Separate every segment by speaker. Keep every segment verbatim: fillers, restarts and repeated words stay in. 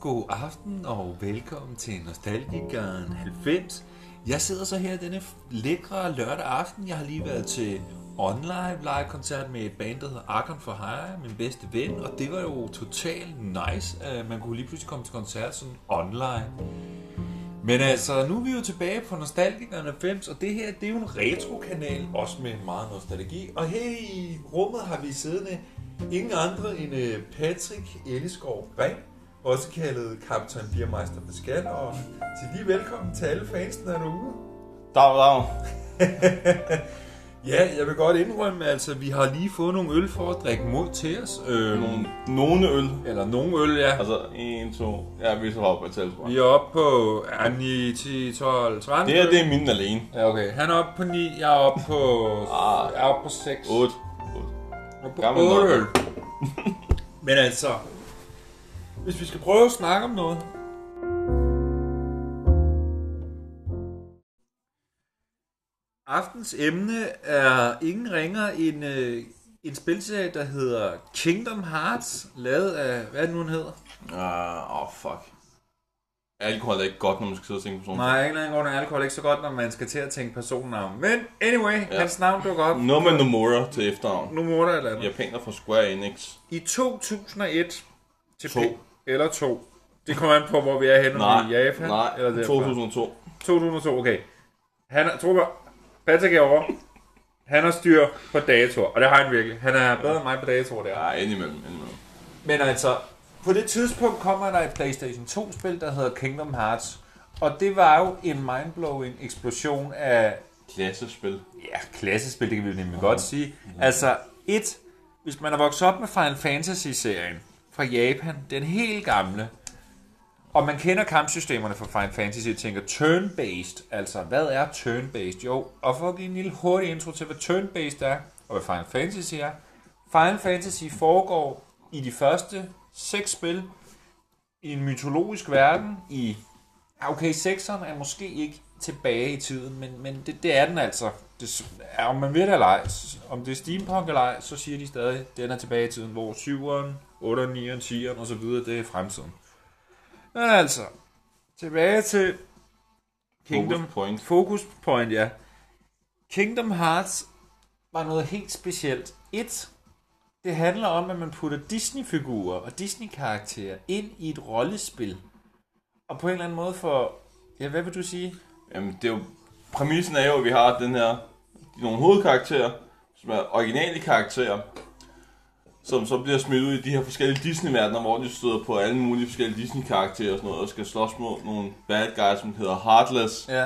Speaker 1: god aften og velkommen til Nostalgikeren halvfems. Jeg sidder så her denne lækre lørdag aften. Jeg har lige været til online live-koncert med et band, der hedder Argon for Hire, min bedste ven, og det var jo totalt nice, at man kunne lige pludselig komme til koncert sådan online. Men altså, nu er vi jo tilbage på Nostalgikeren halvfems, og det her, det er jo en retro-kanal, også med meget nostalgi. Og her i rummet har vi siddende ingen andre end Patrick Elleskov Ring, også kaldet Kaptajn Biermeister Pascal, og til lige velkommen til alle fansene derude.
Speaker 2: Dag, dag.
Speaker 1: Ja, jeg vil godt indrømme, altså vi har lige fået nogle øl for at drikke mod til os. Øh,
Speaker 2: nogle, nogle øl.
Speaker 1: Eller nogle øl, ja.
Speaker 2: Altså en, to, ja, vi er så oppe på talsbrug.
Speaker 1: Vi er oppe på ja, ni, ti, tolv, tretten.
Speaker 2: Det her, det er min alene.
Speaker 1: Ja, okay. Han er oppe på ni, jeg er oppe på, ah, jeg er oppe på seks.
Speaker 2: otte.
Speaker 1: otte. På otte øl. Men altså, hvis vi skal prøve at snakke om noget. Aftens emne er ingen ringer end øh, en spilserie, der hedder Kingdom Hearts, lavet af, hvad er det nu, den hedder?
Speaker 2: Uh, oh, fuck. Alkohol er ikke godt, når man skal sidde og tænke personen.
Speaker 1: Nej, ikke engang grund af alkohol er ikke så godt, når man skal til at tænke personnavn. Men anyway, ja. Hans navn dukker op.
Speaker 2: Noma Nomura til efternavn.
Speaker 1: Nomura eller andet.
Speaker 2: Japaner fra Square Enix.
Speaker 1: I to tusind og et til
Speaker 2: to.
Speaker 1: P- eller to. Det kommer an på, hvor vi er henne
Speaker 2: nej,
Speaker 1: i Japan.
Speaker 2: Nej,
Speaker 1: eller
Speaker 2: to tusind og to.
Speaker 1: to tusind og to, okay. Han er, tror jeg, Patrick er over. Han har styr på datoer, og det har han virkelig. Han er bedre end mig på datoer der.
Speaker 2: Ja, indimellem, indimellem.
Speaker 1: Men altså, på det tidspunkt kommer der et PlayStation to-spil, der hedder Kingdom Hearts. Og det var jo en mindblowing eksplosion af...
Speaker 2: Klassespil.
Speaker 1: Ja, klassespil, det kan vi nemlig godt sige. Altså, et, hvis man er vokset op med Final Fantasy-serien fra Japan, den helt gamle, og man kender kampsystemerne fra Final Fantasy og tænker turn-based, altså hvad er turn-based? Jo, og for at give en lille hurtig intro til, hvad turn-based er, og hvad Final Fantasy er. Final Fantasy foregår i de første seks spil i en mytologisk verden i... Okay, sekseren er måske ikke tilbage i tiden, men, men det, det er den altså. Det, om man ved det eller ej, om det er steampunk eller ej, så siger de stadig, at den er tilbage i tiden, hvor syveren, otteren, nieren, tieren og så videre, det er fremtiden. Men altså, tilbage til Kingdom
Speaker 2: Focus Point.
Speaker 1: Focus Point, ja. Kingdom Hearts var noget helt specielt. Et, det handler om, at man putter Disney-figurer og Disney-karakterer ind i et rollespil. Og på en eller anden måde for... Ja, hvad vil du sige?
Speaker 2: Jamen, det er jo... Præmissen er jo, at vi har den her... Nogle hovedkarakterer, som er originale karakterer, som så bliver smidt ud i de her forskellige Disney-verdener, hvor de støder på alle mulige forskellige Disney-karakterer og sådan noget, og skal slås mod nogle bad guys, som hedder Heartless.
Speaker 1: Ja.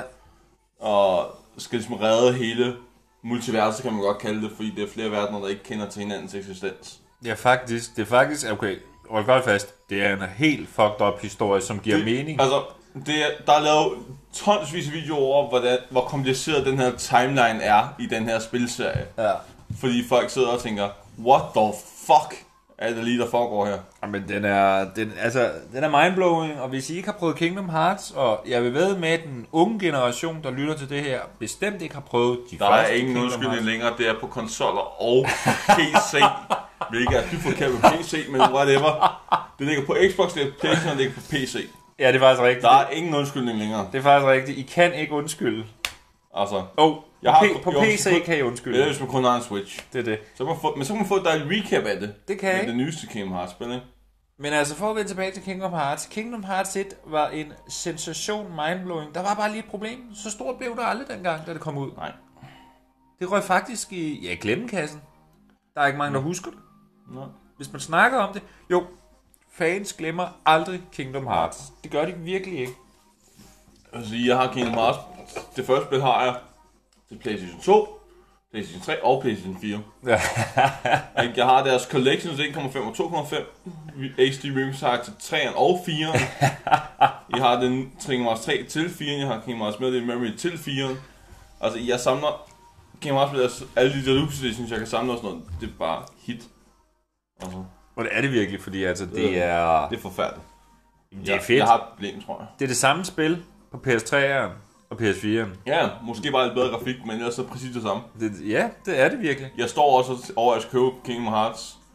Speaker 2: Og skal ligesom redde hele multiverset, kan man godt kalde det, fordi det er flere verdener, der ikke kender til hinandens eksistens.
Speaker 1: Ja, faktisk. Det er faktisk... Okay, hold godt fast. Det er en helt fucked up historie, som giver
Speaker 2: det,
Speaker 1: mening.
Speaker 2: Altså, det er, der er lavet tonsvis af videoer over, hvordan, hvor kompliceret den her timeline er i den her spilserie.
Speaker 1: Ja.
Speaker 2: Fordi folk sidder og tænker, what the fuck er det lige, der foregår her?
Speaker 1: Jamen, den er, den, altså, den er mindblowing, og hvis I ikke har prøvet Kingdom Hearts, og jeg vil ved med, at den unge generation, der lytter til det her, bestemt ikke har prøvet de
Speaker 2: der
Speaker 1: første
Speaker 2: er ingen
Speaker 1: Kingdom
Speaker 2: undskyldning
Speaker 1: Hearts.
Speaker 2: længere, det er på konsoller og P C. Hvilket er dybt forkert på P C, men whatever. Det ligger på Xbox, det ligger på PlayStation, og det ligger på P C.
Speaker 1: Ja, det er faktisk rigtigt.
Speaker 2: Der er ingen undskyldning længere.
Speaker 1: Det er faktisk rigtigt. I kan ikke undskylde.
Speaker 2: Altså,
Speaker 1: Oh,
Speaker 2: jeg
Speaker 1: på,
Speaker 2: har,
Speaker 1: P- på
Speaker 2: jo,
Speaker 1: P C
Speaker 2: kun,
Speaker 1: kan I undskylde.
Speaker 2: det er, hvis man kun har en Switch.
Speaker 1: Det er det.
Speaker 2: Så kan man få, men så kan man få et dejligt recap af det.
Speaker 1: Det kan
Speaker 2: med
Speaker 1: jeg.
Speaker 2: det nyeste Kingdom Hearts spil, ikke?
Speaker 1: Men altså, for at vende tilbage til Kingdom Hearts. Kingdom Hearts et var en sensation, mindblowing. Der var bare lige et problem. Så stort blev det aldrig dengang, da det kom ud.
Speaker 2: Nej.
Speaker 1: Det røg faktisk i, ja, glemmekassen. Der er ikke mange, der husker det.
Speaker 2: Nå.
Speaker 1: Hvis man snakker om det. Jo, fans glemmer aldrig Kingdom Hearts. Det gør de virkelig ikke.
Speaker 2: Altså, jeg har Kingdom Hearts. Det første spil har jeg til PlayStation to, PlayStation tre og PlayStation fire.
Speaker 1: Ja.
Speaker 2: Jeg har deres Collections en komma fem og to komma fem. H D Remix har jeg til treeren og fireren. Jeg har den Kingdom Hearts tre til fireren. Jeg har Kingdom Hearts Melody Memory til fireren. Altså, jeg samler Kingdom Hearts med alle de deluxe editions, jeg kan samle og sådan noget. Det er bare hit. Altså.
Speaker 1: Og det er det virkelig, fordi altså, det er...
Speaker 2: Det er forfærdeligt.
Speaker 1: Det er fedt.
Speaker 2: Jeg har et problem, tror jeg.
Speaker 1: Det er det samme spil på P S treeren og P S fireren.
Speaker 2: Ja, måske bare lidt bedre grafik, men ellers så præcis det samme.
Speaker 1: Det, ja, det er det virkelig.
Speaker 2: Jeg står også over at købe Kingdom Hearts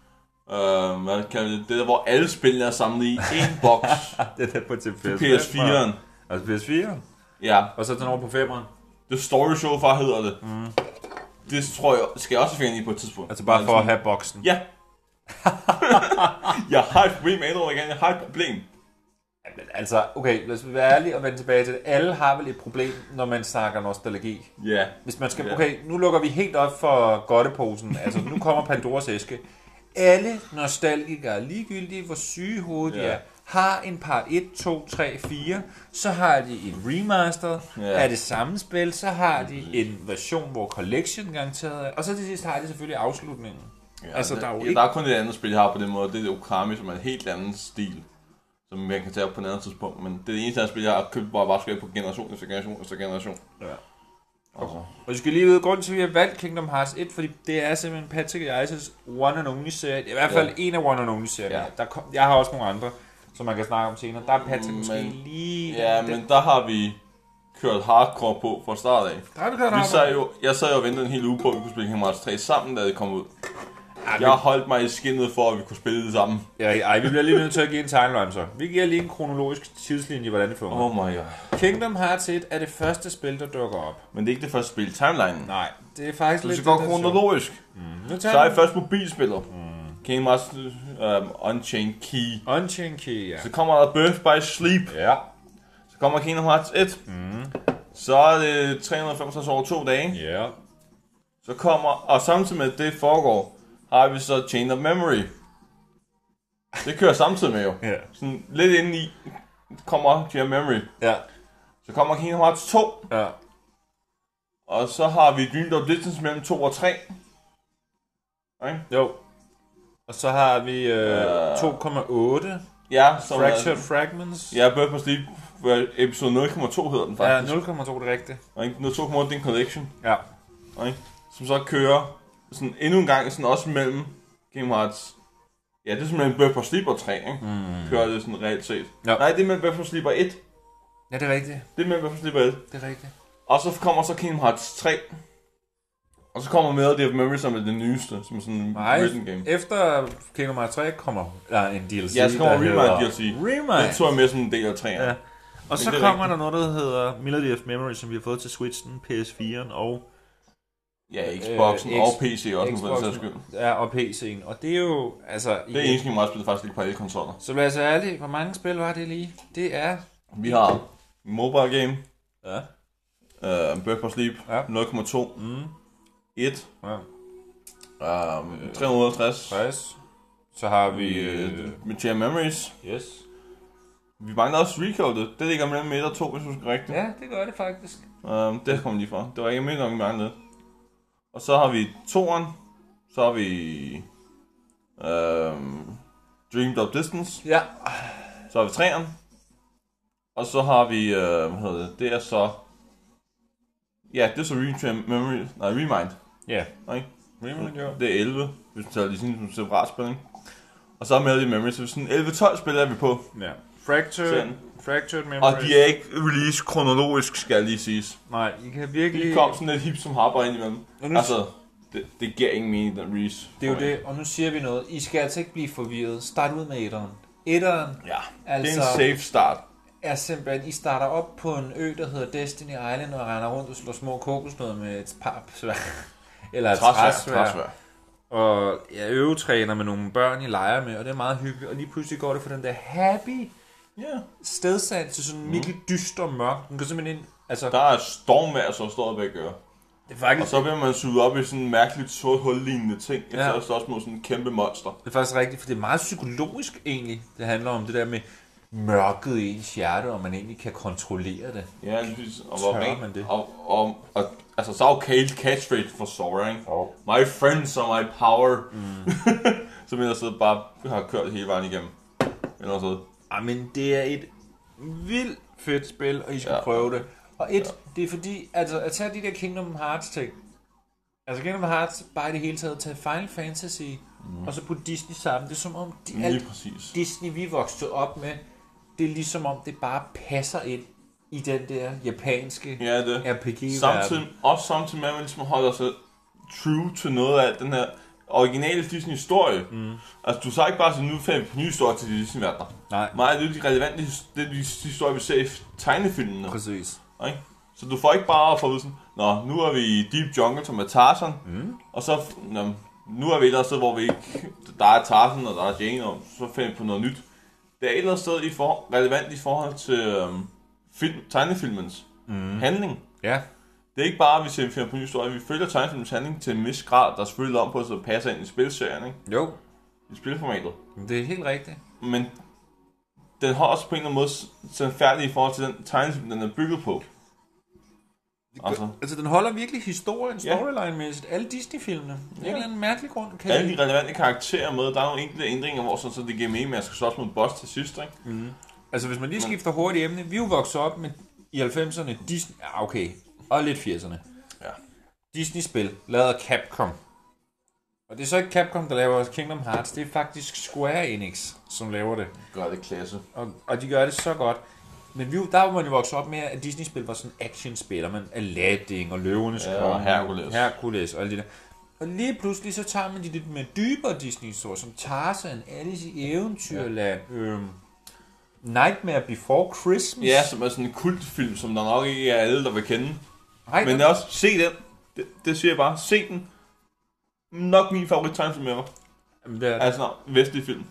Speaker 2: Uh, hvad kalder det? Det der, hvor alle spillene er samlet i en boks.
Speaker 1: Det der på til
Speaker 2: P S fire'en.
Speaker 1: Altså P S fire'en?
Speaker 2: Ja.
Speaker 1: Og så den over på femeren?
Speaker 2: Det Story Show far hedder det. Mm. Det tror jeg, skal jeg også finde i på et tidspunkt.
Speaker 1: Altså bare for at have boksen?
Speaker 2: Ja. Jeg har et problem med Android igen. Jeg har et problem.
Speaker 1: Jamen, altså, okay, lad os være ærlige og vende tilbage til det. Alle har vel et problem, når man snakker nostalgi.
Speaker 2: Ja. Yeah.
Speaker 1: Hvis man skal,
Speaker 2: Yeah.
Speaker 1: okay, nu lukker vi helt op for godteposen. Altså, nu kommer Pandoras æske. Alle nostalgikere, ligegyldigt hvor syge hovedet yeah. de er, har en part et, to, tre, fire, så har de en remaster yeah. af det samme spil, så har de en version, hvor collection garanteret er, og så til sidst har de selvfølgelig afslutningen.
Speaker 2: Ja,
Speaker 1: altså,
Speaker 2: der,
Speaker 1: der, er jo
Speaker 2: ja,
Speaker 1: ikke...
Speaker 2: der er kun et andet spil, jeg har på den måde, det er Okami, som er en helt anden stil, som man kan tage op på et andet tidspunkt, men det er det eneste spil, jeg har købt, hvor jeg bare skal på generation efter generation efter generation. Ja.
Speaker 1: Okay. Og du skal lige vide, grunden til, at vi har valgt Kingdom Hearts et, fordi det er simpelthen Patrick og Ices one and only serie. I hvert fald ja. en af one and only serien. Ja. Der kom, jeg har også nogle andre, som man kan snakke om senere. Der er Patrick måske
Speaker 2: men,
Speaker 1: lige...
Speaker 2: Ja, den. Men der har vi kørt hardcore på fra start af.
Speaker 1: Der har du kørt
Speaker 2: vi sad jo, Jeg sad jo og ventede en hel uge på, at vi kunne spille Kingdom Hearts tre sammen, da det kom ud. Ja, jeg holdt mig i skinnet for, at vi kunne spille det sammen.
Speaker 1: Ja, ej, vi bliver lige nødt til at give en timeline så. Vi giver lige en kronologisk tidslinje, hvordan det fungerer.
Speaker 2: Oh my god.
Speaker 1: Kingdom Hearts et er det første spil, der dukker op.
Speaker 2: Men det er ikke det første spil i timelinen.
Speaker 1: Nej, det er faktisk
Speaker 2: så
Speaker 1: lidt...
Speaker 2: Det går kronologisk. Mm. Så er det først mobilspiller. Mm. Kingdom Hearts um, Unchained Key.
Speaker 1: Unchained Key, ja.
Speaker 2: Så kommer der Birth by Sleep.
Speaker 1: Ja.
Speaker 2: Så kommer Kingdom Hearts et. Mm. Så er det tre hundrede og femogtres over to dage.
Speaker 1: Ja.
Speaker 2: Så kommer... Og samtidig med det foregår... har vi så Chain of Memory. Det kører samtidig med jo.
Speaker 1: Ja.
Speaker 2: Sådan lidt inde i kommer Chain of Memory.
Speaker 1: Ja.
Speaker 2: Så kommer Kingdom Hearts to.
Speaker 1: Ja.
Speaker 2: Og så har vi Dream Drop Distance mellem to og tre. Okay?
Speaker 1: Jo. Og så har vi øh, to komma otte.
Speaker 2: Ja,
Speaker 1: som Fractured er, Fragments.
Speaker 2: Ja, Birth by Sleep. Episode nul komma to hedder den faktisk.
Speaker 1: Ja, nul komma to det er rigtigt.
Speaker 2: Okay? nul komma to komma otte det er en collection.
Speaker 1: Ja.
Speaker 2: Okay? Som så kører sådan endnu en gang sådan også mellem Kingdom Hearts. Ja, det er simpelthen Birth by Sleep og tre, ikke? Mm. Kører det sådan reelt set. Ja. Nej, det er mellem Birth by Sleep og et.
Speaker 1: Ja, det er rigtigt.
Speaker 2: Det er mellem Birth by Sleep og et.
Speaker 1: Det er rigtigt.
Speaker 2: Og så kommer så Kingdom Hearts tre. Og så kommer Melody of Memory, som er det nyeste, som er sådan en written game.
Speaker 1: Efter Kingdom Hearts tre kommer der en D L C,
Speaker 2: ja, så kommer Remind D L C.
Speaker 1: Remind.
Speaker 2: Det tror jeg med som en del af treeren. Ja.
Speaker 1: Og så kommer der noget, der hedder Melody of Memory, som vi har fået til Switchen, P S fire'en og...
Speaker 2: Ja, Xboxen øh, og P C også,
Speaker 1: Xboxen,
Speaker 2: nu for den skyld.
Speaker 1: Ja, og P C'en. Og det er jo, altså...
Speaker 2: Det er eneste, meget spillet faktisk ikke på alle konsoller.
Speaker 1: Så lad os være ærlige, hvor mange spil var det lige? Det er...
Speaker 2: Vi har Mobile Game.
Speaker 1: Ja.
Speaker 2: Uh, Birth by Sleep. Ja. nul komma to.
Speaker 1: Mm.
Speaker 2: et.
Speaker 1: Ja.
Speaker 2: Um, tre hundrede og halvtreds.
Speaker 1: tres. Så har vi...
Speaker 2: Uh, med Chain Memories.
Speaker 1: Yes.
Speaker 2: Vi mangler også Recoded. Det ligger mellem et og to, hvis du skal rigtigt.
Speaker 1: Ja, det gør det faktisk.
Speaker 2: Um, det kommer lige fra. Det var ikke mere nok, vi manglede. Og så har vi toeren. Så har vi... Um, Dream Drop Distance.
Speaker 1: Ja.
Speaker 2: Så har vi treeren. Og så har vi... Uh, hvad hedder det? Det er så... Ja, det er så Retrain Memory... Nej, Remind.
Speaker 1: Ja.
Speaker 2: Okay?
Speaker 1: Remind, jo.
Speaker 2: Det er elleve, hvis man tager det sådan en separat spil. Og så er Melody Memory, så sådan elleve tolv spil er vi på.
Speaker 1: Ja. Fractured, Fractured Memory.
Speaker 2: Og de er ikke release kronologisk, skal lige siges.
Speaker 1: Nej, I kan virkelig...
Speaker 2: De kom sådan lidt hip som harper ind imellem.
Speaker 1: Nu...
Speaker 2: Altså, det, det giver ingen mening, den release.
Speaker 1: Det er jo det, og nu siger vi noget. I skal altså ikke blive forvirret. Start ud med etteren. Etteren,
Speaker 2: ja,
Speaker 1: altså,
Speaker 2: det er en safe start.
Speaker 1: Er simpelthen, I starter op på en ø, der hedder Destiny Island, og render rundt og slår små kokosnødder med et papsvær. Eller et træsvær. Og jeg øvetræner med nogle børn, I leger med, og det er meget hyggeligt. Og lige pludselig går det for den der happy
Speaker 2: yeah.
Speaker 1: stedsand til sådan en virkelig dyster mørk. Den kan simpelthen ind, altså...
Speaker 2: Der er stormvejr, så står der gøre.
Speaker 1: Det er faktisk...
Speaker 2: Og så bliver man suget op i sådan en mærkeligt sort hul-lignende ting, ja. Så er der også mod sådan en kæmpe monster.
Speaker 1: Det er faktisk rigtigt, for det er meget psykologisk egentlig. Det handler om det der med mørket i ens hjerte, og man egentlig kan kontrollere det.
Speaker 2: Ja, lige og hvor rent man det. Og, og, og, altså, så er jo Kale catchphrase for Sora, ikke? Oh. My friends are my power. Mm. Som jeg så bare har kørt hele vejen igennem. Eller sådan.
Speaker 1: Ah, men det er et vildt fedt spil, og I skal ja. prøve det. Og et, ja. det er fordi, altså at tage de der Kingdom Hearts ting. Altså Kingdom Hearts, bare i det hele taget, tage Final Fantasy, mm. og så putte Disney sammen. Det er som om, de, alt Disney vi voksede op med, det er ligesom om, det bare passer ind i den der japanske
Speaker 2: ja, det.
Speaker 1: R P G-verden.
Speaker 2: Samtidig, også samtidig med, at man ligesom holder sig true til noget af den her, originale Disney-historie. Mm. Altså, du sagde ikke bare, at nu finder vi på nye historier til de Disney-verdener.
Speaker 1: Nej.
Speaker 2: Meget af det er de relevante det er de historier, vi ser i tegnefilmene.
Speaker 1: Præcis.
Speaker 2: Okay? Så du får ikke bare at få ud sådan, nå, nu er vi i Deep Jungle, som er Tarzan, mm. og så, nå, nu er vi et eller andet sted, hvor vi ikke, der er Tarzan, og der er Jane, og så finder vi på noget nyt. Det er et eller andet sted i for, relevant i forhold til øhm, film, tegnefilmens mm. handling.
Speaker 1: Ja.
Speaker 2: Det er ikke bare, at vi ser, vi finder på nye historier, vi følger tegnefilmens handling til en vis grad, der er selvfølgelig om på, så det passer ind i spilserien, ikke?
Speaker 1: Jo.
Speaker 2: I spilformatet.
Speaker 1: Det er helt rigtigt.
Speaker 2: Men den har også på en eller anden måde sådan færdig i forhold til den tegnefilm, den er bygget på.
Speaker 1: Altså. altså, den holder virkelig historien, storyline-mæssigt. Alle Disney-filmene. Ja. En eller anden mærkelig grund. Kan
Speaker 2: alle de relevante karakterer med. Der er nogle enkelte ændringer, hvor sådan, så det giver mening med, at jeg skal slås mod boss til sidst, ikke?
Speaker 1: Mm. Altså, hvis man lige skifter hurtigt emne. Vi er jo vokset op med i halvfemserne Disney... Ja, okay. Og lidt firserne.
Speaker 2: Ja. Disney-spil,
Speaker 1: lavet af Capcom. Og det er så ikke Capcom, der laver Kingdom Hearts. Det er faktisk Square Enix, som laver det.
Speaker 2: Gør det klasse.
Speaker 1: Og, og de gør det så godt. Men vi, der var man jo vokset op med, at Disney-spil var sådan action-spil, og man Aladdin og Løvenes
Speaker 2: ja, og Hercules.
Speaker 1: Hercules og alt det der. Og lige pludselig så tager man de lidt mere dybere Disney-historier, som Tarzan, Alice i Eventyrland, ja. øhm, Nightmare Before Christmas.
Speaker 2: Ja, som er sådan en kultfilm, som der nok ikke er alle, der vil kende.
Speaker 1: Ej,
Speaker 2: men det er også, se den. Det, det siger jeg bare, se den. Nok min favorit tegnefilm med mig. Altså, vestlig film.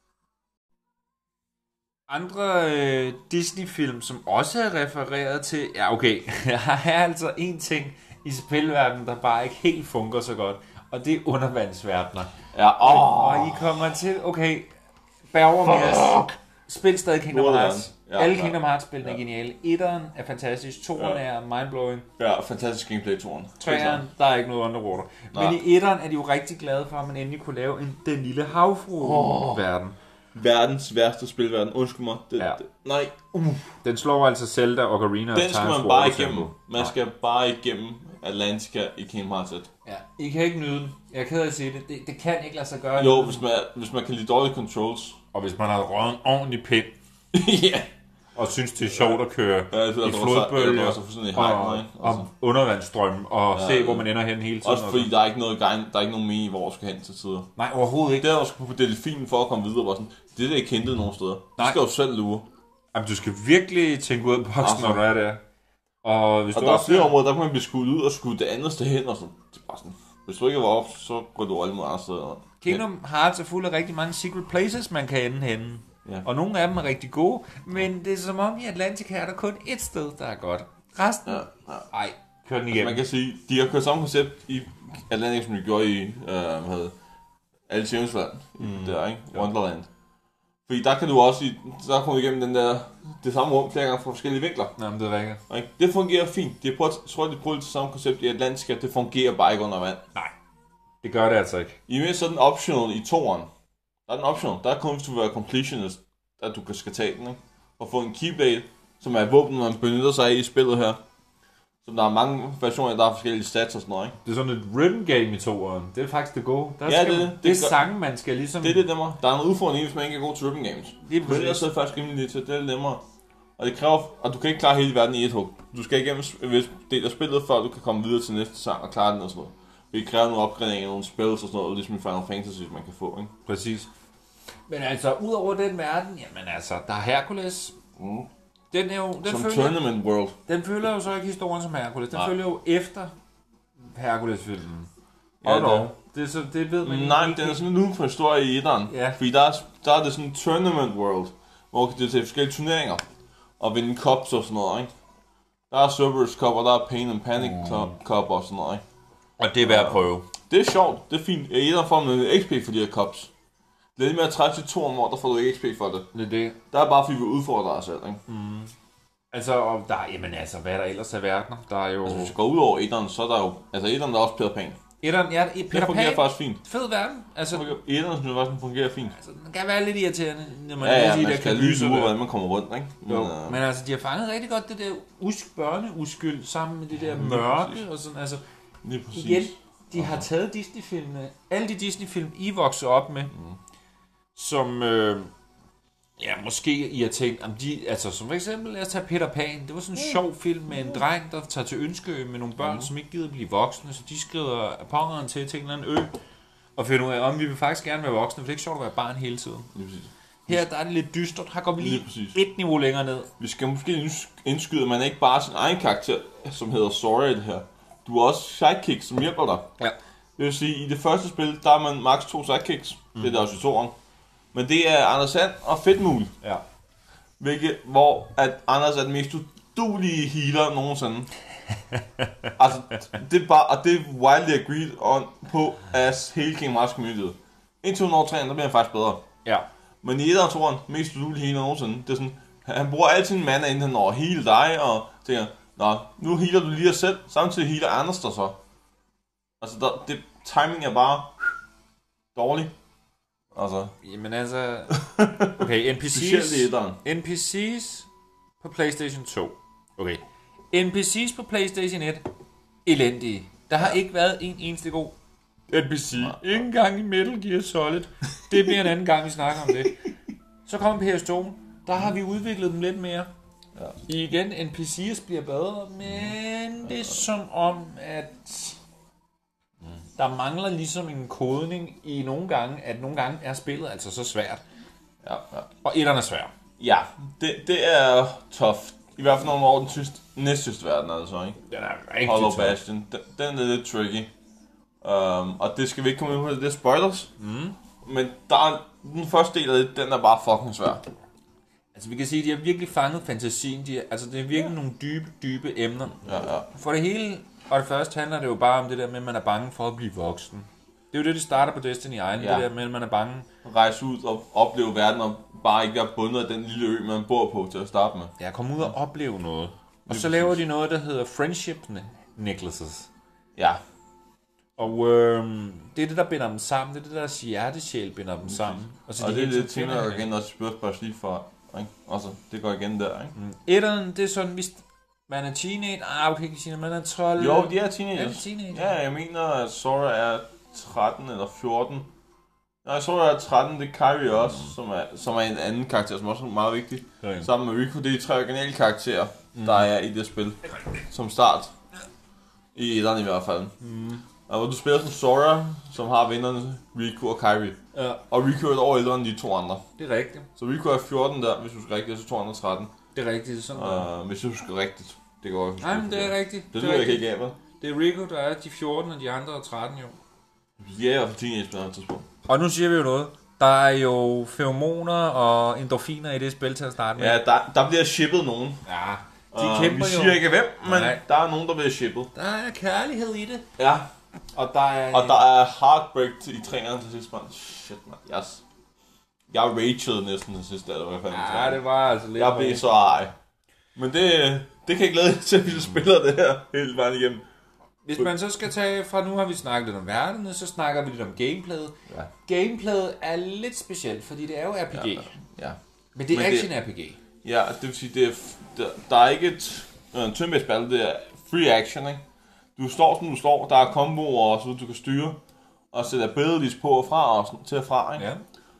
Speaker 1: Andre øh, Disney-film, som også er refereret til... Ja, okay. Jeg har altså en ting i spilverdenen, der bare ikke helt fungerer så godt. Og det er undervandsverdener.
Speaker 2: Ja, åh.
Speaker 1: Og I kommer til... Okay, Bergermias. Spil stadig Kingdom Hearts. Ja, alle ja. Kingdom Hearts-spillene ja. er geniale. Etteren er fantastisk. Toeren ja. er mindblowing.
Speaker 2: Ja, fantastisk gameplay toeren.
Speaker 1: Treeren, der er ikke noget underwater. Nej. Men i etteren er de jo rigtig glade for, at man endelig kunne lave en Den Lille Havfrue-verden. Oh.
Speaker 2: Verdens værste spilverden. Undskyld mig. Det,
Speaker 1: ja.
Speaker 2: det, nej. Uh.
Speaker 1: Den slår altså Zelda og Ocarina of Time.
Speaker 2: Den skal man bare igennem. Man skal nej. bare igennem Atlantica i Kingdom Hearts et.
Speaker 1: Ja, I kan ikke nyde den. Jeg er ked af at sige det. Det, det kan ikke lade sig gøre.
Speaker 2: Jo, hvis man, hvis man kan lide dårlige controls.
Speaker 1: Og hvis man har røget en ordentlig pind.
Speaker 2: ja.
Speaker 1: Og synes, det er sjovt at køre
Speaker 2: ja,
Speaker 1: i flodbølger og,
Speaker 2: og,
Speaker 1: og undervandsstrøm og ja, se, ja. hvor man ender hen hele tiden.
Speaker 2: Også fordi der er ikke noget der er ikke nogen mening, hvor du skal hen til tider.
Speaker 1: Nej, overhovedet ikke.
Speaker 2: Det er også på delfinen for at komme videre, hvor sådan, det er det ikke hentet nogen steder. Nej. Du skal jo selv lure.
Speaker 1: Jamen, du skal virkelig tænke ud af boksen, altså. når du er der. Og, hvis
Speaker 2: og
Speaker 1: du
Speaker 2: der
Speaker 1: også
Speaker 2: er flere områder, der kan man blive skudt ud og skudt det andet sted hen og sådan. Det er bare sådan. Hvis du ikke var op, så går du alle mulige andre steder.
Speaker 1: Kingdom Hearts er fuld af rigtig mange secret places, man kan ende henne. Ja. Og nogle af dem er rigtig gode, men det er som om i Atlantica er der kun ét sted, der er godt. Resten? Ja, ja. Ej, kør den igennem.
Speaker 2: Altså man kan sige, de har kørt samme koncept i Atlantica, som de gjorde i, øh, hvad hedder Alice i Eventyrland, mm. der, ikke? Ja. Wonderland. Fordi der kan du også, der kommer igennem den der, det samme rum flere gange fra forskellige vinkler.
Speaker 1: Jamen, det er rigtigt.
Speaker 2: Okay? Det fungerer fint. De har prøvet, jeg tror, de har prøvet det samme koncept i Atlantica, det fungerer bare ikke under vand.
Speaker 1: Nej, det gør det altså ikke.
Speaker 2: I med sådan optional i toeren. Der er den optional. Der er kun, hvis du vil være completionist, at du skal tage den, ikke? Og få en keyblade, som er et våben, man benytter sig af i spillet her. Så der er mange versioner, der har forskellige stats og sådan noget, ikke?
Speaker 1: Det er sådan et rhythm game i toeren. Det er faktisk det gode. Der
Speaker 2: ja,
Speaker 1: skal,
Speaker 2: det,
Speaker 1: det, det, det er sange, man skal ligesom...
Speaker 2: Det er det nemmere. Der er en udfordring, hvis man ikke er god til rhythm games. Det er præcis. Så er det faktisk rimelig lidt til. Det er nemmere. Og det kræver, at du kan ikke klare hele verden i et hug. Du skal igennem en vis del af spillet, før du kan komme videre til næste sang og klare den og sådan noget. Det kræver nogle opgraderinger, nogle spells og sådan noget, ligesom i Final Fantasy, man kan få, ikke?
Speaker 1: Præcis. Men altså, ud over den verden, jamen altså, der er Hercules. Mm. Den er jo... Den
Speaker 2: som
Speaker 1: følger,
Speaker 2: Tournament World.
Speaker 1: Den følger jo så ikke historien som Hercules. Den Nej. følger jo efter Hercules-filmen.
Speaker 2: Ja, det,
Speaker 1: det, så, det ved man
Speaker 2: Nej,
Speaker 1: ikke.
Speaker 2: Den er sådan en uden for historie i etteren.
Speaker 1: Ja.
Speaker 2: Fordi der er, der er det sådan en Tournament World, hvor du kan til forskellige turneringer og vinde cups og sådan noget, ikke? Der er Cerberus Cup, og der er Pain and Panic mm. Cup og sådan noget, ikke?
Speaker 1: Og det er værd at prøve.
Speaker 2: Det er sjovt, det er fint. I etteren får man X P for de her cups. Det er lidt mere træt til to år, der får du ikke X P for det.
Speaker 1: Det er det.
Speaker 2: Der er bare fordi vi udfordrer os selv, ikke?
Speaker 1: Mm. Altså, og der, jamen altså, hvad er der ellers af verdener? Der er jo...
Speaker 2: Altså, hvis vi går ud over etteren, så er der jo... Altså, etteren er også Peter Pan.
Speaker 1: Etteren, ja, Peter Pan.
Speaker 2: Det fungerer faktisk fint.
Speaker 1: Fed verden. Altså,
Speaker 2: etteren, synes jeg faktisk, den fungerer fint.
Speaker 1: Altså, den kan være lidt irriterende, når man
Speaker 2: ja, ja,
Speaker 1: sige,
Speaker 2: man skal lige lure, hvordan man kommer rundt, ikke?
Speaker 1: Men, jo, uh... men altså, de har fanget rigtig godt det der usk, børneuskyld sammen med det der mørke og sådan, altså...
Speaker 2: Lige præcis.
Speaker 1: Igen, de har taget Disney-filmene, alle de Disney-film, I vokser op med, mm. som... Øh, Ja, måske I har tænkt, om de, altså som for eksempel, lad os tage Peter Pan. Det var sådan en mm. sjov film med en dreng, der tager til Ønskeø med nogle børn, mm. som ikke gider blive voksne, så de skrider pongeren til til en eller anden ø. og finde ud af, om vi vil faktisk gerne være voksne, for det er ikke sjovt at være barn hele tiden.
Speaker 2: Lige præcis.
Speaker 1: Her der er det lidt dystert, her går vi lige,
Speaker 2: lige
Speaker 1: et niveau længere ned.
Speaker 2: Vi skal måske indskyde, at man ikke bare er sin egen karakter, som hedder Sora i det her. Du er også sidekick, som hjælper dig.
Speaker 1: Ja.
Speaker 2: Det vil sige, at i det første spil, der er man maks to sidekicks. Mm. Det er der også i toeren. Men det er Anders Sand og Fedtmule.
Speaker 1: Ja.
Speaker 2: Hvilket, hvor at Anders er den mest udulige healer nogensinde. Altså, det er bare, og det er wildly agreed on på as hele King Mars community. Indtil når træerne, der bliver han faktisk bedre.
Speaker 1: Ja.
Speaker 2: Men i etteren og toeren, mest udulige healer nogensinde. Det er sådan, han bruger altid en mana, inden han når at heal dig, og tænker, nå, nu healer du lige dig selv, samtidig healer Anders der så. Altså, der, det, timing er bare dårlig. Altså.
Speaker 1: Jamen altså... Okay, N P C's...
Speaker 2: Specielt i etteren.
Speaker 1: N P C's på PlayStation to. Okay. N P C's på PlayStation et. Elendige. Der har ikke været en eneste god N P C. Ikke engang i Metal Gear Solid. Det bliver en anden gang, vi snakker om det. Så kommer P S to. Der har vi udviklet dem lidt mere. Ja. Igen, N P C's bliver bedre, men det er som om, at der mangler ligesom en kodning i nogle gange, at nogle gange er spillet altså så svært.
Speaker 2: Ja, ja.
Speaker 1: Og etteren er svær.
Speaker 2: Ja, det, det er tough. I hvert fald nogle år den sidste, næstsidste verden, altså, ikke?
Speaker 1: Den er rigtig
Speaker 2: Hollow
Speaker 1: tough.
Speaker 2: Bastion, den, den er lidt tricky. Um, og det skal vi ikke komme ind på, det er spoilers.
Speaker 1: Mm.
Speaker 2: Men der er, den første del af det, den er bare fucking svær.
Speaker 1: Altså vi kan sige, at de har virkelig fanget fantasien. De er, altså det er virkelig ja. nogle dybe, dybe emner.
Speaker 2: Ja, ja.
Speaker 1: For det hele, og det første handler det jo bare om det der med, at man er bange for at blive voksen. Det er jo det, de starter på Destiny Island, ja. det der med, at man er bange.
Speaker 2: Rejse ud og opleve verden, og bare ikke være bundet af den lille ø, man bor på til at starte med.
Speaker 1: Ja, komme ud og opleve noget. Og så laver de noget, der hedder Friendship Necklaces.
Speaker 2: Ja.
Speaker 1: Og øh, det er det, der binder dem sammen. Det er det, der hjertesjæl binder dem sammen.
Speaker 2: Og, så og de det er det tema, der går igen også i spørgsmål lige for, ikke? Altså, det går igen der, ikke?
Speaker 1: Mm. Etteren, det er sådan, hvis man er teenager. Ah, okay, ikke sige, man er tolv.
Speaker 2: Jo, de er teenager.
Speaker 1: Er teenager?
Speaker 2: Ja, jeg mener, at Sora er tretten eller fjorten. Nej, Sora er tretten, det er Kairi også, mm. som, er, som er en anden karakter, som også er meget vigtig. Okay. Sammen med Rico, det er de tre originale karakterer, mm. der er i det spil. Som start. I etteren i hvert fald. Mm. Og hvor du spiller som Sora, som har vinderne Rico og Kairi. Ja. Og Rico er et år ældre end de to andre.
Speaker 1: Det er rigtigt.
Speaker 2: Så Rico er fjorten der, hvis du skal rigtigt, så to andre tretten.
Speaker 1: Det er rigtigt, sådan
Speaker 2: uh, hvis du skal rigtigt. Det går også.
Speaker 1: Nej, men det er rigtigt.
Speaker 2: Det, det ved jeg ikke af med.
Speaker 1: Det er Rico, der er de fjorten, og de andre er tretten jo.
Speaker 2: Ja, og for teenage på et tidspunkt.
Speaker 1: Og nu siger vi jo noget. Der er jo feromoner og endorfiner i det spil til at starte med.
Speaker 2: Ja, der, der bliver shippet nogen.
Speaker 1: Ja, de
Speaker 2: uh,
Speaker 1: kæmper
Speaker 2: vi siger
Speaker 1: jo.
Speaker 2: ikke hvem, men Nej. der er nogen, der bliver shippet.
Speaker 1: Der er kærlighed i det.
Speaker 2: Ja.
Speaker 1: Og der er,
Speaker 2: og der er heartbreak i træneren til sidst, man. Shit, man. Jeg, jeg ragede næsten til sidst, eller hvad fanden.
Speaker 1: Ja, det var altså lidt.
Speaker 2: Jeg blev så ej. Men det, det kan ikke glæde til, at vi spiller det her hele vejen igennem.
Speaker 1: Hvis man så skal tage, fra nu har vi snakket lidt om verdenen, så snakker vi lidt om gameplayet. Ja. Gameplayet er lidt specielt, fordi det er jo R P G.
Speaker 2: Ja, ja.
Speaker 1: Men det er action-R P G.
Speaker 2: Ja, det vil sige, det er, der, der er ikke et uh, turn-based battle, det er free action, ikke? Du står som du står, der er komboer og så du kan styre, og sætte abilities på og fra og til og fra, ikke? Ja.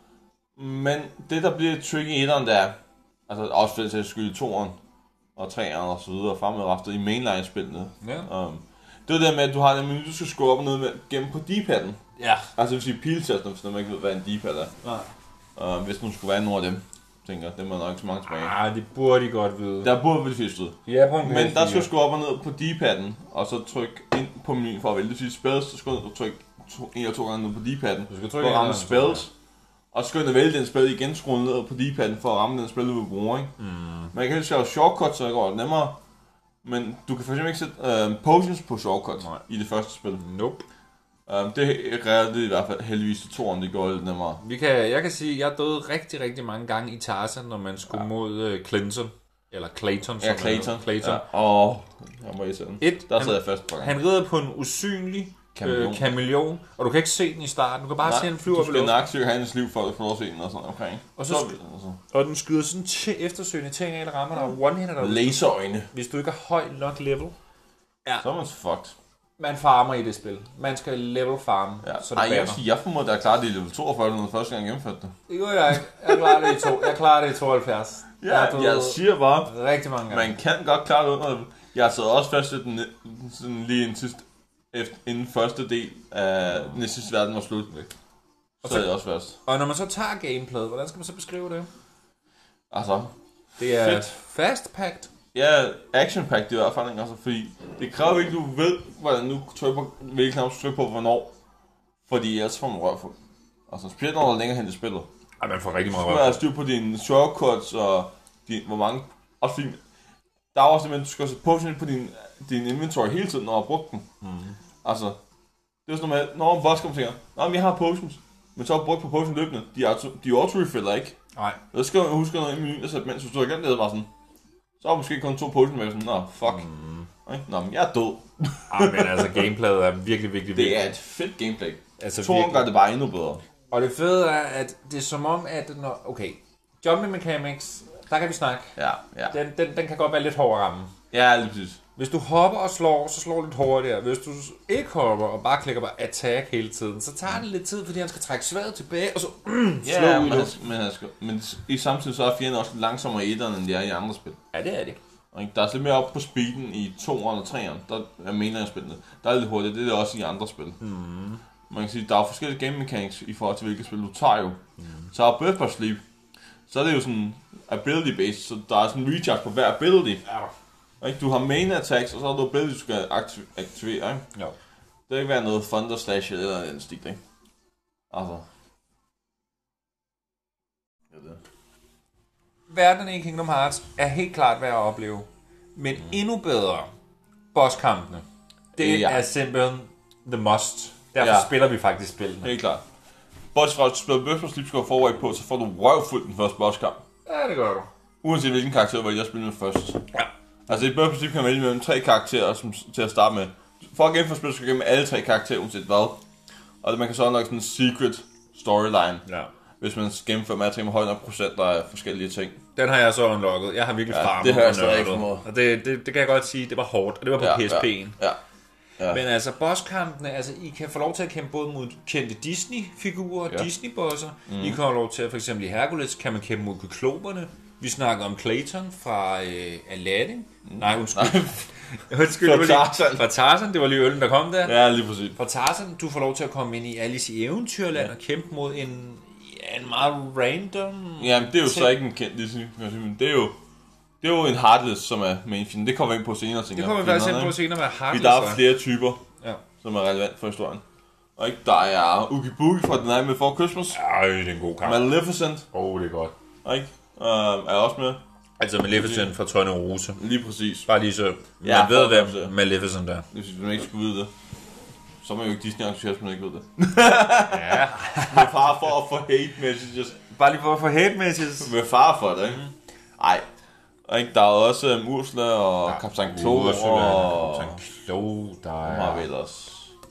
Speaker 2: Men det, der bliver tricky i etteren, der er, altså også for at skylde toeren og treeren og så videre, fremadrettet i mainline-spillene. Ja. Um, det er det med, at du har en menu, du skal skubbe op og ned med, gennem på D-pad'en. Ja. Altså det vil sige piltasten, hvis man ikke ved, hvad en D-pad er. Nej. Uh, hvis nu skulle være nogen af dem, tænker jeg, det må nok ikke så mange tilbage.
Speaker 1: Ah, det burde de godt vide.
Speaker 2: Der burde vi fisk ud.
Speaker 1: Ja, på en
Speaker 2: Men der skal du skubbe op og ned på D-pad'en, og så trykke ind på menuen for at vælge. Det vil sige, spells, så skal du trykke to, en eller to gange ned på D-pad'en.
Speaker 1: Du skal trykke
Speaker 2: for at ramme spells. Og så skal du vælge den spil igen, skrue ned på D-pad'en for at ramme den spil, du vil bruge, ikke? Mm. Man kan helst lave shortcuts, så det går nemmere. Men du kan fx ikke sætte uh, potions på shortcuts Nej. i det første spil.
Speaker 1: Nope.
Speaker 2: Um, det er det i hvert fald heldigvis til toeren, det går lidt nemmere.
Speaker 1: Vi kan, jeg kan sige, at jeg døde rigtig, rigtig mange gange i Tarzan, når man skulle ja. mod uh, Clinton. Eller Clayton.
Speaker 2: Ja, Clayton.
Speaker 1: Clayton.
Speaker 2: Ja. Åh, jeg må ikke se den.
Speaker 1: Et,
Speaker 2: Der sad jeg fast på
Speaker 1: Han rider på en usynlig kameleon. kameleon, og du kan ikke se den i starten. Du kan bare Nej, se, at den flyver
Speaker 2: på luften. Du skal naksyge hans liv, for at få lov at se den og sådan okay.
Speaker 1: Og, så, så, altså. og den skyder sådan til eftersøgende ting af, der rammer dig one-hitter dig.
Speaker 2: Laserøjne.
Speaker 1: Hvis du ikke har høj nok level.
Speaker 2: Ja. Så er man så fucked.
Speaker 1: Man farmer i det spil. Man skal level farme,
Speaker 2: ja.
Speaker 1: så det
Speaker 2: Ej, jeg, sige, jeg formoder, at jeg klarer det i level toogfyrre, når jeg første gang gennemførte det.
Speaker 1: Det gør jeg ikke. Jeg klarer det i, to. jeg klarer det i tooghalvfjerds.
Speaker 2: Ja, jeg, jeg siger bare,
Speaker 1: rigtig mange gange.
Speaker 2: Man kan godt klare det under. Jeg sad også fast i den sådan lige en sidste efter, inden første del af næste verden var slut. Så, så er det også værst.
Speaker 1: Og når man så tager gameplayet, hvordan skal man så beskrive det?
Speaker 2: Altså,
Speaker 1: det er
Speaker 2: fedt.
Speaker 1: fast-packed.
Speaker 2: Ja, action-packed i hvert fald, altså, fordi det kræver ikke, at du ved, hvordan du trykker på, hvilken knap du trykker på, hvornår. Fordi ellers får man rør for. Altså, specielt når du er længere hen i spillet.
Speaker 1: Ej, man får rigtig meget
Speaker 2: rør. Du skal styr på dine shortcuts og din, hvor mange... Også fordi, der er også simpelthen, du skal sætte potion på din, din inventory hele tiden, når du har brugt den. Mm. Altså, det er sådan noget med, når en boss kommer og tænker, nå, men jeg har potions, men så har du brugt på potion løbende. De, auto, de auto-refiller ikke.
Speaker 1: Nej.
Speaker 2: Så skal du huske noget i menuen, så mens du igen det bare sådan, så har du måske kun to potion med, sådan, nå, fuck. Mm. Okay? Nå, men jeg er død.
Speaker 1: Ej, men altså, gameplayet er virkelig, virkelig
Speaker 2: Det er et fedt gameplay.
Speaker 1: Altså,
Speaker 2: to gør det bare endnu bedre.
Speaker 1: Og det fede er, at det er som om, at når, okay, jumping mechanics, der kan vi snakke.
Speaker 2: Ja, ja.
Speaker 1: Den, den, den kan godt være lidt hård at ramme.
Speaker 2: Ja, lige præcis.
Speaker 1: Hvis du hopper og slår, så slår du lidt hårdere der. Hvis du ikke hopper og bare klikker på attack hele tiden, så tager det lidt tid, fordi han skal trække sværdet tilbage, og så mm, slå
Speaker 2: ja,
Speaker 1: ud.
Speaker 2: Men, men, han skal, men i samtidig så er fjenden også langsommere i etteren, end de er i andre spil.
Speaker 1: Ja, det er det.
Speaker 2: Der er lidt mere op på speeden i toeren og treeren. Der er menere spillene. Der er lidt hurtigt. Det er det også i andre spil. Mm. Man kan sige, der er forskellige game mechanics i forhold til hvilket spil du tager jo. Mm. Så er Birth by Sleep, så er det jo sådan ability based, så der er sådan en recharge på hver ability. Ja. Du har main attacks, og så har du ability, du skal aktiv- aktivere. Ikke?
Speaker 1: Ja.
Speaker 2: Det kan ikke være noget Thunder Slash eller en stik, ikke? Altså. Det er det.
Speaker 1: Verden i Kingdom Hearts er helt klart værd at opleve. Men mm. endnu bedre, bosskampene. Det ja. er simpelthen the must. Derfor ja. spiller vi faktisk spillene.
Speaker 2: Helt klart. Bortset fra, at du spiller Birth by Sleep, skal du forberedt på, så får du røvfuld den første bosskamp.
Speaker 1: Ja, det gør du.
Speaker 2: Uanset hvilken karakter du vælger at spille med først. Ja. Altså i Birth by Sleep kan man vælge mellem tre karakterer som, til at starte med. For at gennemføre spillet, skal du gennem alle tre karakterer, uanset hvad. Og man kan så unlock sådan en secret storyline. Ja. Hvis man gennemfører med at tænke med højere procenter af forskellige ting.
Speaker 1: Den har jeg så unlocket. Jeg har virkelig
Speaker 2: ja,
Speaker 1: farmet.
Speaker 2: Det har jeg stadig ikke formået.
Speaker 1: Og det, det, det kan jeg godt sige, det var hårdt. Og det var på ja, P S P'en.
Speaker 2: Ja, ja. Ja.
Speaker 1: Men altså, bosskampene, altså, I kan få lov til at kæmpe både mod kendte Disney-figurer, ja. Disney-bosser. Mm. I kan få lov til at, for eksempel i Hercules, kan man kæmpe mod kykloperne. Vi snakker om Clayton fra øh, Aladdin. Mm. Nej, undskyld. undskyld,
Speaker 2: fra Tarzan.
Speaker 1: Fra Tarzan, det var lige øllen, der kom der.
Speaker 2: Ja, lige præcis.
Speaker 1: Fra Tarzan, du får lov til at komme ind i Alice i Eventyrland ja. og kæmpe mod en, ja, en meget random...
Speaker 2: Jamen, det er jo ting. Så ikke en kendt Disney, men det er jo... Det er jo en Heartless, som er main film. Det kommer vi ind på senere, tænker
Speaker 1: jeg. Det kommer vi faktisk ind på senere med Heartless.
Speaker 2: Der er flere typer, ja. som er relevant for historien. Og ikke, der er Oogie Boogie fra The Nightmare Before Christmas.
Speaker 1: Ej, det er en god kamp.
Speaker 2: Maleficent.
Speaker 1: Åh, oh, det er godt.
Speaker 2: Og ikke, uh, er også med.
Speaker 1: Altså Maleficent fra Tornerose.
Speaker 2: Lige præcis.
Speaker 1: Bare lige så, man
Speaker 2: ja,
Speaker 1: ved, hvad Maleficent er.
Speaker 2: Hvis man ikke skulle vide det, så er man jo ikke Disney-entusiast, man ikke ved det.
Speaker 1: ja.
Speaker 2: Med far for at få hate messages.
Speaker 1: Bare lige for at få hate messages.
Speaker 2: Med far for det, ikke? Ej. Og ikke, der er også um, Ursula og ja, Kaptajn Klo og...
Speaker 1: Kaptajn Klo, der er...
Speaker 2: Har vel også...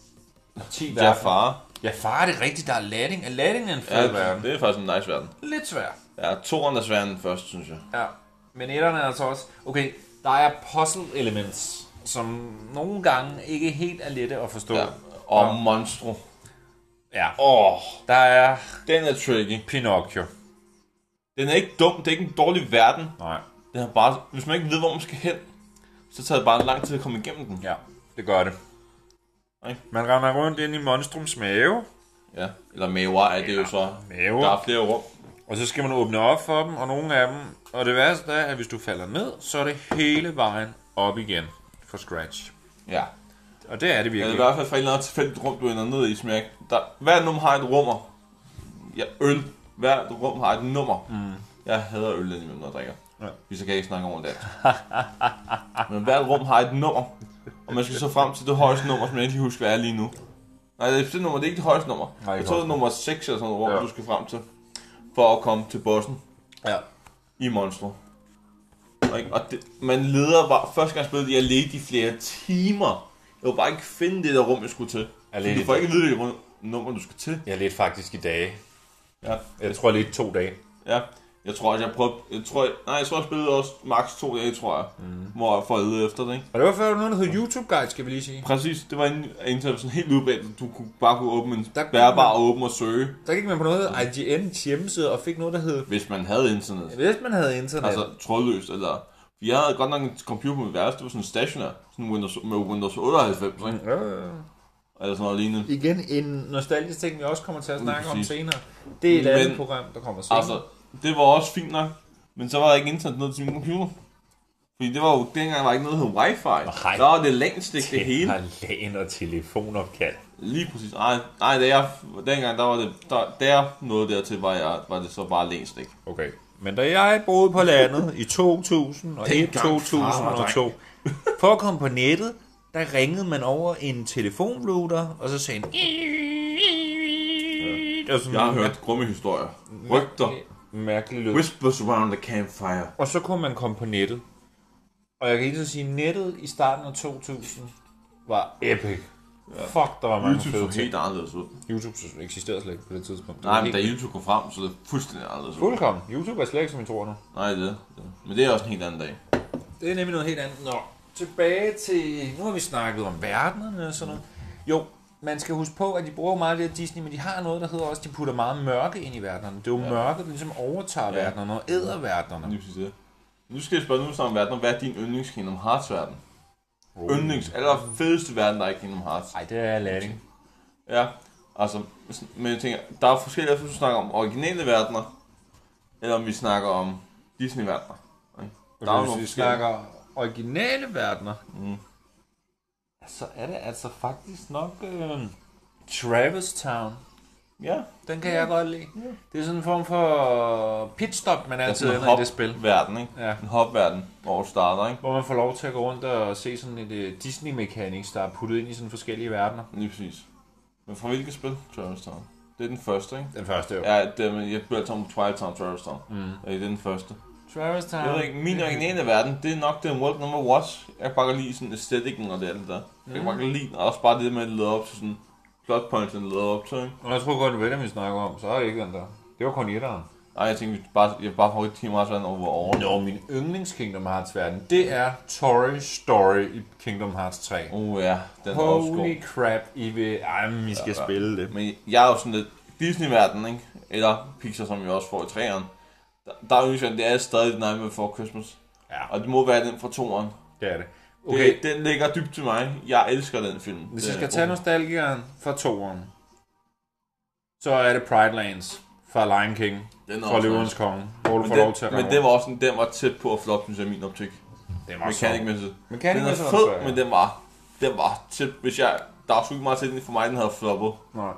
Speaker 1: ti
Speaker 2: Jafar.
Speaker 1: Jafar, det er rigtigt, der er Aladdin. Aladdin er en fed
Speaker 2: ja,
Speaker 1: verden.
Speaker 2: det er faktisk en nice verden.
Speaker 1: Lidt svær.
Speaker 2: Ja, toeren er svær end først, synes jeg.
Speaker 1: Ja, men etteren er altså også... Okay, der er puzzle elements, som nogle gange ikke helt er lette at forstå. Ja,
Speaker 2: og ja. Monstro.
Speaker 1: Ja.
Speaker 2: Åh, oh,
Speaker 1: der er...
Speaker 2: Den er tricky.
Speaker 1: Pinocchio.
Speaker 2: Den er ikke dum, det er ikke en dårlig verden.
Speaker 1: Nej.
Speaker 2: Det er bare, hvis man ikke ved, hvor man skal hen, så tager det bare lang tid at komme igennem den.
Speaker 1: Ja, det gør det. Okay. Man render rundt ind i Monstrums mave.
Speaker 2: Ja, eller maver er det jo så.
Speaker 1: Mave.
Speaker 2: Der er flere rum.
Speaker 1: Og så skal man åbne op for dem, og nogle af dem. Og det værste er, at hvis du falder ned, så er det hele vejen op igen for scratch.
Speaker 2: Ja.
Speaker 1: Og det er det virkelig.
Speaker 2: Ja, det er i hvert fald fra et eller andet tilfældigt rum, du ender ned i, smæk. Der, hver nummer har et rummer. Ja, øl. Hver rum har et nummer. Mm. Jeg hader øl indimellem, når jeg drikker. Ja. Vi så kan ikke snakke over det. Men hvert rum har et nummer. Og man skal så frem til det højeste nummer, som jeg ikke husker, hvad er lige nu. Nej, det er nummer, det er ikke det højeste nummer. Nej, jeg tror, det er nummer seks eller sådan noget rum, ja. Du skal frem til. For at komme til bossen. Ja. I Monstro. Og det, man leder bare... Første gang spillet, jeg ledte i flere timer. Jeg kunne bare ikke finde det der rum, jeg skulle til. Jeg du får ikke vide, hvilket nummer du skal til.
Speaker 1: Jeg ledte faktisk i dage.
Speaker 2: Ja.
Speaker 1: Jeg tror, jeg ledte to dage.
Speaker 2: Ja. Jeg tror, at jeg prøvede... Jeg tror, jeg, nej, jeg tror, jeg spillede også max to dage, tror jeg. Mm. Hvor jeg får at lede efter det, ikke?
Speaker 1: Og det var før, der var noget, der hed YouTube Guide, skal vi lige sige.
Speaker 2: Præcis. Det var en, en sådan helt udbredt, du kunne bare kunne åbne en bærbar og åbne og søge.
Speaker 1: Der gik man på noget, der hed I G N's hjemmeside og fik noget, der hed...
Speaker 2: Hvis man havde internet.
Speaker 1: Hvis man havde internet.
Speaker 2: Altså trådløst, eller... Jeg havde godt nok en computer på mit værelse, det var sådan en stationær, sådan Windows, med Windows otteoghalvfems, ikke?
Speaker 1: Ja, ja, ja.
Speaker 2: Eller sådan noget lignende.
Speaker 1: Igen, en nostalgisk ting, vi også kommer til at snakke om senere. Det er et andet
Speaker 2: Men,
Speaker 1: program, der kommer senere.
Speaker 2: Altså, det var også fint nok, men så var der ikke internet ned til min computer. Fordi det var jo, dengang var ikke noget, der hed wifi.
Speaker 1: Nej.
Speaker 2: Så var det LAN-stik det hele.
Speaker 1: Det har LAN og telefonopkald.
Speaker 2: Lige præcis. Nej, nej det er, dengang der var det, der, der noget dertil, var, jeg, var det så bare LAN-stik.
Speaker 1: Okay. Men da jeg boede på landet i to tusind og et til to tusind og to, for at komme på nettet, der ringede man over en telefonrouter, og så sagde en...
Speaker 2: Ja. Jeg har hørt grumme historier. Rygter.
Speaker 1: Mærkelig lyd.
Speaker 2: Whispers around the campfire.
Speaker 1: Og så kunne man komme på nettet. Og jeg kan ikke så sige, at nettet i starten af to tusind var epic. Ja. Fuck, der var mange
Speaker 2: YouTube
Speaker 1: fede
Speaker 2: så helt anderledes ud.
Speaker 1: YouTube eksisterede slet ikke på det tidspunkt. Det
Speaker 2: Nej, men
Speaker 1: helt...
Speaker 2: da YouTube kom frem, så er det fuldstændig anderledes ud.
Speaker 1: Fuldkommen. YouTube er slet ikke, som I tror nu.
Speaker 2: Nej, det er det. Men det er også en helt anden dag.
Speaker 1: Det er nemlig noget helt andet. Nå, tilbage til... Nu har vi snakket om verdenerne og sådan noget. Jo, man skal huske på, at de bruger meget af det Disney, men de har noget, der hedder også, de putter meget mørke ind i verdenerne. Det er jo ja. mørke, der ligesom overtager ja. verdenerne og æder verdenerne.
Speaker 2: Lige præcis det. Nu skal jeg spørge, nu snakke om verden. Hvad er din yndlings Kingdom Hearts verden? Oh. Yndlings, aller fedeste verden, der er i Kingdom Hearts.
Speaker 1: Nej, det er Aladdin.
Speaker 2: Ja, altså, men jeg tænker, der er forskellige, hvis du snakker om originale verdener, eller om vi snakker om Disney-verdener.
Speaker 1: Der er hvis vi snakker originale verdener,
Speaker 2: mm.
Speaker 1: så er det altså faktisk nok øh, Travis Town.
Speaker 2: Ja.
Speaker 1: Den kan jeg godt lide. Ja. Det er sådan en form for pitstop, man altid ender i det spil.
Speaker 2: Verden, ikke?
Speaker 1: Ja.
Speaker 2: En hopverden, hvor du starter, ikke?
Speaker 1: Hvor man får lov til at gå rundt og se sådan et uh, Disney-mechanics, der er puttet ind i sådan forskellige verdener.
Speaker 2: Lige præcis. Men fra hvilket spil, Travis Town? Det er den første, ikke?
Speaker 1: Den første, jo.
Speaker 2: Ja, det, jeg bliver altid om Twilight Town, Travis Town. Mm. Ja, det er den første.
Speaker 1: Travis Town.
Speaker 2: Jeg ved ikke, min originale verden, det er nok den World Number Watch. Jeg kan bare godt lide sådan æstetikken og det alt der. Jeg kan bare godt lide, og også bare det med at lede op til sådan plot points, den leder op til, ikke?
Speaker 1: Og jeg tror godt, du ved, at vi snakker om, så er det ikke den der. Det var kun etteren.
Speaker 2: Nej, jeg tænkte, bare, jeg bare får et Kingdom Hearts verden over.
Speaker 1: Nå, min yndlings Kingdom Hearts verden, det er Toy Story i Kingdom Hearts tre.
Speaker 2: Oh ja, den er
Speaker 1: også god. Holy crap, I vil... Ej, men I skal ja, ja. spille det.
Speaker 2: Men jeg er jo sådan lidt Disney-verden, ikke? Eller Pixar, som vi også får i træerne. Der, der er jo ikke, det er stadig Nightmare Before Christmas.
Speaker 1: Ja.
Speaker 2: Og det må være den fra toeren.
Speaker 1: Det er det. Okay.
Speaker 2: Det, den ligger dybt til mig. Jeg elsker den film.
Speaker 1: Hvis jeg skal tage nostalgikeren fra toeren, så er det Pride Lands fra Lion King, fra Løvens Konge, hvor du får
Speaker 2: den,
Speaker 1: lov til at
Speaker 2: Men det var også den, den var tæt på at floppe, synes jeg, min optik.
Speaker 1: Det var
Speaker 2: Mekanikmæssigt.
Speaker 1: Den
Speaker 2: er fed, ja. Men den var, den var tæt. Hvis jeg, der var sgu ikke meget til den for mig, den havde floppet.
Speaker 1: Nej.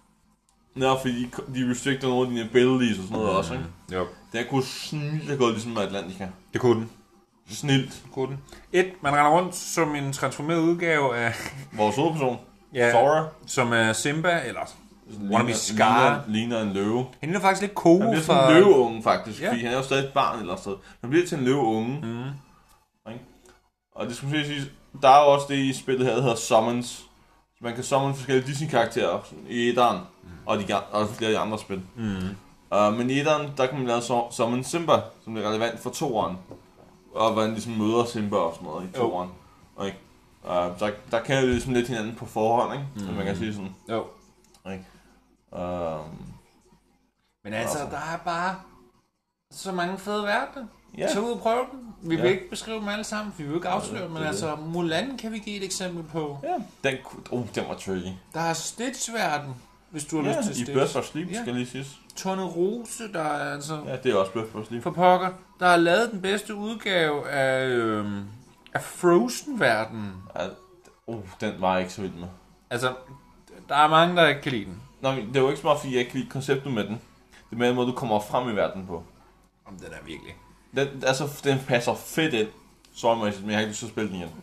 Speaker 2: Nå, fordi de, de restrikter nogle af dine abilities og sådan noget mm, også, ikke?
Speaker 1: Jo.
Speaker 2: Den kunne snilt have gået ligesom med Atlantica.
Speaker 1: Det kunne den.
Speaker 2: Snilt.
Speaker 1: Kunne den. Et, man render rundt som en transformeret udgave af...
Speaker 2: Vores hovedperson.
Speaker 1: Ja,
Speaker 2: Sora.
Speaker 1: Som er Simba, eller... Wannabe Scar.
Speaker 2: Ligner, ligner en løve.
Speaker 1: Han er faktisk lidt Kogo.
Speaker 2: Han bliver
Speaker 1: for...
Speaker 2: sådan en løveunge, faktisk. Ja. Fordi han er jo stadig et barn eller sådan. Han bliver til en løveunge.
Speaker 1: Mm.
Speaker 2: Okay. Og det skulle sige, der er jo også det i spillet her, der hedder Summons. Så man kan summon forskellige Disney-karakterer i etteren. Mm. Og, de, og flere af de andre spil.
Speaker 1: Mm.
Speaker 2: Uh, men i etteren, der kan man lave summon Simba, som er relevant for toeren. Og hvordan ligesom møder Simba og sådan noget i toeren. Okay. Uh, der, der kan jo ligesom lidt hinanden på forhånd, ikke? Mm. Så man kan sige sådan.
Speaker 1: Jo.
Speaker 2: Okay. Uh,
Speaker 1: men altså, der er bare så mange fede verdener.
Speaker 2: Ja.
Speaker 1: Så ud og prøve dem. Vi vil
Speaker 2: ja.
Speaker 1: ikke beskrive dem alle sammen, for vi vil ikke afsløre dem, men det altså, Mulan kan vi give et eksempel på.
Speaker 2: Ja, den, oh, den var tricky.
Speaker 1: Der er Stitch-verden, hvis du har
Speaker 2: ja,
Speaker 1: lyst til Stitch.
Speaker 2: Ja, i Birth of Sleep, ja. Skal lige siges.
Speaker 1: Tornerose, der er altså...
Speaker 2: Ja, det er også Birth of Sleep.
Speaker 1: For pokker, der har lavet den bedste udgave af, øhm, af Frozen-verden.
Speaker 2: Ja, oh, den var jeg ikke så vild med.
Speaker 1: Altså, der er mange, der ikke kan lide den.
Speaker 2: Nå, det er jo ikke så meget, fordi jeg ikke kan lide konceptet med den. Det er med den måde, du kommer frem i verden på.
Speaker 1: Om den er virkelig...
Speaker 2: Den, altså, den passer fedt ind. Sorgmæssigt, men jeg har ikke lyst til at spille den igen.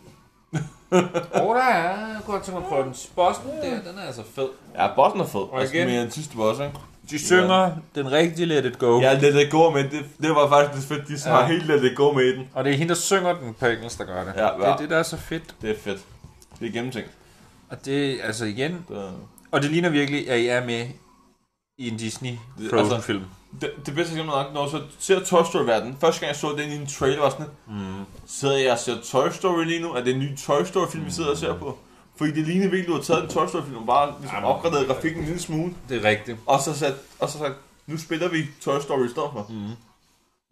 Speaker 1: Åh, oh, der er. Jeg kunne godt tænke mig at prøve den. Bossen der, den er altså fed.
Speaker 2: Ja, bossen er fed.
Speaker 1: Og
Speaker 2: altså,
Speaker 1: igen,
Speaker 2: mere end sidste boss, ikke?
Speaker 1: De synger ja. Den rigtige Let It Go.
Speaker 2: Ja, Let It Go, men det, det var faktisk det fedt. De har ja. helt Let It Go med i den.
Speaker 1: Og det er hende, der synger den på engelsk, der gør det.
Speaker 2: Ja, ja.
Speaker 1: Det er det, der er så fedt.
Speaker 2: Det er fedt. Det er gennemtænkt.
Speaker 1: Og det, altså igen...
Speaker 2: Det...
Speaker 1: Og det ligner virkelig, at I er med i en Disney Frozen-film. Altså,
Speaker 2: det, det bedste eksempel nok, når jeg så ser Toy Story-verden. Første gang jeg så den i en trailer, var sådan mm. sidder jeg og ser Toy Story lige nu? Er det en ny Toy Story-film, vi sidder og ser på? Fordi det ligner virkelig, du har taget en Toy Story-film og bare ligesom opgraderet grafikken en lille smule.
Speaker 1: Det er rigtigt.
Speaker 2: Og så sat, og så sagt, nu spiller vi Toy Story i stedet for. Mm.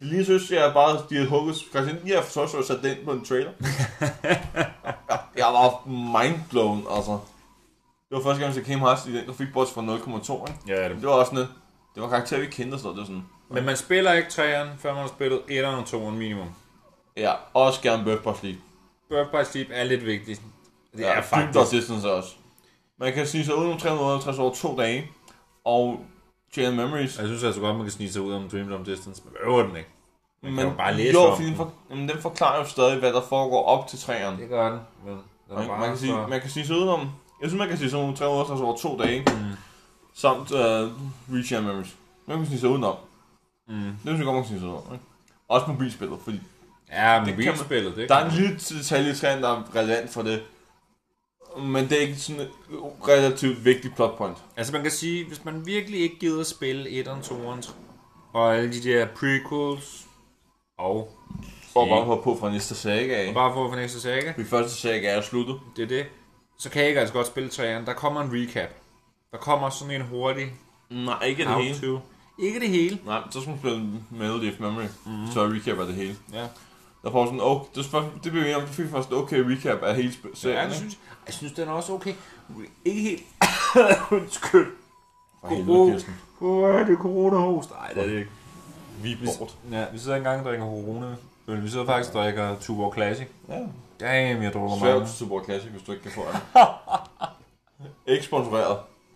Speaker 2: Lige synes jeg bare, at de havde hugget Christian. Jeg har forsøgt at sætte den på en trailer. Jeg var mindblown, altså. Det var første gang, jeg came hast i den grafikbots fra nul komma to.
Speaker 1: Ja, det.
Speaker 2: det var også sådan, det var karakterer, vi kendte og sådan noget. Det var sådan.
Speaker 1: Men man spiller ikke treeren, før man har spillet etteren og toeren minimum.
Speaker 2: Ja, også gerne Birth by Sleep.
Speaker 1: Birth by Sleep er lidt vigtigt. Det
Speaker 2: ja,
Speaker 1: er faktisk.
Speaker 2: Dream Distance også. Man kan snige sig ud om tre hundrede og halvtreds over to dage. Og Chain Memories.
Speaker 1: Jeg synes altså godt, man kan snige sig ud om Dream Long Distance, men øver den ikke. Man
Speaker 2: men,
Speaker 1: kan jo bare læse
Speaker 2: jo,
Speaker 1: om
Speaker 2: fordi
Speaker 1: den.
Speaker 2: Den, for, jamen, den forklarer jo stadig, hvad der foregår op til træerne.
Speaker 1: Det gør den, men den
Speaker 2: man,
Speaker 1: bare
Speaker 2: man, kan sige,
Speaker 1: så...
Speaker 2: man kan snige sig ud om... Jeg synes, man kan snige sig ud om tre hundrede og halvtreds over to dage. Mm. Samt uh, Reach and Memories. Man kan snige sig udenom. Mm. Det synes jeg godt, man kan snige sig udenom. Ikke? Også mobilspillet, fordi...
Speaker 1: Ja, mobilspillet, det
Speaker 2: Der er en lille detalje i træerne, der er relevant for det. Men det er ikke sådan et relativt vigtigt plotpoint.
Speaker 1: Altså man kan sige, hvis man virkelig ikke gider at spille etteren, toeren og alle de der prequels og...
Speaker 2: Og bare få på fra næste saga af.
Speaker 1: Og bare få fra næste saga.
Speaker 2: Fordi første saga er sluttet.
Speaker 1: Det er det. Så kan jeg ikke altså godt spille treeren. Der kommer en recap. Der kommer sådan en hurtig...
Speaker 2: Nej, ikke det hele.
Speaker 1: To. Ikke det hele.
Speaker 2: Nej, så skal man spille Melody of Memory. Mm-hmm. Så er recap af det hele.
Speaker 1: Ja.
Speaker 2: Der får sådan, okay, det, det blev vi om, det fik først en okay recap af hele serien.
Speaker 1: Ja, jeg synes, jeg synes, den er også okay. Ikke helt... Undskyld.
Speaker 2: For helvede, Kirsten.
Speaker 1: Hvor er det corona-host? Nej, det er det ikke.
Speaker 2: Vi er bort.
Speaker 1: Ja, vi sidder engang og drikker corona. Vi sidder faktisk og drikker Tuborg Classic.
Speaker 2: Ja.
Speaker 1: Damn, jeg drukker
Speaker 2: meget.
Speaker 1: meget.
Speaker 2: Svært Tuborg Classic, hvis du ikke kan få det. Ikke sponsoreret.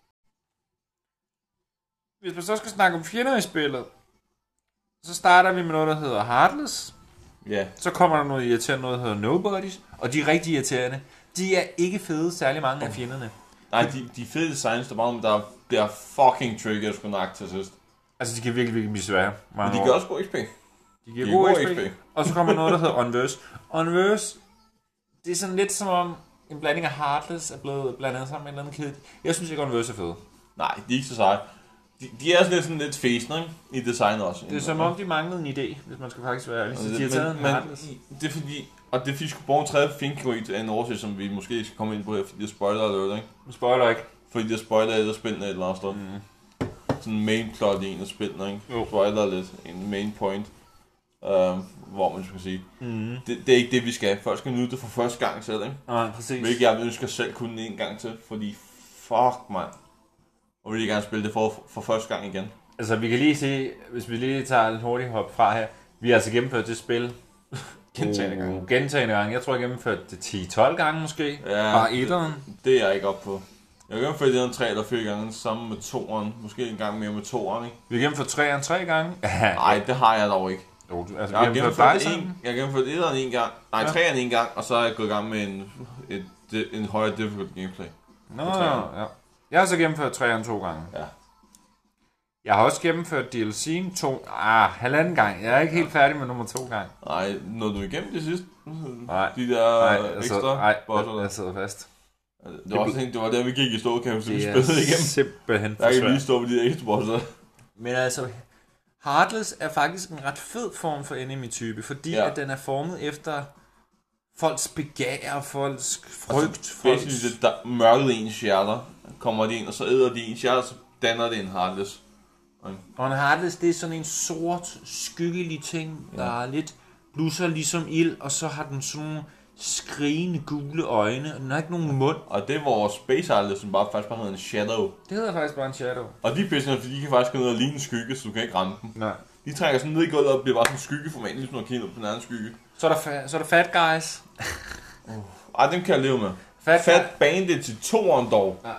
Speaker 1: Hvis man så skal snakke om fjender i spillet, så starter vi med noget, der hedder Heartless.
Speaker 2: Ja.
Speaker 1: Så kommer der noget irriterende, noget, der hedder Nobodies. Og de er rigtig irriterende. De er ikke fede, særlig mange af fjenderne.
Speaker 2: Nej, de, de fede designs, der bare der bliver fucking trigger sgu nok til sidst.
Speaker 1: Altså, de kan virkelig, virkelig blive svære.
Speaker 2: Men de gør også god X P.
Speaker 1: De giver god X P. Og så kommer noget, der hedder Unverse. Unverse, det er sådan lidt som om en blanding af Heartless er blevet blandet sammen med en eller anden kid. Jeg synes ikke, Unverse er fede.
Speaker 2: Nej, de er ikke så seje. De, de er sådan lidt, sådan lidt fæsende i designet også.
Speaker 1: Det er som om, de manglede en idé, hvis man skal faktisk være ærlig. Så de har taget en
Speaker 2: men,
Speaker 1: Heartless.
Speaker 2: Det er fordi, og det er fordi, vi skulle bruge en tredje finkategori til en årsag, som vi måske ikke skal komme ind på her, fordi det spoiler alert, ikke?
Speaker 1: Du spoiler ikke.
Speaker 2: Fordi det spoiler et af spillene et eller andet sted. Mm. Sådan en main plot i en af spillene, ikke?
Speaker 1: Jo.
Speaker 2: Spoiler lidt, en main point, øh, hvor man skal sige.
Speaker 1: Mm.
Speaker 2: Det, det er ikke det, vi skal. Folk skal nyde det for første gang selv, ikke?
Speaker 1: Nej, præcis.
Speaker 2: Hvilket jeg ønsker selv kun en gang til, fordi fuck, mand. Og vil jeg gerne spille det for, for første gang igen.
Speaker 1: Altså, vi kan lige se, hvis vi lige tager en hurtig hop fra her. Vi har altså gennemført det spil
Speaker 2: gentagende gange.
Speaker 1: Gentagende gange. Jeg tror, jeg har gennemført det ti tolv gange måske.
Speaker 2: Ja,
Speaker 1: bare etteren.
Speaker 2: Det, det er jeg ikke op på. Jeg har gennemført det tre eller fire gange sammen med toeren. Måske en gang mere med toeren, ikke?
Speaker 1: Vi har gennemført treeren tre gange.
Speaker 2: Nej, det har jeg dog ikke.
Speaker 1: Jo, altså,
Speaker 2: jeg, har
Speaker 1: vi har
Speaker 2: gennemført
Speaker 1: gennemført
Speaker 2: en, jeg har gennemført etteren en gang. Nej, ja. treeren en gang, og så er jeg gået i gang med en, et, et, en højere difficult gameplay.
Speaker 1: Nå, ja. Jeg har så gennemført treeren to gange.
Speaker 2: Ja.
Speaker 1: Jeg har også gennemført D L C'en to, ah, halvanden gang. Jeg er ikke helt færdig med nummer to gang.
Speaker 2: Nej, nåede du igennem det sidste?
Speaker 1: Nej.
Speaker 2: De der
Speaker 1: nej,
Speaker 2: ekstra
Speaker 1: nej,
Speaker 2: bosser der?
Speaker 1: jeg sidder fast.
Speaker 2: Det var, også, det var der, vi gik i ståkamp, så vi spillede igennem.
Speaker 1: Det er simpelthen for
Speaker 2: der
Speaker 1: svært.
Speaker 2: kan vi lige stå med de der ekstra bosser.
Speaker 1: Men altså, Heartless er faktisk en ret fed form for enemy-type, fordi ja. at den er formet efter folks begær, folks frygt. Altså, folks...
Speaker 2: Basically, der mørket ens hjerter, kommer de ind, og så æder de ens hjerter, så danner det en Heartless. Okay.
Speaker 1: Og en Heartless, det er sådan en sort, skyggelig ting, ja. Der er lidt blusser ligesom ild, og så har den sådan nogle skrigende gule øjne, og den har ikke nogen mund.
Speaker 2: Og det er vores Space Heartless, som bare faktisk bare hedder en Shadow.
Speaker 1: Det hedder faktisk bare en Shadow.
Speaker 2: Og de er pissende, fordi de kan faktisk gå ned og ligne en skygge, så du kan ikke ramme dem.
Speaker 1: Nej.
Speaker 2: De trækker sådan ned i gulvet og bliver bare sådan en skyggeformat, ligesom når du kigger ned på den anden skygge.
Speaker 1: Så er der, fa- så er der Fat Guys.
Speaker 2: uh. Ej, dem kan jeg leve med.
Speaker 1: Fat,
Speaker 2: fat Bandit til toeren dog.
Speaker 1: Ja.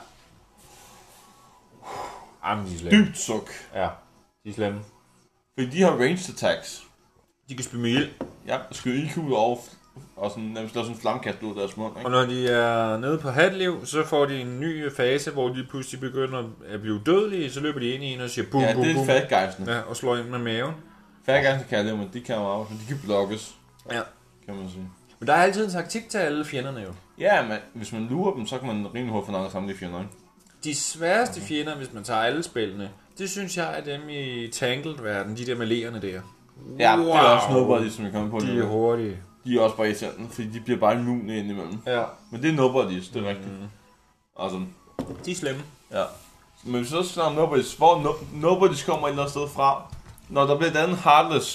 Speaker 1: Jamen, de er slemme.
Speaker 2: Dybt suk.
Speaker 1: Ja, de er slemme.
Speaker 2: Fordi de har ranged attacks.
Speaker 1: De kan spille med ild.
Speaker 2: Ja, skyde ildkugler over, og sådan, nærmest lave sådan en flammekast ud af deres mund. Ikke?
Speaker 1: Og når de er nede på halvliv, så får de en ny fase, hvor de pludselig begynder at blive dødelige, så løber de ind i en og siger bum,
Speaker 2: ja,
Speaker 1: bum, bum.
Speaker 2: Ja, det er Fat Guys'ene.
Speaker 1: Ja, og slår ind med maven.
Speaker 2: Fat Guys'ene kan jeg leve med, de kan jo også, men de kan blokkes.
Speaker 1: Ja.
Speaker 2: Kan man sige.
Speaker 1: Men der er altid en taktik til alle fjenderne jo.
Speaker 2: Ja, men hvis man lurer dem, så kan man rimelig hurtigt få nogle samle fjender, ikke?
Speaker 1: De sværeste fjender, hvis man tager alle spillene, det synes jeg er dem i Tangled-verden, de der malerende der.
Speaker 2: Ja, wow. Det er også nobody, som vi kommer på.
Speaker 1: De er hurtige.
Speaker 2: De er også bare irriterende, fordi de bliver bare immune indimellem.
Speaker 1: Ja.
Speaker 2: Men det er nobodies, det er rigtigt. Mm. Altså,
Speaker 1: de er slemme.
Speaker 2: Ja. Men hvis vi så snakker om nobodies, hvor no- nobodies kommer et eller andet sted fra, når der bliver dannet Heartless,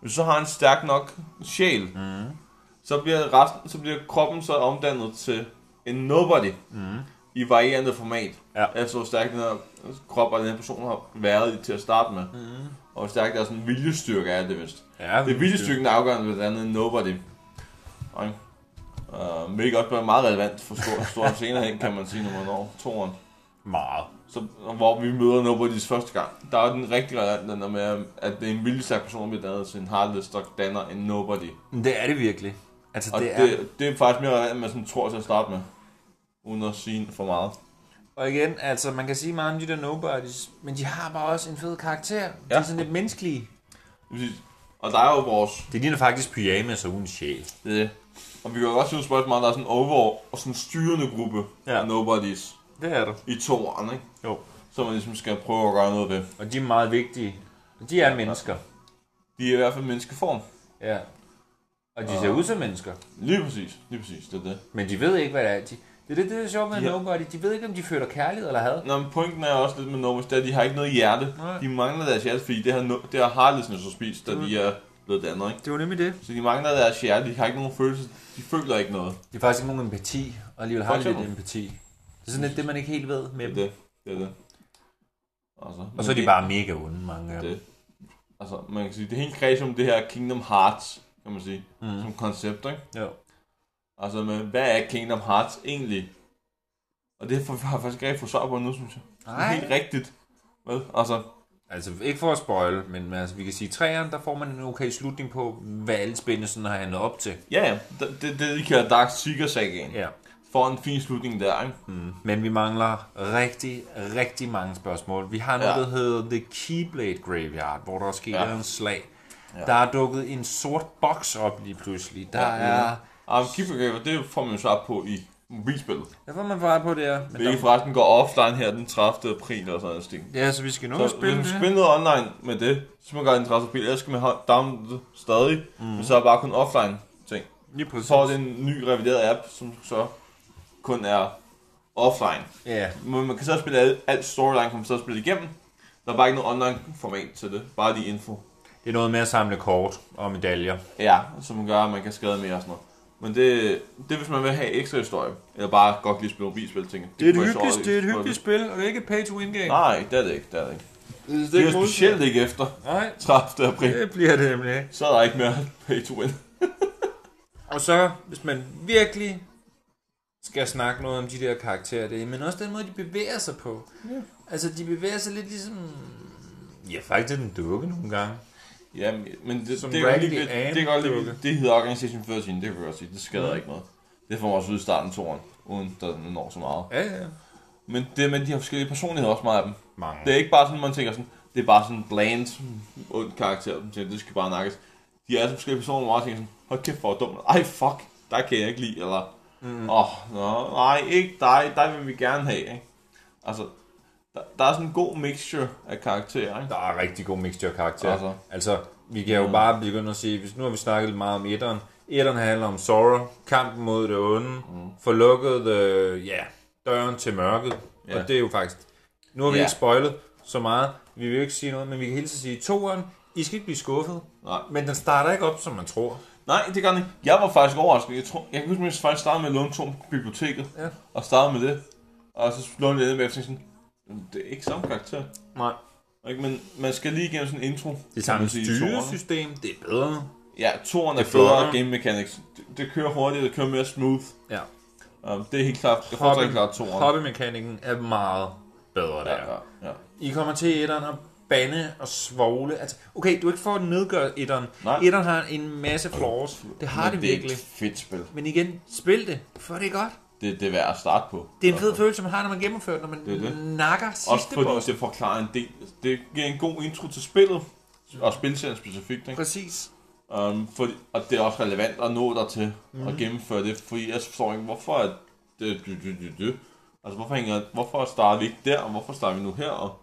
Speaker 2: hvis så har en stærk nok sjæl, mm. så, bliver resten, så bliver kroppen så omdannet til en nobody mm. i varierende format.
Speaker 1: Ja.
Speaker 2: Altså hvor stærk den her krop og den her person har været til at starte med. Mm. Og hvor stærk der er sådan en viljestyrke er det vist.
Speaker 1: Ja,
Speaker 2: det er viljestyrken, der er afgørende ved det andet en nobody. Okay. Uh, hvilket også bliver meget relevant for stor, stor senere hen, kan man sige, når man når toeren.
Speaker 1: Meget.
Speaker 2: Så, hvor vi møder Nobodies første gang. Der er den rigtig relevant, den der med, at det er en viljestærk person, der bliver dannet til en Heartless, der danner en Nobody.
Speaker 1: Det er det virkelig. Altså,
Speaker 2: og
Speaker 1: det,
Speaker 2: det,
Speaker 1: er...
Speaker 2: det er faktisk mere relevant, end man sådan tror til at starte med. Uden at sige for meget.
Speaker 1: Og igen, altså man kan sige meget om de der Nobodies, men de har bare også en fed karakter. De
Speaker 2: ja.
Speaker 1: er sådan lidt menneskelige.
Speaker 2: Og der er jo vores...
Speaker 1: Det ligner faktisk pyjamas uden sjæl.
Speaker 2: Det er det. Og vi kan jo også synes spørgsmål, at der er sådan en over og sådan en styrende gruppe ja. af Nobodies.
Speaker 1: Det er der.
Speaker 2: I toeren, ikke?
Speaker 1: Jo.
Speaker 2: Så man ligesom skal prøve at gøre noget ved.
Speaker 1: Og de er meget vigtige. De er ja, mennesker.
Speaker 2: De er i hvert fald menneskeform.
Speaker 1: Ja. Og de ser ud som mennesker.
Speaker 2: Lige præcis. Lige præcis, det er det.
Speaker 1: Men de ved ikke, hvad det er. De, det er det, det er sjovt med ja. Nobody. De ved ikke, om de føler kærlighed eller had.
Speaker 2: Nå, men pointen er også lidt med Nobodies, det er, at de har ikke noget hjerte. Nej. De mangler deres hjerte, fordi det har, no- det har Heartlessness at spise, da de er blevet dannet, ikke?
Speaker 1: Det var nemlig det.
Speaker 2: Så de mangler deres hjerte, de har ikke nogen følelse, de føler ikke noget.
Speaker 1: De har faktisk ikke nogen empati, og alligevel har de lidt empati. Det er sådan lidt det, man ikke helt ved med dem.
Speaker 2: Det er det. det, er det. Altså,
Speaker 1: og så er de bare mega onde, mange af dem.
Speaker 2: Altså, man kan sige, det er helt kredser om det her Kingdom Hearts, kan man sige, mm. som koncept, ikke?
Speaker 1: Jo.
Speaker 2: Altså, men hvad er Kingdom Hearts egentlig? Og det har jeg faktisk ikke fået svar på nu, synes jeg. Nej. Det er helt rigtigt. Hvad? Altså...
Speaker 1: Altså, ikke for at spoil, men altså, vi kan sige, at træerne, der får man en okay slutning på, hvad alle spændende sådan har handlet op til.
Speaker 2: Ja, ja. Det, det, det de kalder Dark Seeker-sagaen.
Speaker 1: Ja.
Speaker 2: For en fin slutning der, ikke?
Speaker 1: Mm. Men vi mangler rigtig, rigtig mange spørgsmål. Vi har noget, ja. der hedder The Keyblade Graveyard, hvor der er sket ja. en slag. Ja. Der er dukket en sort boks op lige pludselig. Der ja, er...
Speaker 2: Ja, ja. Keyblade Graveyard, det får man jo svar på i mobilspillet.
Speaker 1: Der får man svar på det, ja.
Speaker 2: Vi der... forresten går offline her den tredivte april og sådan noget sting.
Speaker 1: Ja, så vi skal nå at spille det.
Speaker 2: Så hvis man spiller noget online med det, så man gør den tredivte april, ellers skal man downloade det stadig, mm. men så er det bare kun offline ting.
Speaker 1: Lige præcis.
Speaker 2: Så er det en ny revideret app, som så kun er offline.
Speaker 1: Ja. Yeah.
Speaker 2: Men man kan så spille alt, alt storyline, kan man så spille igennem. Der er bare ikke noget online format til det, bare de info.
Speaker 1: Det er noget med at samle kort og medaljer.
Speaker 2: Ja, som gør, at man kan skade mere og sådan noget. Men det, det er, hvis man vil have ekstra historie, eller bare godt lige spille mobilspil, tænker
Speaker 1: det, det er et hyggeligt, det er et hyggeligt spil, og det er ikke et pay-to-win-game.
Speaker 2: Nej, det er det ikke, det er det ikke. Det, det er, er specielt ikke efter
Speaker 1: Nej,
Speaker 2: tredivte april.
Speaker 1: Det bliver det nemlig.
Speaker 2: Så er der ikke mere pay-to-win.
Speaker 1: Og så, hvis man virkelig skal snakke noget om de der karakterer, det, men også den måde, de bevæger sig på. Ja. Altså, de bevæger sig lidt ligesom... Ja, faktisk er den dukke nogle gange.
Speaker 2: Ja, men det, det, det, er lige, det, det, godt lige, det hedder Organization thirteen, det kan jeg godt sige. Det skader mm. ikke noget. Det får man også ud i starten af toren, uden der når så meget.
Speaker 1: Ja, ja.
Speaker 2: Men det med de har forskellige personligheder også meget af dem.
Speaker 1: Mange.
Speaker 2: Det er ikke bare sådan, man tænker sådan, det er bare sådan bland, ond karakter, det skal bare nakkes. De er altså forskellige personer, hvor man tænker sådan, hold kæft for dumt. Ej, fuck, der kan jeg ikke lide, eller... Åh, mm. oh, no, nej, ikke dig, dig vil vi gerne have, ikke? Altså... Der, der er sådan en god mixture af karakterer, ikke?
Speaker 1: Der er rigtig god mixture af karakterer. Altså, altså vi kan jo mm. bare begynde at sige, hvis nu har vi snakket lidt meget om etteren. Etteren handler om Sora, kampen mod det onde, mm. få lukket uh, ja, døren til mørket. Yeah. Og det er jo faktisk... Nu har vi yeah. ikke spoilet så meget. Vi vil jo ikke sige noget, men vi kan hele tiden sige, toeren, I skal ikke blive skuffet.
Speaker 2: Nej.
Speaker 1: Men den starter ikke op, som man tror.
Speaker 2: Nej, det gør den ikke. Jeg var faktisk overrasket. Jeg, tror, jeg kan huske, at jeg faktisk startede med at låne to på biblioteket. Ja. Og startede med det. Og så lånede jeg det med efter sådan... Det er ikke samme karakter.
Speaker 1: Nej.
Speaker 2: Men man skal lige igennem sådan en intro.
Speaker 1: Det samme styresystem, det er bedre.
Speaker 2: Ja, toren er, er bedre game mechanics. Det, det kører hurtigt, det kører mere smooth.
Speaker 1: Ja.
Speaker 2: Um, det er helt klart, jeg tror ikke klart toren.
Speaker 1: Hobbymekanikken er meget bedre der.
Speaker 2: Ja, ja, ja.
Speaker 1: I kommer til etteren og bande og svogle. Altså, okay, du er ikke for at nedgøre etteren.
Speaker 2: Nej.
Speaker 1: Etteren har en masse flaws. Det har
Speaker 2: Men
Speaker 1: det
Speaker 2: det
Speaker 1: virkelig.
Speaker 2: Det er et fedt spil.
Speaker 1: Men igen, spil det, for det er godt.
Speaker 2: Det, det er værd at starte på.
Speaker 1: Det er en fed følelse, man har, når man gennemfører, når man det det. nakker sidste
Speaker 2: også fordi
Speaker 1: boss.
Speaker 2: Det forklarer en del. Det giver en god intro til spillet, og spilserien specifikt. Ikke?
Speaker 1: Præcis.
Speaker 2: Um, fordi, og det er også relevant at nå dig til mm. at gennemføre det, fordi jeg forstår ikke, hvorfor er det... det, det, det, det. Altså, hvorfor, hænger, hvorfor starter vi ikke der, og hvorfor starter vi nu her? Og,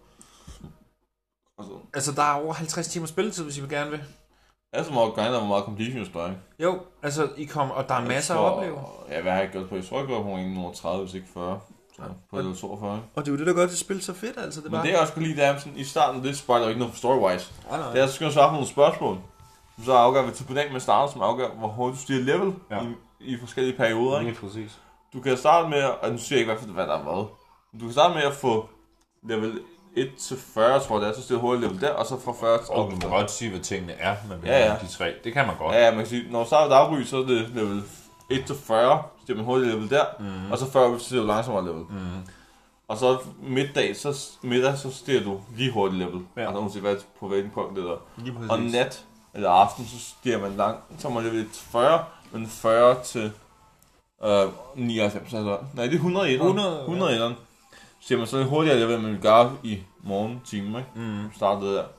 Speaker 1: altså. altså, der er over halvtreds timer spilletid, hvis I vil gerne vil.
Speaker 2: Altså, hvor gerne er meget completion-spil.
Speaker 1: Jo, altså, I kommer, og der er masser af oplevelser.
Speaker 2: Ja, hvad har jeg gjort på? Jeg tror, jeg gjort på nummer tredive, hvis ikke fyrre. Så, på og, toogfyrre.
Speaker 1: Og det er jo det, der gør det spil så fedt, altså. Det
Speaker 2: Men bare... det er også lige der, sådan, i starten, det spejler jo ikke noget for story-wise.
Speaker 1: Ah, nej.
Speaker 2: Det er, så skal du svare på nogle spørgsmål. Så afgør vi til på dag med starter, som afgør, hvor hurtigt du stiger level
Speaker 1: ja.
Speaker 2: i, i forskellige perioder. Ikke?
Speaker 1: Ja, præcis.
Speaker 2: Du kan starte med, og nu siger jeg ikke, hvad der er hvad. Du kan starte med at få level et til fyrre, tror jeg det er, så stiger hurtigt level der, og så fra fyrre til...
Speaker 1: Og du kan godt sige, hvad tingene er, men
Speaker 2: ja, ja.
Speaker 1: de tre. Det kan man godt.
Speaker 2: Ja, ja, man kan sige, når du starter daggry, så er det level et til fyrre, så stiger man hurtigt level der, mm. og så fyrre, så stiger du langsommere level. Mm. Og så middag, så middag, så stiger du lige hurtigt level. Ja. Altså, uanset hvad på rating point det der. Og nat, eller aften, så stiger man langt, så man level til fyrre, men fyrre til øh, nioghalvfems, altså. Nej, det er hundrede og et.
Speaker 1: hundrede,
Speaker 2: hundrede og et. Så stiger man så lidt hurtigere level, end man vil gøre i morgentimen, ikke?
Speaker 1: Mm.
Speaker 2: Startede der.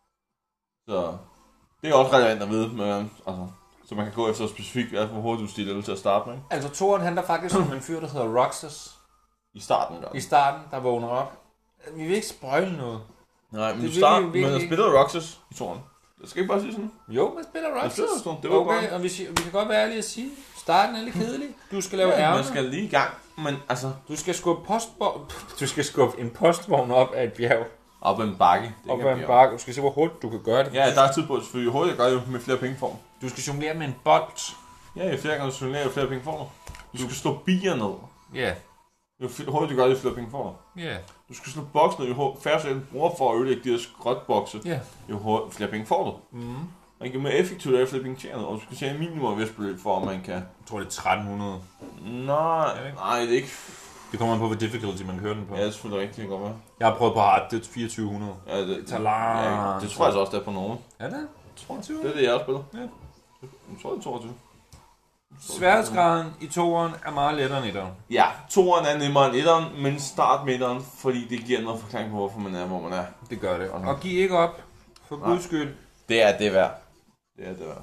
Speaker 2: Så det er også relevant at vide, men, altså, så man kan gå efter specifikt, altså, hvor hurtigt du stiger level til at starte med, ikke?
Speaker 1: Altså, toren handler faktisk om en fyr, der hedder Roxas.
Speaker 2: I starten, ja.
Speaker 1: I starten, der vågner op. Vi vil ikke spoile noget.
Speaker 2: Nej, men
Speaker 1: det
Speaker 2: du starter,
Speaker 1: vi, vi,
Speaker 2: men der spiller Roxas i toren. Det skal ikke bare sige sådan.
Speaker 1: Jo, man spiller Roxas.
Speaker 2: Spiller sådan. Det var
Speaker 1: okay,
Speaker 2: godt.
Speaker 1: og vi, vi kan godt være ærlige at sige, starten er lidt kedelig. Du skal lave
Speaker 2: ja,
Speaker 1: ærmer.
Speaker 2: Man skal lige i gang, men altså...
Speaker 1: Du skal skubbe postvogn... Du skal skubbe en postvogn op af et bjerg.
Speaker 2: Op ad en bakke.
Speaker 1: Det op ad en bakke. Du skal se, hvor hurtigt du kan gøre det.
Speaker 2: Ja, der er tid på, selvfølgelig hurtigt gør jo med flere penge for.
Speaker 1: Du skal jonglere med en bold.
Speaker 2: Ja, jo flere gange du jonglerer, jo flere penge for. Du skal slå bier ned.
Speaker 1: Ja.
Speaker 2: Jo hurtigt du gør det, jo flere penge for.
Speaker 1: Ja.
Speaker 2: Du skal slå boksen ned, jo færre selv bruger for at ødelægge de her skrotbokse.
Speaker 1: Ja.
Speaker 2: Jo hurtigt, flere penge får du.
Speaker 1: Mhm.
Speaker 2: Og jo mere effektivt er det, flere penge tjener. Og du skal tjene minimum væstbeløb for, at man kan...
Speaker 1: Jeg tror, det er tretten hundrede.
Speaker 2: Nej, nej, det er ikke...
Speaker 1: Det kommer an på, hvad difficulty man kører den på.
Speaker 2: Ja, det er selvfølgelig rigtigt, det kan godt være.
Speaker 1: Jeg har prøvet på hard, det er fireogtyve hundrede.
Speaker 2: Ja, det,
Speaker 1: det tager langt.
Speaker 2: Ja, det tror jeg så også, der er på nogen.
Speaker 1: Er det? toogtyve?
Speaker 2: Det er det, jeg har spillet.
Speaker 1: Ja.
Speaker 2: Jeg tror, det er toogtyve.
Speaker 1: Sværhedsgraden i toeren er meget lettere end etteren.
Speaker 2: Ja, toeren er nemmere end etteren, men start med etteren, fordi det giver noget forklaring på, hvorfor man er, hvor man er.
Speaker 1: Det gør det. Og giv ikke op, for guds skyld.
Speaker 2: Det er det værd. Det er det værd.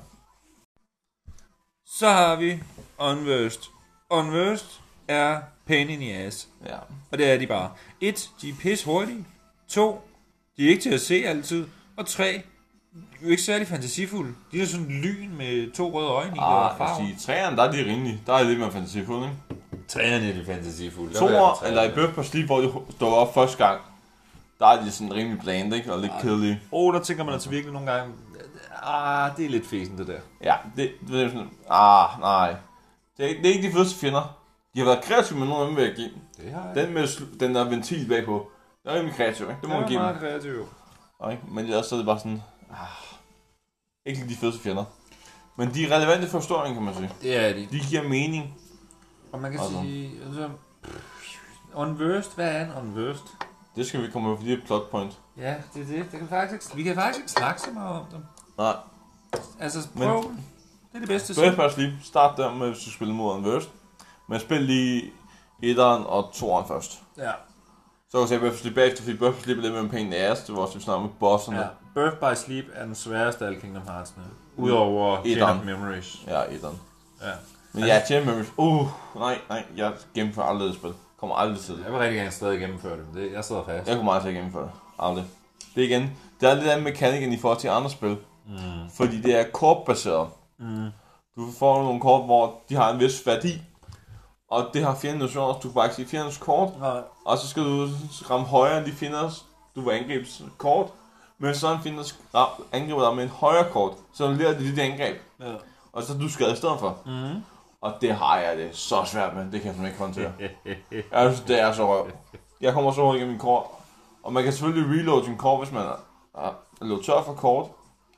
Speaker 1: Så har vi Unversed. Unversed er pain in the ass.
Speaker 2: Ja.
Speaker 1: Og det er de bare. Et, de er pisse hurtige. To, de er ikke til at se altid. Og tre, de er jo ikke særlig fantasifulde. De er sådan lyn med to røde øjne i.
Speaker 2: Ah, jeg vil sige, træerne, der er de rimelige. Der er lidt mere fantasifulde, ikke?
Speaker 1: Træerne er de fantasifulde.
Speaker 2: Toer, eller i Birth by Sleep, hvor de står op første gang, der er de sådan rimelig bland, ikke? Og lidt kedelige.
Speaker 1: Åh, oh, der tænker man altså virkelig nogle gange, ah, det er lidt fesen det der.
Speaker 2: Ja, det, det er sådan, ah, nej. Det er, det er ikke de første fjender. De har været kreative med nogle af dem, vil jeg give.
Speaker 1: Det har jeg.
Speaker 2: Den med den der ventil bagpå, den er rimelig kreativ, ikke? Det må man give dem.
Speaker 1: Det er meget kreativ.
Speaker 2: Okay, men ellers så er det bare sådan, ah, ikke de fedeste fjender. Men de er relevante for historien, kan man sige.
Speaker 1: Det er de.
Speaker 2: De giver mening.
Speaker 1: Og man kan
Speaker 2: altså.
Speaker 1: sige, altså, Unversed, hvad er en Unversed?
Speaker 2: Det skal vi komme med, fordi det er et plot point.
Speaker 1: Ja, det er det. det kan faktisk, vi kan faktisk ikke snakke så meget om dem.
Speaker 2: Nej.
Speaker 1: Altså, prøv. Men, det er det bedste.
Speaker 2: Birth by Sleep, start der med, hvis du spiller mod Unversed. Men spil lige etteren og toeren først.
Speaker 1: Ja.
Speaker 2: Så kan du se Birth by Sleep bagefter, fordi Birth by Sleep er lidt mere en pain in the ass. Det var også, vi snakker med bosserne.
Speaker 1: Ja. Birth by Sleep er den sværeste af alle Kingdom Hearts'ene. Udover Chain of Memories.
Speaker 2: Ja, etteren.
Speaker 1: Ja.
Speaker 2: Men ja, Chain of Memories. Uh, nej, nej, jeg gennemfører aldrig det spil. Kommer aldrig til det.
Speaker 1: Jeg vil rigtig gerne stadig gennemføre det, men det, jeg sidder fast.
Speaker 2: Jeg kommer aldrig til at gennemføre det. Aldrig. Det er igen, det er lidt af mekanikken i forhold til andre spil.
Speaker 1: Mm.
Speaker 2: Fordi det er kortbaseret.
Speaker 1: Mm.
Speaker 2: Du får nogle kort, hvor de har en vis værdi. Og det har fjenden også. Du kan bare ikke sige fjendens kort.
Speaker 1: Nej.
Speaker 2: Og så skal du ramme højere end de fjenders. Du vil angribe kort. Men så en fjender angriber dig med en højere kort. Så lærer de dit angreb.
Speaker 1: Ja.
Speaker 2: Og så er du skadet i stedet for.
Speaker 1: Mm.
Speaker 2: Og det har jeg det så svært med. Det kan jeg ikke håndtere. Jeg synes, det er så røv. Jeg kommer så hurtigt igennem min kort. Og man kan selvfølgelig reload sin kort, hvis man er løbet tør for kort.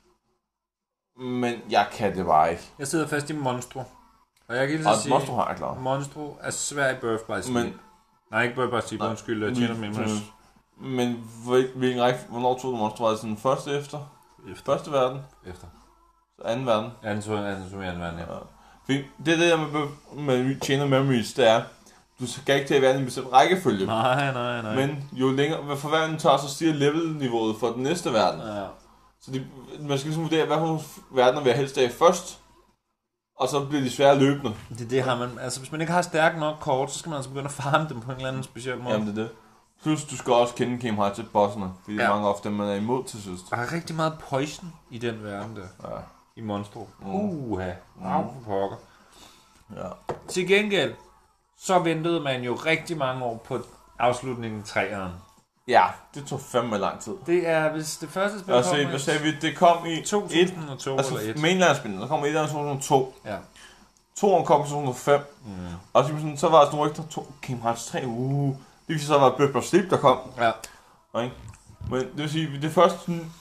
Speaker 2: Men jeg kan det bare ikke.
Speaker 1: Jeg sidder fast i Monstro. Og jeg kan lige
Speaker 2: og
Speaker 1: sige,
Speaker 2: Monstro har jeg klar.
Speaker 1: Monstro er svær i Birth by Sleep. Men, nej, ikke Birth by Sleep, undskyld, Chain of Memories.
Speaker 2: Men hvilken række, hvornår tog du Monstro? Var det sådan første efter?
Speaker 1: Efter.
Speaker 2: Første verden?
Speaker 1: Efter.
Speaker 2: Så anden verden?
Speaker 1: Anden tog anden tog anden verden, ja. ja.
Speaker 2: Det er det der med, med Chain of Memories, det er, du skal ikke til at være i en bestemt rækkefølge.
Speaker 1: Nej, nej, nej.
Speaker 2: Men jo længere, for hver den tager, så stiger levelniveauet for den næste verden.
Speaker 1: Ja.
Speaker 2: Så de, man skal ligesom vurdere, hvad for verdener vil jeg helst af først. Og så bliver de svære løbende.
Speaker 1: Det, det har man, altså hvis man ikke har stærk nok kort, så skal man altså begynde at farme dem på en eller anden speciel måde.
Speaker 2: Jamen det er det. Plus du skal også kende Kingdom Hearts til bosserne, fordi ja. mange ofte man er imod til sidst.
Speaker 1: Der er rigtig meget poison i den verden der. Ja. I Monstro. Mm. Uha. Mm. Au for pokker.
Speaker 2: Ja.
Speaker 1: Til gengæld, så ventede man jo rigtig mange år på afslutningen træeren.
Speaker 2: Ja, det tog fandme lang tid.
Speaker 1: Det er, hvis det første spil
Speaker 2: Altså,
Speaker 1: kommer
Speaker 2: hvad sagde vi? Det kom i
Speaker 1: to tusind og to
Speaker 2: altså,
Speaker 1: eller et.
Speaker 2: mainlandspillet, der kom et i to tusind og to.
Speaker 1: Ja.
Speaker 2: Toeren kom i to tusind og fem. Mm. Og så, sådan, så var der sådan nogle rygter, to, Kingdom Hearts tre, uh. Det vil sige, så var Birth by Sleep, der kom.
Speaker 1: Ja.
Speaker 2: Okay. Men det vil sige, det første sådan,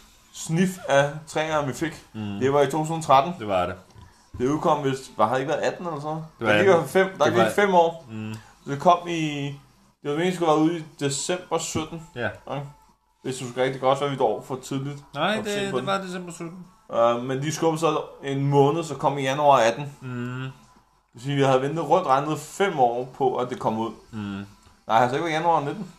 Speaker 2: snif af træerne, vi fik, mm. det var i to tusind og tretten.
Speaker 1: Det var det.
Speaker 2: Det udkom, hvis var har ikke været atten eller sådan.
Speaker 1: Det var
Speaker 2: der gik fem, der
Speaker 1: det
Speaker 2: gik
Speaker 1: var...
Speaker 2: fem år.
Speaker 1: Mm.
Speaker 2: Det kom i, det var meningen, skulle være ude i december sytten.
Speaker 1: Ja.
Speaker 2: Okay. Hvis du skal rigtig godt være vi et år for tidligt.
Speaker 1: Nej, det, det var december sytten.
Speaker 2: Uh, men de skubbede så en måned, så kom i januar atten.
Speaker 1: Mm.
Speaker 2: Det vil sige, vi havde ventet rundt regnet fem år på, at det kom ud.
Speaker 1: Mm.
Speaker 2: Nej, altså ikke var januar nitten.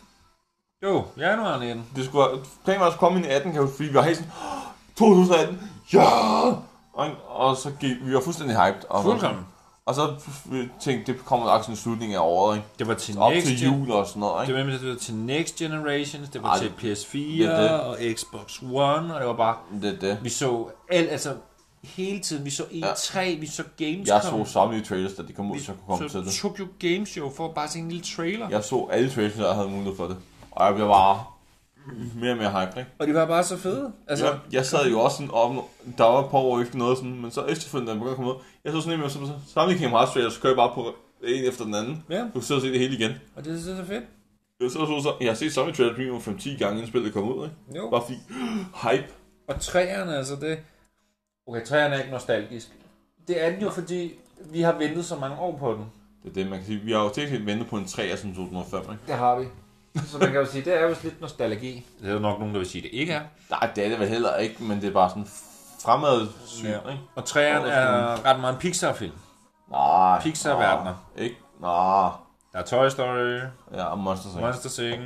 Speaker 1: Jo, januar nitten.
Speaker 2: Det skulle planen var at komme ind i atten, kan du, fordi vi var helt sådan, to tusind atten, ja! Og, og så gik vi var fuldstændig hyped. Og
Speaker 1: Fuldkommen.
Speaker 2: Og så tænkte det kommer nok sådan en slutning af året, ikke?
Speaker 1: Det var til
Speaker 2: op
Speaker 1: next
Speaker 2: til jul og sådan noget, ikke?
Speaker 1: Det var, det var til Next Generations, det var
Speaker 2: Ej,
Speaker 1: til
Speaker 2: det,
Speaker 1: P S fire
Speaker 2: det, det.
Speaker 1: og Xbox One, og det var bare...
Speaker 2: Det det.
Speaker 1: Vi så alt, altså hele tiden, vi så E tre, ja. Vi så Gamescom.
Speaker 2: Jeg så samtlige trailers, da de kom ud, så kunne komme
Speaker 1: så
Speaker 2: til det.
Speaker 1: Så Tokyo Game Show for bare se en lille trailer.
Speaker 2: Jeg så alle trailers, der havde mulighed for det. Og jeg blev bare mere og mere hyped, ikke?
Speaker 1: Og de var bare så fede. Altså,
Speaker 2: jeg, jeg sad jo også sådan op, der var et par år efter noget sådan, men så efterfølgende, da jeg begyndte at komme ud, jeg så sådan en med, så samtidig Kingdom Hearts trailers, så kører jeg bare på en efter den anden.
Speaker 1: Ja.
Speaker 2: Du kan sidde og se det hele igen.
Speaker 1: Og det er så, så fedt.
Speaker 2: Jeg, så, så, så, jeg har set samme trailer minimum fem til ti gange, inden spillet kom ud, ikke?
Speaker 1: Jo.
Speaker 2: Bare fordi, hype.
Speaker 1: Og træerne, altså det... Okay, træerne er ikke nostalgisk. Det er den jo, fordi vi har ventet så mange år på den.
Speaker 2: Det er det, man kan sige. Vi har jo teknisk ventet på en træer siden to tusind og fem, ikke?
Speaker 1: Det har vi. Så man kan jo sige, det er jo lidt nostalgi. Det er jo nok nogen, der vil sige, det ikke er.
Speaker 2: Nej, det er det vel heller ikke, men det er bare sådan fremadsyn,
Speaker 1: Ja.
Speaker 2: ikke?
Speaker 1: Og træerne er ret meget en Pixar-film.
Speaker 2: Nej.
Speaker 1: Pixar-verdener.
Speaker 2: Ikke? Nej.
Speaker 1: Der er Toy Story.
Speaker 2: Ja, og Monsters Inc.
Speaker 1: Monsters Inc.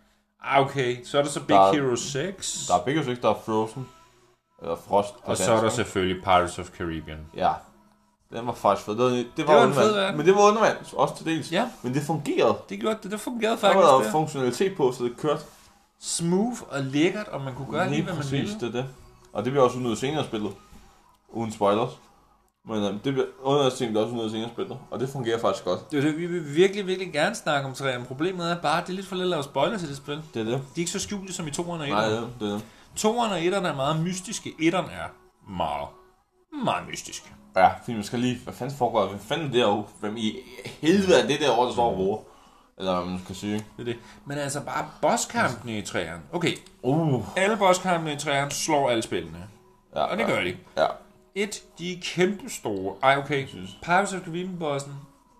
Speaker 1: Ah, okay. Så er der så Big
Speaker 2: der er,
Speaker 1: Hero seks.
Speaker 2: Der er Big Hero seks, der er Frozen. Eller Frost.
Speaker 1: Og så er der selvfølgelig Pirates of Caribbean.
Speaker 2: Ja. Den var faktisk fed. Det var, det var,
Speaker 1: det var en fed verden.
Speaker 2: Men det var undervand, også til dels.
Speaker 1: Ja.
Speaker 2: Men det fungerede.
Speaker 1: Det gjorde det. Det fungerede
Speaker 2: Der
Speaker 1: faktisk.
Speaker 2: var der
Speaker 1: der.
Speaker 2: funktionalitet på, så det kørte.
Speaker 1: Smooth og lækkert, og man kunne gøre lige, hvad man ville.
Speaker 2: det er det. Og det bliver også udnyttet senere spillet. Uden spoilers. Men um, det bliver underværelsesting bliver også udnyttet senere spillet. Og det fungerer faktisk godt.
Speaker 1: Det er det, vi vil virkelig, virkelig gerne snakke om træerne. Problemet er bare, at det er lidt for lidt at lave spoilers i det spil.
Speaker 2: Det er det.
Speaker 1: De er ikke så skjulte som i toeren og
Speaker 2: Nej,
Speaker 1: etteren.
Speaker 2: det er det. Er det.
Speaker 1: Toeren og etteren er meget mystiske. Etteren er meget, meget mystisk.
Speaker 2: Ja, fordi man skal lige... Hvad fanden foregår der? Hvad fanden er det her? Hvem i helvede er det der over, der står og roer? Eller hvad man skal sige.
Speaker 1: Det er det. Men altså bare bosskampene i træerne. Okay,
Speaker 2: Uh.
Speaker 1: alle bosskampene i træerne slår alle spillene.
Speaker 2: Ja,
Speaker 1: Og det
Speaker 2: ja.
Speaker 1: gør de.
Speaker 2: Ja.
Speaker 1: Et, de er kæmpe store. Ej, okay. Pirates of Caribbean-bossen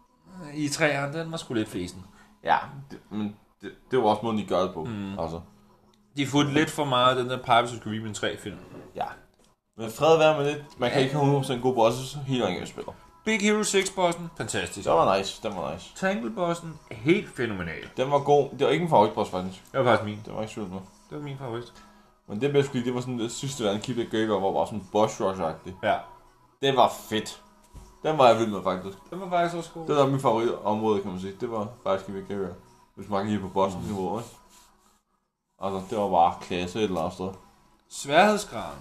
Speaker 1: i træerne, den var sgu lidt fesen.
Speaker 2: Ja, det, men det, det var også måden, de gør det på. Mm. Altså.
Speaker 1: De har fået lidt for meget af den der Pirates of Caribbean tre-film.
Speaker 2: Ja. Men fred være med det. Man kan ikke have hundrede procent god bosses hele vejen, jeg spiller.
Speaker 1: Big Hero seks-bossen, fantastisk.
Speaker 2: Det var nice, den var nice.
Speaker 1: Tangle-bossen, helt fænomenal.
Speaker 2: Den var god. Det var ikke en favoritboss, faktisk.
Speaker 1: Det var faktisk min.
Speaker 2: Det var ikke sygt med.
Speaker 1: Det var min favorit.
Speaker 2: Men det bedste, det var sådan det sidste verden, Keep It Going, hvor var sådan boss rush-agtigt.
Speaker 1: Ja.
Speaker 2: Det var fedt. Den var jeg vild med, faktisk.
Speaker 1: Den var faktisk også god.
Speaker 2: Det var min favoritområde, kan man sige. Det var faktisk Keep It Going. Hvis man kan hive på bossen mm. niveau, ikke? Altså, det var bare klasse et eller andet sted.
Speaker 1: Sværhedsgraden.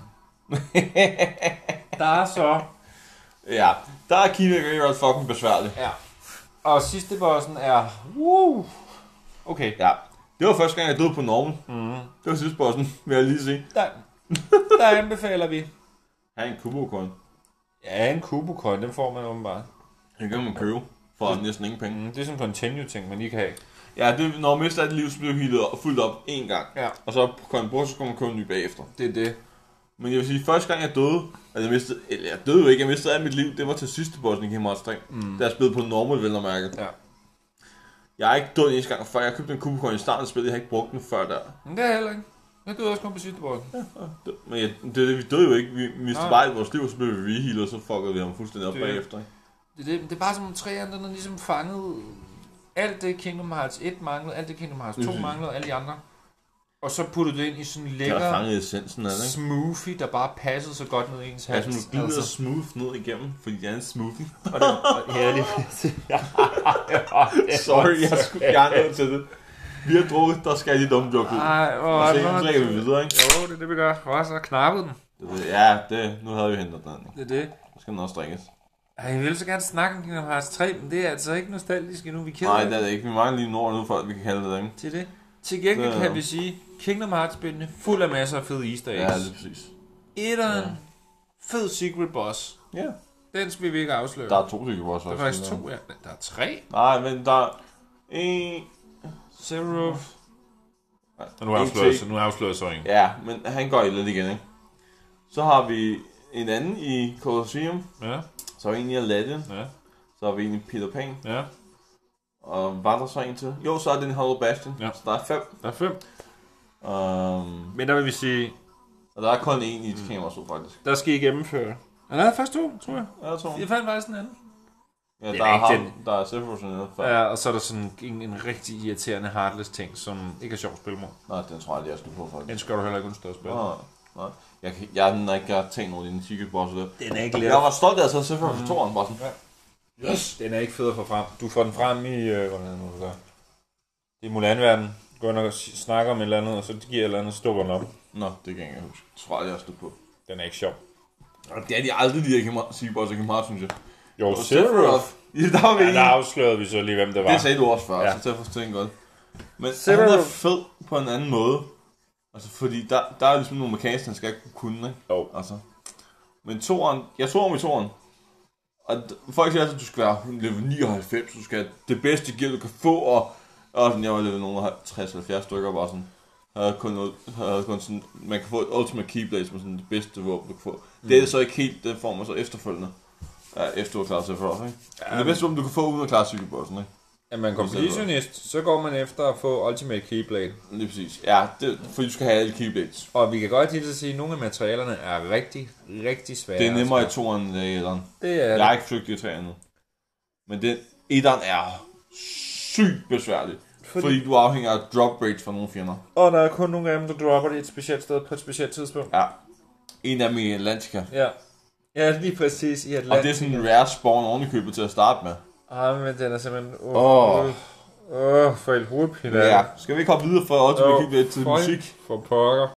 Speaker 1: Der er så...
Speaker 2: Ja, der er Keep It Going fucking besværligt.
Speaker 1: Ja. Og sidste bossen er... Woo! Okay.
Speaker 2: Ja. Det var første gang, jeg døde på normal.
Speaker 1: Mm.
Speaker 2: Det var sidste bossen, vil jeg lige sige.
Speaker 1: Der, der anbefaler vi.
Speaker 2: Ha' en Kubo-coin.
Speaker 1: Ja, en Kubo-coin, den får man åbenbart.
Speaker 2: Den kan man købe for det, næsten ingen penge.
Speaker 1: Mm, det er sådan en continue-ting, man lige kan have.
Speaker 2: Ja, det, når man mister et liv, så bliver healet og fuldt op én gang.
Speaker 1: Ja.
Speaker 2: Og så kan man bruge, så skal man købe en ny bagefter.
Speaker 1: Det er det.
Speaker 2: Men jeg vil sige, første gang jeg døde, altså jeg mistede, eller jeg døde jo ikke, jeg mistede alt mit liv, det var til sidste bossen i Kingdom Hearts tre. Mm. Da jeg spillede på normal, vel og mærke.
Speaker 1: Ja.
Speaker 2: Jeg har ikke død eneste gang før, jeg købte en Kubo-coin i starten af spillet, jeg har ikke brugt den før der.
Speaker 1: Men det er heller ikke. Jeg døde også kun på sidste bossen.
Speaker 2: Ja, ja. Men jeg, det er det, vi døde jo ikke, vi mistede bare i vores liv, og så blev vi rehealet, og så fuckede vi ham fuldstændig op
Speaker 1: det,
Speaker 2: bagefter. Ikke?
Speaker 1: Det, det, det er bare som om træerne, den er ligesom fanget alt det Kingdom Hearts et manglede, alt det Kingdom Hearts to mm-hmm. manglede, og alle de andre. Og så puttede det ind i sådan en lækker
Speaker 2: der fanget essensen af det, ikke?
Speaker 1: smoothie, der bare passede så godt ned i ens hals.
Speaker 2: Ja, som du glider altså. Smooth ned igennem, fordi det er en smoothie.
Speaker 1: Og det er herligt.
Speaker 2: Sorry, jeg skulle gerne nødt til det. Vi har drukket, der skal de dumme joke ud.
Speaker 1: Ej, hvor
Speaker 2: og
Speaker 1: er
Speaker 2: så
Speaker 1: det?
Speaker 2: drikker vi videre, ikke?
Speaker 1: Jo, det er det, vi gør. Hvor så knappede den.
Speaker 2: Det, det, ja, det, nu havde vi hentet den. Ikke?
Speaker 1: Det er det.
Speaker 2: Så skal den også drikkes.
Speaker 1: Ej, jeg vil så gerne snakke om Kingdom Hearts tre, men det er altså ikke nostalgisk endnu. Vi keder
Speaker 2: Nej, det er det ikke. Vi mangler lige Nord nu, for at vi kan kalde det, ikke?
Speaker 1: Til det. Til gengæld
Speaker 2: Ja.
Speaker 1: kan vi sige, Kingdom Hearts-spillene fuld af masser af fede easter eggs.
Speaker 2: Ja, det er præcis.
Speaker 1: Etteren,
Speaker 2: Ja.
Speaker 1: fed secret boss.
Speaker 2: Ja.
Speaker 1: Den skal vi ikke afsløre.
Speaker 2: Der er to stykker også.
Speaker 1: Der er faktisk to, ja. Der er tre.
Speaker 2: Nej, men der er en...
Speaker 1: Zero.
Speaker 2: Nej,
Speaker 1: Og nu afslører jeg, nu afslører jeg så en.
Speaker 2: Ja, men han går lidt igen, ikke? Så har vi en anden i Colosseum.
Speaker 1: Ja,
Speaker 2: Så har vi en i Aladdin.
Speaker 1: ja,
Speaker 2: Så har vi en i Peter Pan.
Speaker 1: ja.
Speaker 2: Og var der så en til? Jo, så er den Hollow Bastion.
Speaker 1: Ja.
Speaker 2: Så der er fem.
Speaker 1: Der er fem.
Speaker 2: Um,
Speaker 1: Men der vil vi sige,
Speaker 2: og der er kun en i det kamera, så faktisk.
Speaker 1: der skal I gennemføre. Ja, der er først to, tror jeg.
Speaker 2: Ja, jeg tror.
Speaker 1: Jeg fandt faktisk den anden.
Speaker 2: Ja,
Speaker 1: Det
Speaker 2: der
Speaker 1: er
Speaker 2: er,
Speaker 1: ikke
Speaker 2: ham,
Speaker 1: den.
Speaker 2: der er Sephiroth nede før.
Speaker 1: Ja, og så er der sådan en, en rigtig irriterende heartless ting, som ikke er sjovt at spille mod.
Speaker 2: Nej, den tror jeg aldrig, jeg skal på, faktisk.
Speaker 1: Den skal du heller ikke undstå at spille.
Speaker 2: Nej, nej. Jeg, kan, jeg har ikke jeg har tænkt nogen i den secret boss der.
Speaker 1: Den er ikke let.
Speaker 2: Jeg var stolt af at tage Sephiroth for toren, bare sådan.
Speaker 1: Yes. Den er ikke fed at få frem. Du får den frem i, øh, hvordan er det nu, du gør? Det er Mulan-verden. Går ind og snakker om et eller andet, og så giver et eller andet, og stopper den op.
Speaker 2: Nå, det kan jeg ikke huske. Jeg tror aldrig, jeg stod på.
Speaker 1: Den er ikke sjov.
Speaker 2: Og det er de aldrig lige, jeg kan sige, boss og Kingdom synes jeg.
Speaker 1: Jo,
Speaker 2: Og
Speaker 1: Sephiroth.
Speaker 2: Ja, der var vi
Speaker 1: Ja,
Speaker 2: en.
Speaker 1: der afslørede vi så lige, hvem det var.
Speaker 2: Det sagde du også før,
Speaker 1: Ja.
Speaker 2: ja. Så derfor forstår jeg godt. Men
Speaker 1: Sephiroth.
Speaker 2: han er fed på en anden måde. Altså, fordi der, der er ligesom nogle mekaniske, han skal ikke kunne, ikke?
Speaker 1: Jo.
Speaker 2: Altså. Men toren, jeg tror om i toren. Og d- folk siger altid, at du skal være level nioghalvfems, du skal have det bedste gear, du kan få, og, og sådan, jeg var level nogle tres til halvfjerds stykker, bare sådan. Havde kun, noget, havde kun sådan, man kan få et Ultimate Keyblade, som er sådan det bedste våben, du kan få. Mm. Det er så ikke helt, det får man så efterfølgende. Ja, efter du har klaret sig for, ikke? Ja, men det bedste våben, du kan få, uden at klare cykelbossen, ikke?
Speaker 1: Er man completionist, så går man efter at få Ultimate Keyblade.
Speaker 2: Lige præcis. Ja, det, fordi du skal have alle Keyblades.
Speaker 1: Og vi kan godt lige sige, at nogle af materialerne er rigtig, rigtig svære.
Speaker 2: Det er nemmere i toeren end i etteren.
Speaker 1: Det er
Speaker 2: Jeg har
Speaker 1: det.
Speaker 2: ikke forsøgt det i treeren nu. Men den, etteren er sygt besværlig. Fordi, fordi du afhænger af drop rates fra nogle fjender.
Speaker 1: Og der er kun nogle af dem, der dropper det et specielt sted på et specielt tidspunkt.
Speaker 2: Ja. En af dem i Atlantica.
Speaker 1: Ja. Ja, lige præcis i Atlantica.
Speaker 2: Og det er sådan en rare spawn ovenikøbet til at starte med.
Speaker 1: Ah, men den er simpelthen... Åh,
Speaker 2: Åh.
Speaker 1: oh, oh, oh, for et hovedpil.
Speaker 2: Ja. Skal vi ikke hoppe videre fra Ultimate
Speaker 1: Jo,
Speaker 2: Keyblade til
Speaker 1: føj.
Speaker 2: musik?
Speaker 1: For pokker.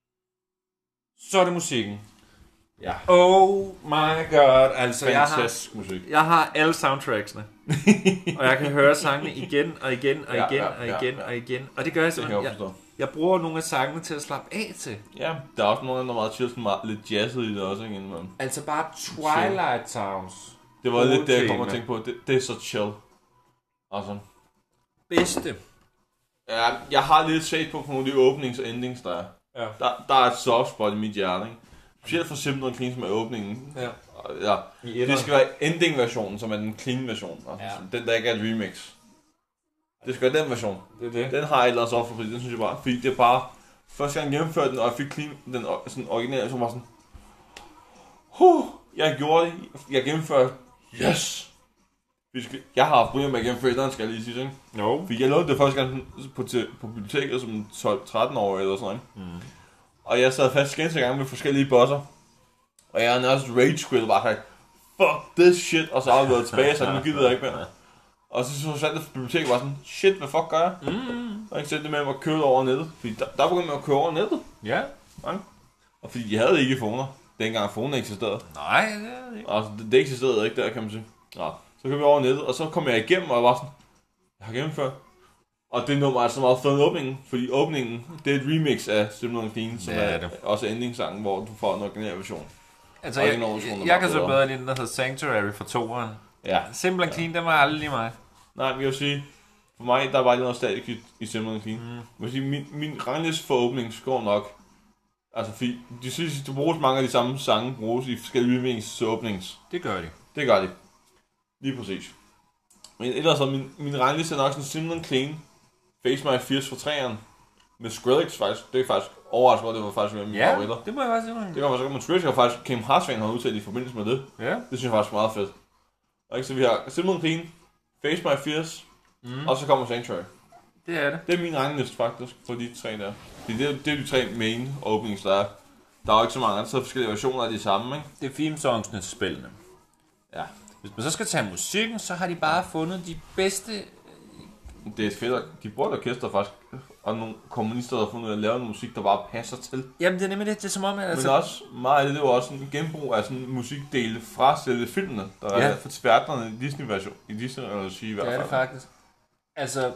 Speaker 1: Så er det musikken.
Speaker 2: Ja.
Speaker 1: Oh my god. Altså, jeg har,
Speaker 2: Fantastisk musik.
Speaker 1: jeg har alle soundtracksene. Og jeg kan høre sangene igen og igen og
Speaker 2: Ja,
Speaker 1: igen
Speaker 2: ja,
Speaker 1: og
Speaker 2: ja,
Speaker 1: igen
Speaker 2: ja.
Speaker 1: og igen. Og det gør jeg
Speaker 2: Det kan
Speaker 1: simpelthen.
Speaker 2: jeg
Speaker 1: Jeg,
Speaker 2: forstå.
Speaker 1: jeg bruger nogle af sangene til at slappe af til.
Speaker 2: Ja, der er også nogle af dem, der er meget chill, sådan meget, lidt jazzet i det også, ikke? Indimellem.
Speaker 1: Altså bare Twilight Towns.
Speaker 2: Det var lidt det, jeg kom
Speaker 1: Hovedtema.
Speaker 2: at tænke på. Det, det er så chill. Altså.
Speaker 1: Bedste.
Speaker 2: Ja, jeg har lidt set på, på nogle af de openings og endings, der er.
Speaker 1: Ja.
Speaker 2: Der, der er et soft spot i mit hjerte, ikke? Specielt for Simple og Clean, som er åbningen.
Speaker 1: Ja.
Speaker 2: Og, ja.
Speaker 1: I
Speaker 2: Det skal være ending-versionen, som er den clean version. Altså,
Speaker 1: Ja.
Speaker 2: den, der ikke er et remix. Det skal være den version.
Speaker 1: Det er det.
Speaker 2: Den har jeg ellers offer, fordi den synes jeg bare, fordi det er bare... Første gang jeg gennemførte den, og jeg fik clean, den o- sådan originale, så var sådan... Huh, jeg gjorde det. Jeg gennemførte. Yes! Vi skal, jeg har haft problemer med at gennemføre den, skal jeg lige sige, ikke?
Speaker 1: No.
Speaker 2: Fordi jeg lavede det første gang på, til, på biblioteket som tolv tretten år eller sådan noget. Mm. Og jeg sad fast gentagne gange med forskellige bosser. Og jeg er nærmest rage quit, bare sagt, fuck this shit, og så har jeg været tilbage, så nu gider jeg ikke mere. Og så så satte jeg på biblioteket var sådan, shit, hvad fuck gør jeg? Mm. Og jeg sætte det med at købe over nettet. Fordi der, der begyndte man at købe over nettet.
Speaker 1: Ja.
Speaker 2: Ja. Og fordi de havde ikke foner, dengang foner eksisterede.
Speaker 1: Nej, det er det ikke.
Speaker 2: Og det, det eksisterede ikke der, kan man sige. Ja. Så købte jeg over nettet, og så kom jeg igennem, og jeg var sådan, jeg har gennemført. Og det nummer er så meget fed åbningen, fordi åbningen, det er et remix af Simple and Clean, som
Speaker 1: Det er
Speaker 2: er,
Speaker 1: det.
Speaker 2: også endingsangen, hvor du får en original version.
Speaker 1: Altså,
Speaker 2: Og
Speaker 1: jeg,
Speaker 2: ikke nogen version,
Speaker 1: jeg,
Speaker 2: der
Speaker 1: jeg
Speaker 2: bare
Speaker 1: kan så
Speaker 2: bedre.
Speaker 1: bedre lide den, der hedder Sanctuary for toeren.
Speaker 2: Ja.
Speaker 1: Simple and Clean, den var aldrig lige mig.
Speaker 2: Nej, men jeg vil sige, for mig, der var lidt noget statisk i, i Simple and Clean. Mm. Jeg vil sige, min, min rangliste for åbning går nok. Altså, fordi de synes, du bruges mange af de samme sange, bruges i forskellige remix til åbnings.
Speaker 1: Det gør de.
Speaker 2: Det gør de. Lige præcis. Men ellers så min, min rangliste er nok sådan Simple and Clean. Face My Fears for træerne. Med Skrillex faktisk. Det er faktisk overraskende, hvor det var faktisk mine
Speaker 1: Ja,
Speaker 2: favoritter.
Speaker 1: det må jeg faktisk sige.
Speaker 2: Det kan man så godt, men Skrillex har faktisk Kim Harsvang har udtalt i forbindelse med det.
Speaker 1: Ja.
Speaker 2: Det synes jeg faktisk er meget fedt. Og ikke, så vi har Simple and Clean, Face My Fears, mm. og så kommer Sanctuary.
Speaker 1: Det er det.
Speaker 2: Det er min rangliste faktisk, for de tre der. Fordi det, er, det er de tre main openings, der er. Der er jo ikke så mange andre, så er forskellige versioner af de samme, ikke?
Speaker 1: Det er theme-songsene til spillene.
Speaker 2: Ja.
Speaker 1: Hvis man så skal tage musikken, så har de bare fundet de bedste...
Speaker 2: Det er fedt, at de bruger et orkester faktisk, og nogle kommunister, der har fundet ud af at lave noget musik, der bare passer til.
Speaker 1: Jamen, det er nemlig det. Det er som om, at...
Speaker 2: Altså... Men også, meget af det, det var også en genbrug af sådan musikdele fra selve filmene, der
Speaker 1: Ja.
Speaker 2: er for tværterne i Disney-version, i Disney-regi i hvert
Speaker 1: Det
Speaker 2: fald.
Speaker 1: er det faktisk. Altså,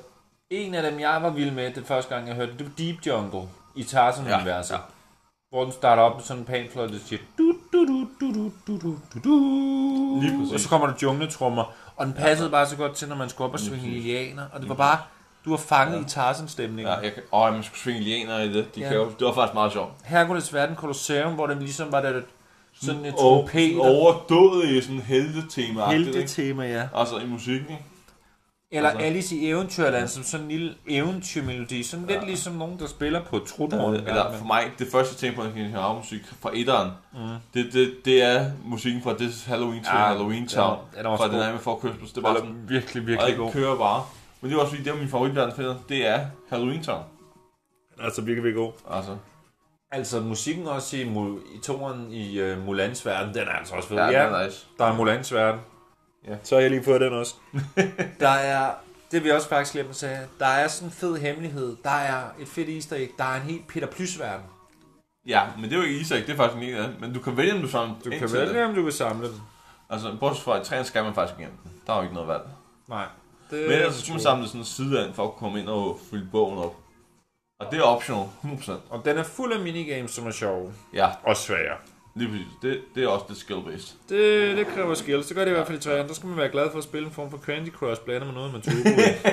Speaker 1: En af dem, jeg var vild med, det første gang, jeg hørte det, det var Deep Jungle i Tarzan-universet. Ja, ja. Hvor den starter op med sådan en panfløjte, der siger du, du, du, du, du, du, du, du, du.
Speaker 2: Lige præcis.
Speaker 1: Og så kommer der jungletrummer, og den passede ja. bare så godt til, når man skulle op og svinge lilianer, og det var bare, du var fanget ja. i Tarzan-stemningen.
Speaker 2: Ja, jeg kan, åh, man skulle svinge lilianer i det, de ja. kan jo, det var faktisk meget sjovt.
Speaker 1: Hercules Verden Colosseum, hvor den ligesom var der sådan et trompeter.
Speaker 2: Overdådet i sådan en heltetema.
Speaker 1: Heltetema, ja.
Speaker 2: Altså i musikken, ikke?
Speaker 1: Eller
Speaker 2: altså.
Speaker 1: Alice i Eventyrland, som sådan en lille eventyrmelodi. Sådan ja. lidt ligesom nogen, der spiller på truthorn.
Speaker 2: Eller for mig, det første tema på en musik fra etteren, mm. det, det, det er musikken fra This is Halloween til ja, Halloween Town. Ja, den fra den her med for Christmas. Det er bare sådan,
Speaker 1: virkelig, virkelig god.
Speaker 2: Og det kører bare. Men det er også fordi, det er min favoritverdenfilm, det er Halloween Town.
Speaker 1: Altså virkelig, virkelig god.
Speaker 2: Altså.
Speaker 1: Altså musikken også i, i toren i uh, Mulans verden, den er altså også fed.
Speaker 2: Ja, ja, er nice.
Speaker 1: Der er Mulans verden.
Speaker 2: Ja.
Speaker 1: Så har jeg lige fået den også. Der er, det vil jeg også faktisk glemme at sige, der er sådan en fed hemmelighed. Der er et fedt easter egg. Der er en helt Peter Plys verden.
Speaker 2: Ja, men det er jo ikke easter egg, det er faktisk en del. Men du kan vælge, om du samler
Speaker 1: Du kan vælge, om du vil samle den.
Speaker 2: Altså, bortset fra et træen skal man faktisk igennem den. Der er jo ikke noget valg.
Speaker 1: Nej.
Speaker 2: Det men ellers skal man samle sådan en side af, for at kunne komme ind og fylde bogen op. Og det er optional, hundrede procent.
Speaker 1: Og den er fuld af minigames, som er sjove.
Speaker 2: Ja.
Speaker 1: Og svære.
Speaker 2: Lige præcis. Det, det er også det skill-based.
Speaker 1: Det, det kræver skills. Det gør det i hvert fald i træerne. Der skal man være glad for at spille en form for Candy Crush, blandet med noget med turbo.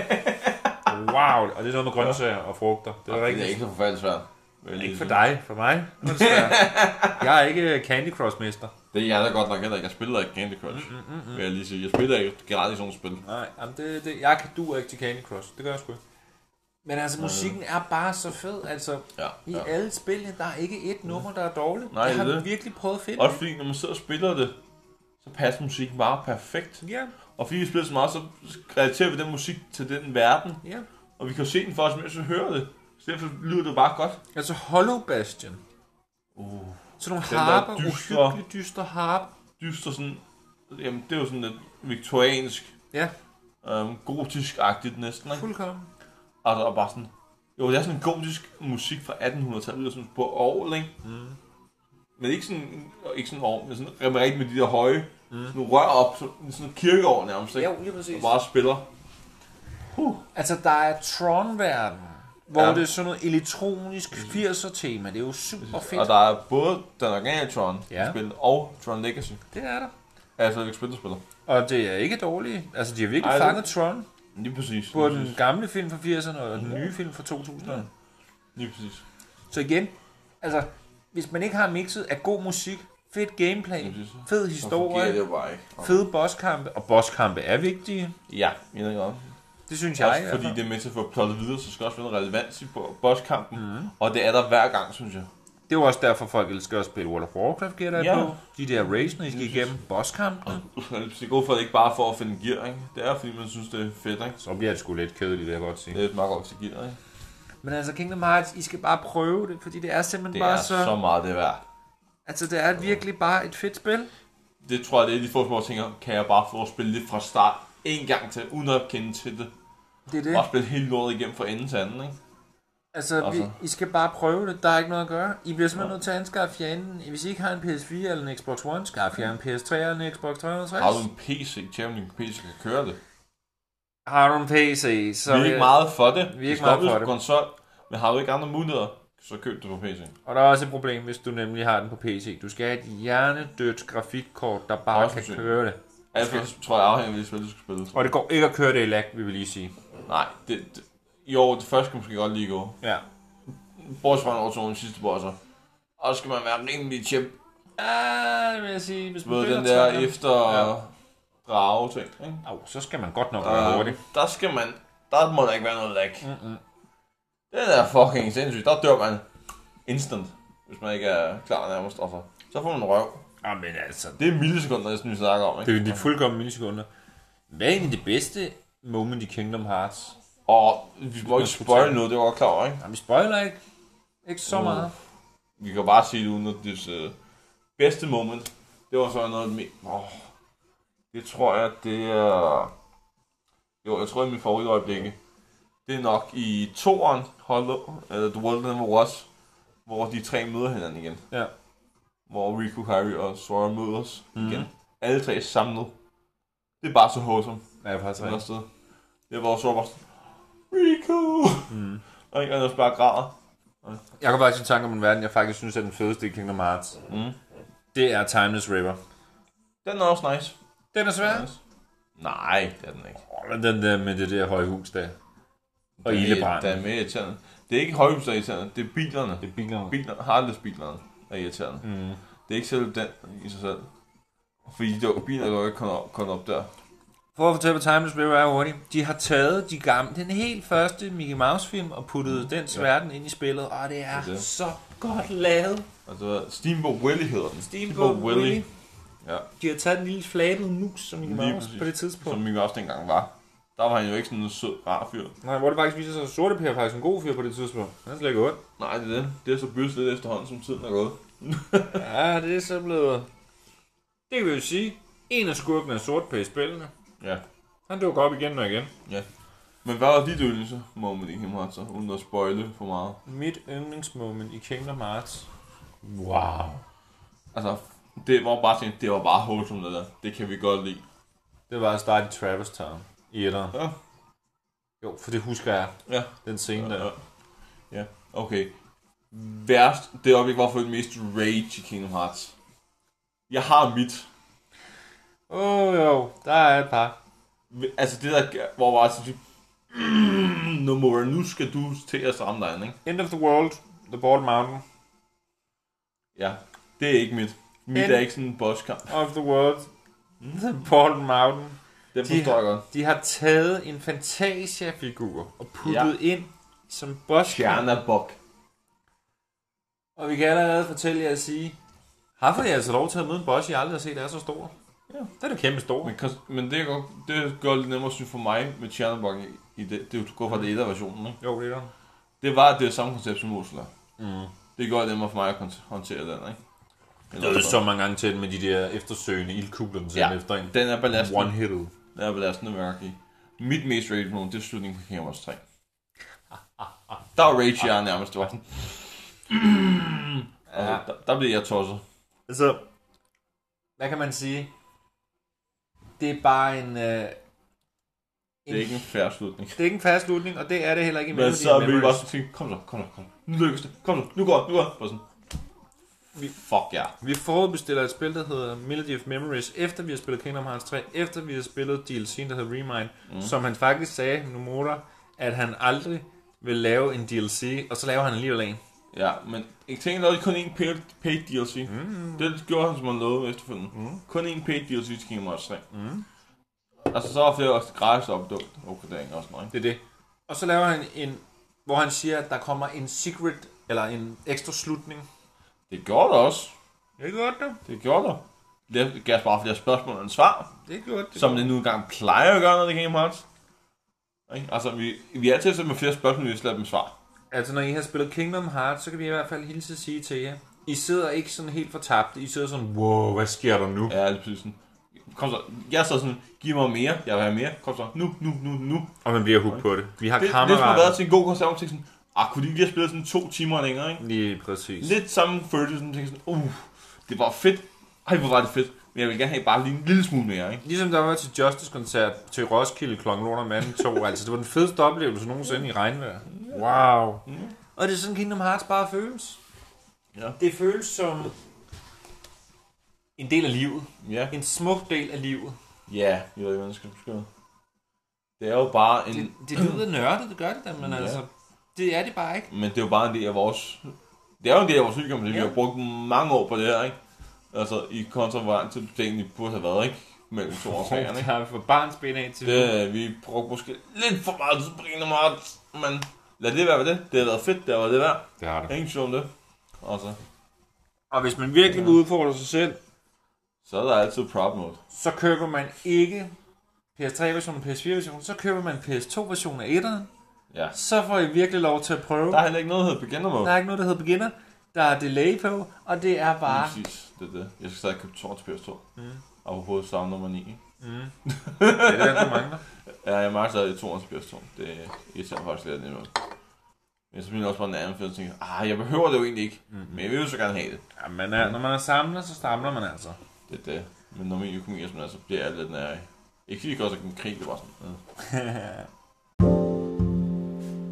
Speaker 1: Wow. Og det er noget med grøntsager og frugter. Det er,
Speaker 2: ja,
Speaker 1: rigtig...
Speaker 2: det er ikke så forfærdeligt svært.
Speaker 1: Ikke for dig, for mig. Jeg er ikke Candy Crush-mester.
Speaker 2: Det er jeg da godt nok heller ikke. Jeg spiller ikke Candy Crush. Mm, mm, mm. Vil jeg lige sige. Jeg spiller ikke generelt i sådan nogle spil.
Speaker 1: Nej, jamen det, det, jeg kan duer ikke til Candy Crush. Det gør jeg sgu ikke. Men altså, musikken er bare så fed. Altså,
Speaker 2: ja,
Speaker 1: i
Speaker 2: ja.
Speaker 1: alle spillene, der er ikke et nummer, der er dårligt.
Speaker 2: Nej,
Speaker 1: jeg har
Speaker 2: det.
Speaker 1: virkelig prøvet fedt.
Speaker 2: Også fordi, når man sidder og spiller det, så passer musikken bare perfekt.
Speaker 1: Ja.
Speaker 2: Og fordi vi spiller så meget, så relaterer vi den musik til den verden.
Speaker 1: Ja.
Speaker 2: Og vi kan se den for os, mens vi hører det. Så derfor lyder det bare godt.
Speaker 1: Altså, Hollow Bastion.
Speaker 2: Uh,
Speaker 1: sådan nogle harper, uhyggeligt dystre harp.
Speaker 2: Dystre sådan, jamen det er jo sådan lidt viktoriansk.
Speaker 1: Ja.
Speaker 2: Um, gotisk-agtigt næsten, ikke?
Speaker 1: Fuldkommen.
Speaker 2: Altså, og bare sådan, jo, det er sådan en gotisk musik fra attenhundredetallet, sådan på orgel, ikke? Mm. Men ikke sådan, ikke sådan orgel, men sådan rigtig med de der høje, mm. sådan rør op, sådan, sådan en kirkeår nærmest, ikke?
Speaker 1: Jo, lige præcis.
Speaker 2: Og bare spiller.
Speaker 1: Uh. Altså, der er Tron-verden, hvor ja. det er sådan noget elektronisk firser-tema. Det er jo super fedt.
Speaker 2: Og der er både den originale Tron
Speaker 1: ja.
Speaker 2: spil og Tron Legacy.
Speaker 1: Det er der.
Speaker 2: Altså, det er spil, der spiller.
Speaker 1: Og det er ikke dårligt. Altså, de har virkelig Ej, fanget Tron.
Speaker 2: Lige præcis.
Speaker 1: På
Speaker 2: lige
Speaker 1: den
Speaker 2: præcis.
Speaker 1: gamle film fra firserne og den nye film fra to tusind. Ja.
Speaker 2: Lige præcis.
Speaker 1: Så igen, altså, hvis man ikke har mixet af god musik, fedt gameplay, fed historie,
Speaker 2: det bare ikke. Okay.
Speaker 1: fede bosskampe, og bosskampe er vigtige.
Speaker 2: Ja, jeg ved godt.
Speaker 1: Det synes jeg.
Speaker 2: Også fordi det er med til at få plottet videre, så skal også være noget relevans i bosskampen. Mm. Og det er der hver gang, synes jeg.
Speaker 1: Det er jo også derfor, folk elsker at spille World of Warcraft, gætter ja. på. De der race, når I skal igennem bosskampen.
Speaker 2: Det er godt for det ikke bare for at finde gear, ikke? Det er fordi, man synes, det er fedt, ikke?
Speaker 1: Så bliver det sgu lidt kedeligt, vil jeg godt sige.
Speaker 2: Det er meget godt til gear, ikke?
Speaker 1: Men altså, Kingdom Hearts, I skal bare prøve det, fordi det er simpelthen
Speaker 2: det
Speaker 1: bare
Speaker 2: så...
Speaker 1: så...
Speaker 2: Det er så meget det værd.
Speaker 1: Altså, det er virkelig bare et fedt spil.
Speaker 2: Det tror jeg, det er de få små ting, kan jeg bare få at spille lidt fra start en gang til, uden at kende til det.
Speaker 1: Det er det.
Speaker 2: Og spille hele lortet igennem fra ende til anden, ikke?
Speaker 1: Altså, vi, I skal bare prøve det. Der er ikke noget at gøre. I bliver simpelthen ja. nødt til at anskaffe jer enten. Hvis I ikke har en P S fire eller en Xbox One, skaff jer en P S tre eller en Xbox tre hundrede og tres.
Speaker 2: Har du en P C? Tjævn din P C kan køre det.
Speaker 1: Har du en P C, så...
Speaker 2: Vi er ikke meget for det.
Speaker 1: Vi er ikke meget for det.
Speaker 2: Konsol, men har du ikke andre muligheder, så køb det på P C.
Speaker 1: Og der er også et problem, hvis du nemlig har den på P C. Du skal have et hjernedødt grafikkort, der bare kan
Speaker 2: synd.
Speaker 1: køre det.
Speaker 2: Altså, tror jeg afhænger af, hvilket spil du skal spille.
Speaker 1: Og det går ikke at køre det i lag, vil vi lige sige.
Speaker 2: Nej, det, det, jo, det første kan måske godt lige gå.
Speaker 1: Ja.
Speaker 2: Bortset fra en over to de sidste bosser. Og så skal man være rimelig chip.
Speaker 1: Ja, det vil jeg sige. Hvis man
Speaker 2: den der træner. Efter ja. Drage ting, ikke?
Speaker 1: Au, så skal man godt nok være hurtigt.
Speaker 2: Der skal man, der må der ikke være noget lag. Mm-hmm. Det er fucking sindssygt. Der dør man instant, hvis man ikke er klar nærmest. Og så, så får man røv.
Speaker 1: Jamen altså.
Speaker 2: Det er millisekunder, jeg synes, vi snakker om, ikke?
Speaker 1: Det er de fuldkommen millisekunder. Hvad er egentlig det bedste moment i Kingdom Hearts?
Speaker 2: Og vi må ikke spoil noget, det var godt klar over, ikke?
Speaker 1: Nej, vi spoiler ikke. Ikke så uh, meget.
Speaker 2: Vi kan bare sige det uden at det uh, bedste moment, det var så noget med... Oh, det tror jeg, det er... Jo, jeg tror, det er min favoritøjeblikke. Det er nok i toeren, Hollow, eller The World Never Was, hvor de tre møder hinanden igen.
Speaker 1: Ja.
Speaker 2: Hvor Riku, Kairi og Sora mødes mm-hmm. igen. Alle tre samlet. Det er bare så wholesome.
Speaker 1: Ja, faktisk rigtigt.
Speaker 2: Det er hvor Sora bare sådan, Riku! Goku! Mm. Og ikke andet bare græder.
Speaker 1: Jeg kan faktisk i tanke om en verden, jeg faktisk synes er den fedeste i Kingdom Hearts. Mm. Det er Timeless River.
Speaker 2: Den er også nice.
Speaker 1: Den er svær?
Speaker 2: Nice. Nej, det er den ikke.
Speaker 1: Oh, men den der med det der høje hus der. Og ildebranden.
Speaker 2: Det er mere irriterende. Det er ikke højhus, der er irriterende. Det er bilerne.
Speaker 1: Det er bilerne.
Speaker 2: Bilerne, Harless-bilerne er irriterende. Mm. Det er ikke selv den i sig selv. Fordi de biler går ikke kommet op, kommet op der.
Speaker 1: For at fortælle, hvad Timeless River er hurtigt. De har taget de gamle, den helt første Mickey Mouse film og puttet mm. dens ja. verden ind i spillet. Og det er det. Så godt lavet.
Speaker 2: Altså, Steamboat Willie hedder den.
Speaker 1: Steamboat Willie.
Speaker 2: Ja.
Speaker 1: De har taget en lille flabet mus som Mickey Mouse på det tidspunkt.
Speaker 2: Som Mickey Mouse dengang var. Der var han jo ikke sådan en sød, rar fyr.
Speaker 1: Nej, hvor det faktisk viser sig, at Sorte Per er faktisk en god fyr på det tidspunkt. Han er slet ikke godt.
Speaker 2: Nej, det er det. Det er så bøst lidt efterhånden, som tiden er gået.
Speaker 1: Ja, det er så blevet... Det kan vi jo sige. En af skurkene er Sorte Per i spillene.
Speaker 2: Ja.
Speaker 1: Han dukker op igen og igen.
Speaker 2: Ja. Men hvad var dit yndlingsmoment i Kingdom Hearts, uden at spoile for meget?
Speaker 1: Mit yndlingsmoment i Kingdom Hearts? Wow.
Speaker 2: Altså, det var bare tænkt, det var bare wholesome det der. Det kan vi godt lide.
Speaker 1: Det var at starte i Traverse Town i etteren.
Speaker 2: Ja.
Speaker 1: Jo, for det husker jeg.
Speaker 2: Ja.
Speaker 1: Den scene
Speaker 2: ja,
Speaker 1: der.
Speaker 2: Ja. ja, okay. Værst, det er ikke, hvorfor det mest rage i Kingdom Hearts. Jeg har mit.
Speaker 1: Åh oh, jo, der er et par.
Speaker 2: Altså det der, hvor var altså mm, Nomura, nu skal du til at stramme dig, ikke?
Speaker 1: End of the World, The Bald Mountain.
Speaker 2: Ja, det er ikke mit. Mit
Speaker 1: End
Speaker 2: er ikke sådan en bosskamp.
Speaker 1: Of the World, The Bald Mountain.
Speaker 2: Det forstår jeg godt.
Speaker 1: De har taget en Fantasia-figur og puttet ja. ind som bosskamp.
Speaker 2: Stjernebok.
Speaker 1: Og vi kan allerede fortælle jer at sige, har fået jer altså lov til at møde en boss, I aldrig har set, der er så stor? Ja. Det er da kæmpe stor.
Speaker 2: Men, men det, gør, det gør lidt nemmere synes for mig med Stjernebok i, i det. Det går fra det etter-versionen, ikke?
Speaker 1: Jo, det er der.
Speaker 2: Det var det samme koncept som Ursula.
Speaker 1: Mm.
Speaker 2: Det gør det nemmere for mig at håndtere den, ikke?
Speaker 1: Det er jo så mange gange til med de der eftersøgende ildkugler, den
Speaker 2: ja,
Speaker 1: efter en.
Speaker 2: Den er belastende.
Speaker 1: One-hitted.
Speaker 2: Den er belastende værk i. Mit mest rage moment, det er slutningen på Kingdom Hearts tre. Der var rage jeg nærmest, det var sådan. altså, der, der blev jeg tosset.
Speaker 1: Altså, hvad kan man sige? Det er bare en... Øh, en
Speaker 2: det er ikke en fair slutning.
Speaker 1: Det er ikke en fair slutning, og det er det heller ikke i
Speaker 2: Melody of Memories. Men så vil vi bare tænke, kom så, kom så, kom så. Nu lykkes det, kom så, nu går, nu går. Bare sådan. Vi, fuck ja. Yeah.
Speaker 1: Vi forudbestiller et spil, der hedder Melody of Memories, efter vi har spillet Kingdom Hearts tre, efter vi har spillet D L C'en, der hedder Remind, mm. som han faktisk sagde, Nomura, at han aldrig vil lave en D L C, og så laver han alligevel en.
Speaker 2: Ja, men jeg tænker, at der kun én paid, paid D L C. Mm. Det gjorde han, som han lovede efterfølgende. Mm. Kun én paid D L C til Kingdom Hearts tre. Mm. Altså, så er flere også gratis opgraderinger og sådan noget.
Speaker 1: Det er det. Og så laver han en, hvor han siger, at der kommer en secret, eller en ekstra slutning.
Speaker 2: Det gjorde der også.
Speaker 1: Det gjorde det.
Speaker 2: Det gjorde der. Det gav bare flere spørgsmål end svar.
Speaker 1: Det gjorde det.
Speaker 2: Som det nu engang plejer at gøre, når det Kingdom Hearts. Altså, vi, vi er altid med flere spørgsmål, vi slipper dem svar.
Speaker 1: Altså, når I har spillet Kingdom Hearts, så kan vi i hvert fald hilse at sige til jer. I sidder ikke sådan helt fortabte. I sidder sådan, wow, hvad sker der nu?
Speaker 2: Ja, det er sådan. Kom så. Jeg så sådan, giv mig mere. Jeg vil have mere. Kom så. Nu, nu, nu, nu.
Speaker 1: Og man bliver hooked på det. Vi har
Speaker 2: det,
Speaker 1: kammerater.
Speaker 2: Det skulle have været til en god koncert, til sådan, ah, kunne de ikke lige have spillet sådan to timer længere, ikke?
Speaker 1: Lige præcis.
Speaker 2: Lidt samme følelse, sådan, sådan, uh, det var fedt. Ej, hvor var det fedt. Men jeg vil gerne have bare lige en lille smule mere, ikke?
Speaker 1: Ligesom der var til Justice-koncert til Roskilde klokken lort om manden to. Altså, det var den fedeste oplevelse nogensinde i regnvejr. Wow. Mm. Og det er sådan Kingdom Hearts bare føles.
Speaker 2: Ja.
Speaker 1: Det føles som en del af livet.
Speaker 2: Ja.
Speaker 1: En smuk del af livet.
Speaker 2: Ja, jeg ved ikke, hvad jeg skal beskrive. Det er jo bare en...
Speaker 1: Det, det lyder nørdet, det gør det da, men ja. altså... Det er det bare ikke.
Speaker 2: Men det er jo bare en del af vores... Det er jo en del af vores sygdom, fordi ja. Vi har brugt mange år på det her, ikke? Altså, i kontravarant til det egentlig burde have været, ikke? Mellem to år sagerne, ikke?
Speaker 1: Det har vi fra barnsben af til
Speaker 2: det, nu. Vi brugte måske lidt for meget til Kingdom Hearts, men lad det være ved det. Det har været fedt, det har været det værd.
Speaker 1: Det har det.
Speaker 2: Ingen tvivl om det. Altså.
Speaker 1: Og hvis man virkelig vil udfordre sig selv,
Speaker 2: så er der altid prop mode.
Speaker 1: Så køber man ikke P S tre-versionen og P S fire-versionen, så køber man P S to-versionen af etteren.
Speaker 2: Ja.
Speaker 1: Så får I virkelig lov til at prøve.
Speaker 2: Der er heller ikke noget, der hedder beginner mode.
Speaker 1: Der er ikke noget, der hedder beginner. Der er delay på, og det er bare...
Speaker 2: Ja, præcis, det er det. Jeg skal stadig købe to til P S to. Mm. Og på hovedet sammen nummer ni.
Speaker 1: Mm. Det er det, der mangler.
Speaker 2: Ja, jeg mangler stadig to til P S to. Det irriterer faktisk lidt endnu. Men så bliver det også bare en anden følelse, tænker, ah, jeg behøver det jo egentlig ikke. Mm-hmm. Men jeg vil jo så gerne have det.
Speaker 1: Ja, men er, når man er samlet, så samler man altså.
Speaker 2: Det er det. Men når min økonomi er sådan, så bliver jeg lidt nær. Ikke fordi jeg også en krig, det var sådan. Ja.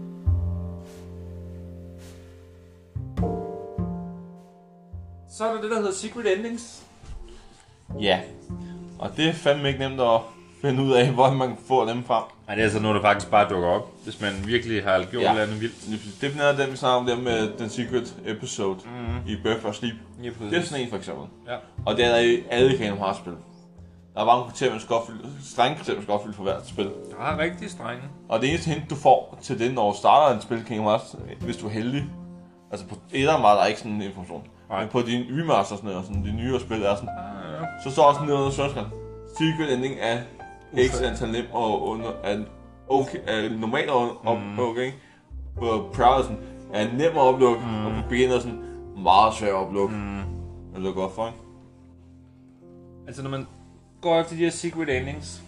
Speaker 1: Så er der det, der hedder Secret Endings.
Speaker 2: Ja, og det er fandme ikke nemt at finde ud af, hvor man får dem frem.
Speaker 1: Nej, det er altså noget, der faktisk bare dukker op, hvis man virkelig har gjort ja. noget vildt.
Speaker 2: Det er den, vi snakker om der med den Secret Episode mm-hmm. i Birth or Sleep.
Speaker 1: Ja,
Speaker 2: det er sådan en for eksempel.
Speaker 1: Ja.
Speaker 2: Og det er der i alle Kingdom Hearts spil. Der er bare en kriterier, man skal opfylde, strenge kriterier, man skal opfylde for hvert spil.
Speaker 1: Der er rigtig strenge.
Speaker 2: Og det eneste hint, du får til det, når du starter et spil Kingdom Hearts, hvis du er heldig. Altså på etteren var der ikke sådan en information. Nej. Men på dine remasters og sådan, de nyere spil er sådan. Ah, ja. Så står også nede under Sunshine. Secret ending af X antal nem og under er okay, er normalt op, mm. okay. På Prowlersen er nem at oplukke, mm. og på beginner sådan meget svær at oplukke. Mm. Det lukker godt for, ikke?
Speaker 1: Altså når man går efter de her secret endings,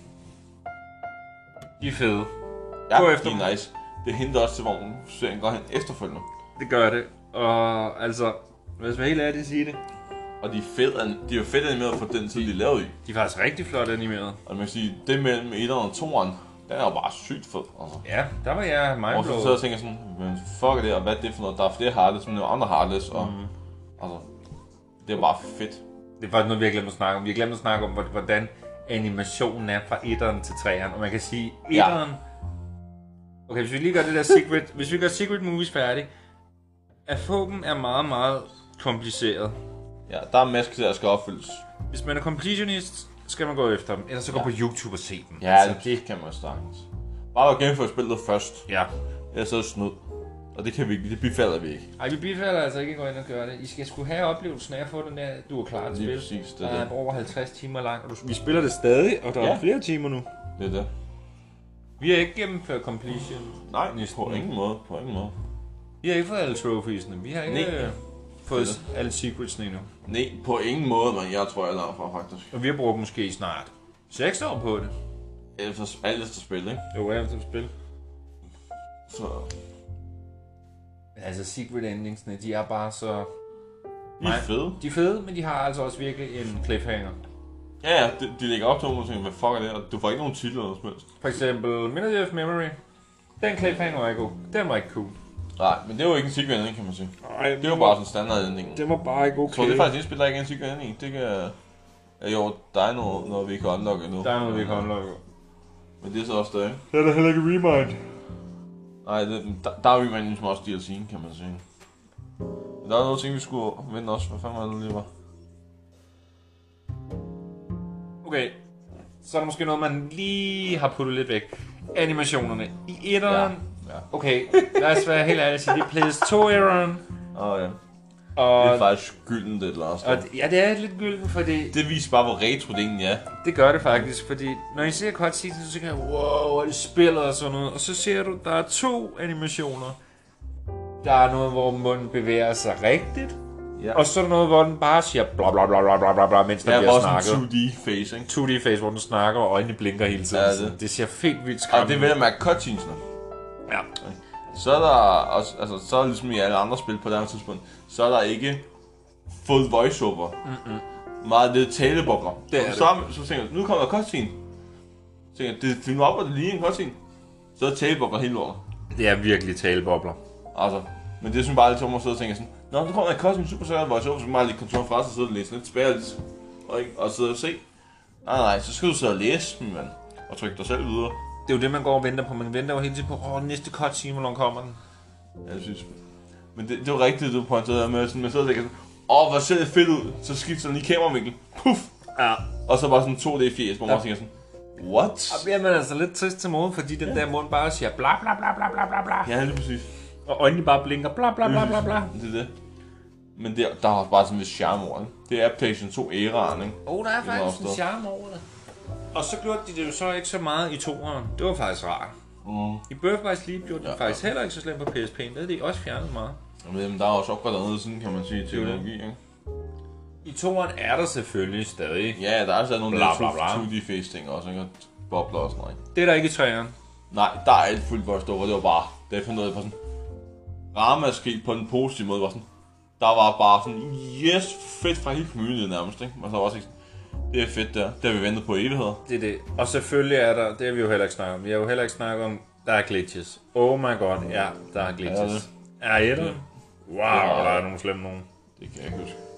Speaker 1: de er fede.
Speaker 2: Ja, gå efter de er nice. Det henter også til, hvor serien går hen efterfølgende.
Speaker 1: Det gør det, og altså, hvis man helt ærligt at sige det.
Speaker 2: Og de er, fed, de er jo fedt animeret for den tid, de, de lavede i.
Speaker 1: De er faktisk rigtig flot animeret.
Speaker 2: Og man kan sige, det mellem etteren og toeren, den er jo bare sygt fed. Altså.
Speaker 1: Ja, der var jeg mindblown.
Speaker 2: Og så sidder jeg og tænker sådan, men fuck er det, og hvad er det for noget? Der er flere Heartless, men nogle andre Heartless, og mm. altså, det er bare fedt.
Speaker 1: Det er faktisk noget, vi har glemt at snakke om. Vi har glemt at snakke om, hvordan animationen er fra etteren til treeren. Og man kan sige, etteren... Ja. Okay, hvis vi lige gør det der Secret... hvis vi gør Secret Movies færdig, at få dem er meget, meget kompliceret.
Speaker 2: Ja, der er en masse, der skal opfyldes.
Speaker 1: Hvis man er completionist, skal man gå efter dem. Ellers så gå ja. på YouTube og se dem.
Speaker 2: Ja, altså, det kan man sagtens. Bare at gennemføre spillet først.
Speaker 1: Ja.
Speaker 2: Ellers så er det snud. Og det kan vi ikke, det bifalder vi ikke.
Speaker 1: Nej, vi bifalder altså ikke at gå ind og gøre det. I skal sgu have oplevelsen af at få den der, du er klar til spil.
Speaker 2: Præcis, det
Speaker 1: er,
Speaker 2: er
Speaker 1: er over halvtreds timer lang. Vi spiller det stadig, og der ja. er flere timer nu.
Speaker 2: Det er det.
Speaker 1: Vi har ikke gennemført completion.
Speaker 2: Nej, på ingen måde. På ingen måde.
Speaker 1: Vi har ikke fået alle trophiesne. Vi har ikke Nej. fået alle secretsne endnu.
Speaker 2: Nej, på ingen måde, men jeg tror, jeg er for faktisk.
Speaker 1: Og vi har brugt måske snart seks år på det.
Speaker 2: Efter alt efter spil, ikke?
Speaker 1: Jo, efter spil.
Speaker 2: Så...
Speaker 1: Altså, secret endingsne, de er bare så...
Speaker 2: De er fede.
Speaker 1: De er fede, men de har altså også virkelig en cliffhanger.
Speaker 2: Ja, ja, de, de lægger op til nogle ting, hvad fuck er det, og du får ikke nogen titler eller noget.
Speaker 1: For eksempel, Melody of Memory. Den cliffhanger var ikke god. Den var ikke cool.
Speaker 2: Nej, men det var ikke en secret ending, kan man sige.
Speaker 1: Ej,
Speaker 2: det var bare sådan en standard ending.
Speaker 1: Det var bare ikke okay.
Speaker 2: Så det er faktisk et spil, der ikke er en secret ending. Det kan... Ja, jo, der er noget, noget vi kan unlocke endnu.
Speaker 1: Der er noget, vi kan unlocke.
Speaker 2: Men det er så også det, ikke?
Speaker 1: Det er da heller ikke remind.
Speaker 2: Nej, det, der, der er remind ligesom også D L C'en, kan man sige. Der er noget ting, vi skulle vente også. Hvad fanden var det lige var?
Speaker 1: Okay, så er der måske noget, man lige har puttet lidt væk. Animationerne. I etteren... Ja. Ja. Okay, lad os være helt ærlig at sige, det er P S to-etteren.
Speaker 2: Åh oh, ja.
Speaker 1: Og,
Speaker 2: det er faktisk gylden, det last
Speaker 1: og, Ja, det er lidt gylden, fordi...
Speaker 2: Det viser bare, hvor retro det egentlig er.
Speaker 1: Det gør det faktisk, fordi når I ser cutscenes, så tænker jeg, wow, er det spillet og sådan noget. Og så ser du, der er to animationer. Der er noget, hvor munden bevæger sig rigtigt. Ja. Og så er der noget, hvor den bare siger bla bla bla bla bla bla bla, mens der
Speaker 2: ja,
Speaker 1: bliver snakket.
Speaker 2: Ja, to D-face, ikke?
Speaker 1: to D-face, hvor den snakker, og øjnene blinker hele tiden. Ja, det. det ser fedt vildt skræmmende.
Speaker 2: Og det vil jeg mærke cutscenesene.
Speaker 1: Ja.
Speaker 2: Så er der også, altså så er ligesom i alle andre spil på det her tidspunkt, så er der ikke full voiceover. Mm-mm. Meget lidt talebobler. Det er så, det. Så tænker jeg, nu kommer der cutscene. Så tænker jeg, det filmer op, og det lige en cutscene. Så er talebobler hele lortet.
Speaker 1: Det er virkelig talebobler.
Speaker 2: Altså, men det synes bare lidt som at sidde og tænke sådan, nå, nu kommer der en cutscene, super svært voiceover, så kan man bare lige kontrol fra sig og sidde og læse lidt, spære lidt, og, ikke, og sidde og se. Nej, nej, så skal du sidde og læse, men, og trykke dig selv videre.
Speaker 1: Det er jo det, man går og venter på. Man venter jo hele tiden på, åh, næste cutscene, hvornår kommer den?
Speaker 2: Ja, det synes jeg. Men det, det er jo rigtigt, du pointerede med, sådan, man sidder og tænker sådan, åh, hvor ser det fedt ud, så skifter den lige kameravinkel. Puff!
Speaker 1: Ja.
Speaker 2: Og så bare sådan to D-firs, hvor man ja. tænker sådan, what?
Speaker 1: Og bliver man altså lidt trist til mode, fordi den ja. der mund bare siger bla bla bla bla bla bla bla.
Speaker 2: Ja, det er præcis.
Speaker 1: Og øjnene bare blinker bla bla bla bla bla.
Speaker 2: Det er det. Men det, der er bare sådan en vis charme over det. Det er PlayStation to-æraen, ikke?
Speaker 1: Åh, oh, der er faktisk en charme over det. Og så gjorde de det jo så ikke så meget i toeren. Det var faktisk rart. Mm. I Birth by Sleep gjorde de ja, faktisk ja. heller ikke så slemt på P S P'en. Det er de også fjernet meget.
Speaker 2: Jamen, der er også opgraderet sådan, kan man sige, teknologi, ikke?
Speaker 1: I toeren er der selvfølgelig stadig.
Speaker 2: Ja, der er altså nogle bla, bla, bla. to D-face ting også, ikke? Bobler og sådan noget.
Speaker 1: Det er der ikke i treeren.
Speaker 2: Nej, der er alt fuldt voice-over. Det var bare, det er fundet ud af på sådan ramaskrig på den positive måde. Var sådan, der var bare sådan, yes, fedt fra hele community nærmest, ikke? Og så var også ikke det er fedt der. Det har vi ventet på evigheder. Det er det.
Speaker 1: Og selvfølgelig er der, det har vi jo heller ikke snakket om. Vi har jo heller ikke snakket om, der er glitches. Oh my god, ja, der er glitches. Er det? Er det? Wow, ja, der er nogle slemme nogen.
Speaker 2: Det kan jeg ikke huske.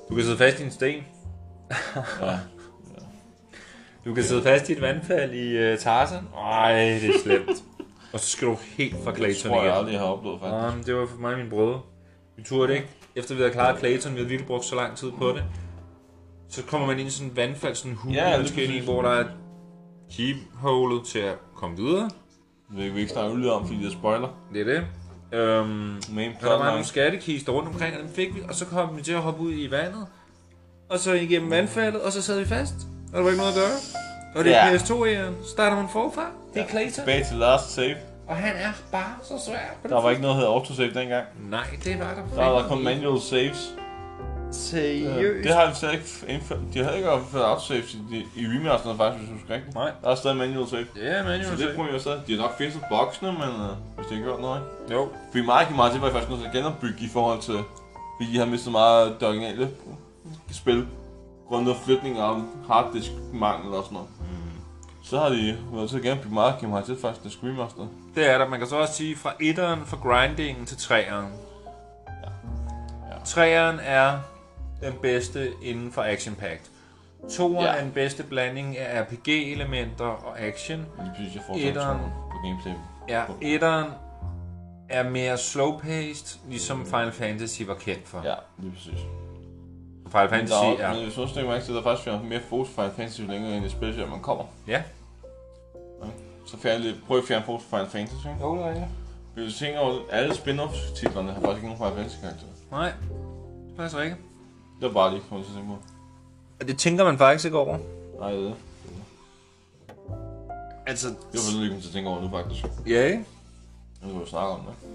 Speaker 1: Du kan sidde fast i en sten.
Speaker 2: Ja.
Speaker 1: Du kan sidde fast i et vandfald i uh, Tarzan. Ej, det er slemt. Og så skal du helt fra Clayton igen.
Speaker 2: Det tror jeg aldrig, jeg har oplevet, faktisk.
Speaker 1: Um, det var for mig og mine brødre. Vi turde det ikke. Efter vi havde klaret Clayton, vi havde virkelig brugt så lang tid på det. Så kommer man ind i sådan en vandfald, sådan en hule,
Speaker 2: ja,
Speaker 1: i, hvor der er keep-holet til at komme videre.
Speaker 2: Det vil vi ikke snakke ud om, fordi det er spoiler.
Speaker 1: Det er det. Øhm,
Speaker 2: Men
Speaker 1: der var nogle skattekister rundt omkring, og dem fik vi, og så kom vi til at hoppe ud i vandet. Og så igennem vandfaldet, og så sad vi fast. Og der var ikke noget at gøre. Og det er
Speaker 2: ja.
Speaker 1: P S to-æren. Så starter man forfra. Det er Clayton.
Speaker 2: Tilbage til last save.
Speaker 1: Og han er bare så svær.
Speaker 2: Der var ikke noget, der hed autosave dengang.
Speaker 1: Nej, det var der.
Speaker 2: Der var der kun manual saves.
Speaker 1: Seriøst?
Speaker 2: Det har de stadig ikke indført. De havde ikke indført autosaves i, i remasteren faktisk, hvis du husker rigtigt.
Speaker 1: Nej.
Speaker 2: Der er stadig manual save.
Speaker 1: Ja, manual save.
Speaker 2: Så det prøver jeg stadig. De har nok fikset boksene, men uh, hvis de har gjort noget, ikke?
Speaker 1: Jo.
Speaker 2: Fordi meget meget, det var faktisk noget til at genopbygge i forhold til, fordi de har mistet meget af det originale spil. Grundet af flytning af harddisk mangel og sådan noget. Mm. Så har de været til at genopbygge meget af Kingdom Hearts et faktisk, det er remaster.
Speaker 1: Det er der. Man kan så også sige fra etteren for grindingen til treeren.
Speaker 2: Ja. Ja.
Speaker 1: treeren er den bedste inden for action-packed. Toeren
Speaker 2: Ja.
Speaker 1: er den bedste blanding af R P G-elementer og action.
Speaker 2: Det synes jeg får
Speaker 1: Etteren.
Speaker 2: på gameplay.
Speaker 1: Ja, etteren er mere slow-paced, ligesom Final Fantasy var kendt for.
Speaker 2: Ja, lige præcis.
Speaker 1: Final Fantasy
Speaker 2: men der er,
Speaker 1: er...
Speaker 2: men jeg synes ikke, at der faktisk er mere fokus på Final Fantasy, jo længere ind i spillet, man kommer.
Speaker 1: Ja.
Speaker 2: Ja. Så fjerne, prøv at fjerne fokus på Final Fantasy, ikke?
Speaker 1: Jo, det er ja.
Speaker 2: Hvis du tænker over, alle spin-off-titlerne har faktisk ikke nogen Final Fantasy-karakter.
Speaker 1: Nej, det er faktisk ikke.
Speaker 2: Det var bare lige, kommer jeg til at tænke på.
Speaker 1: Og det tænker man faktisk ikke over.
Speaker 2: Nej, det er det.
Speaker 1: Altså...
Speaker 2: Det var fordi, du ikke til at tænke over nu, faktisk.
Speaker 1: Ja, ikke?
Speaker 2: Nu kan vi jo snakke om det.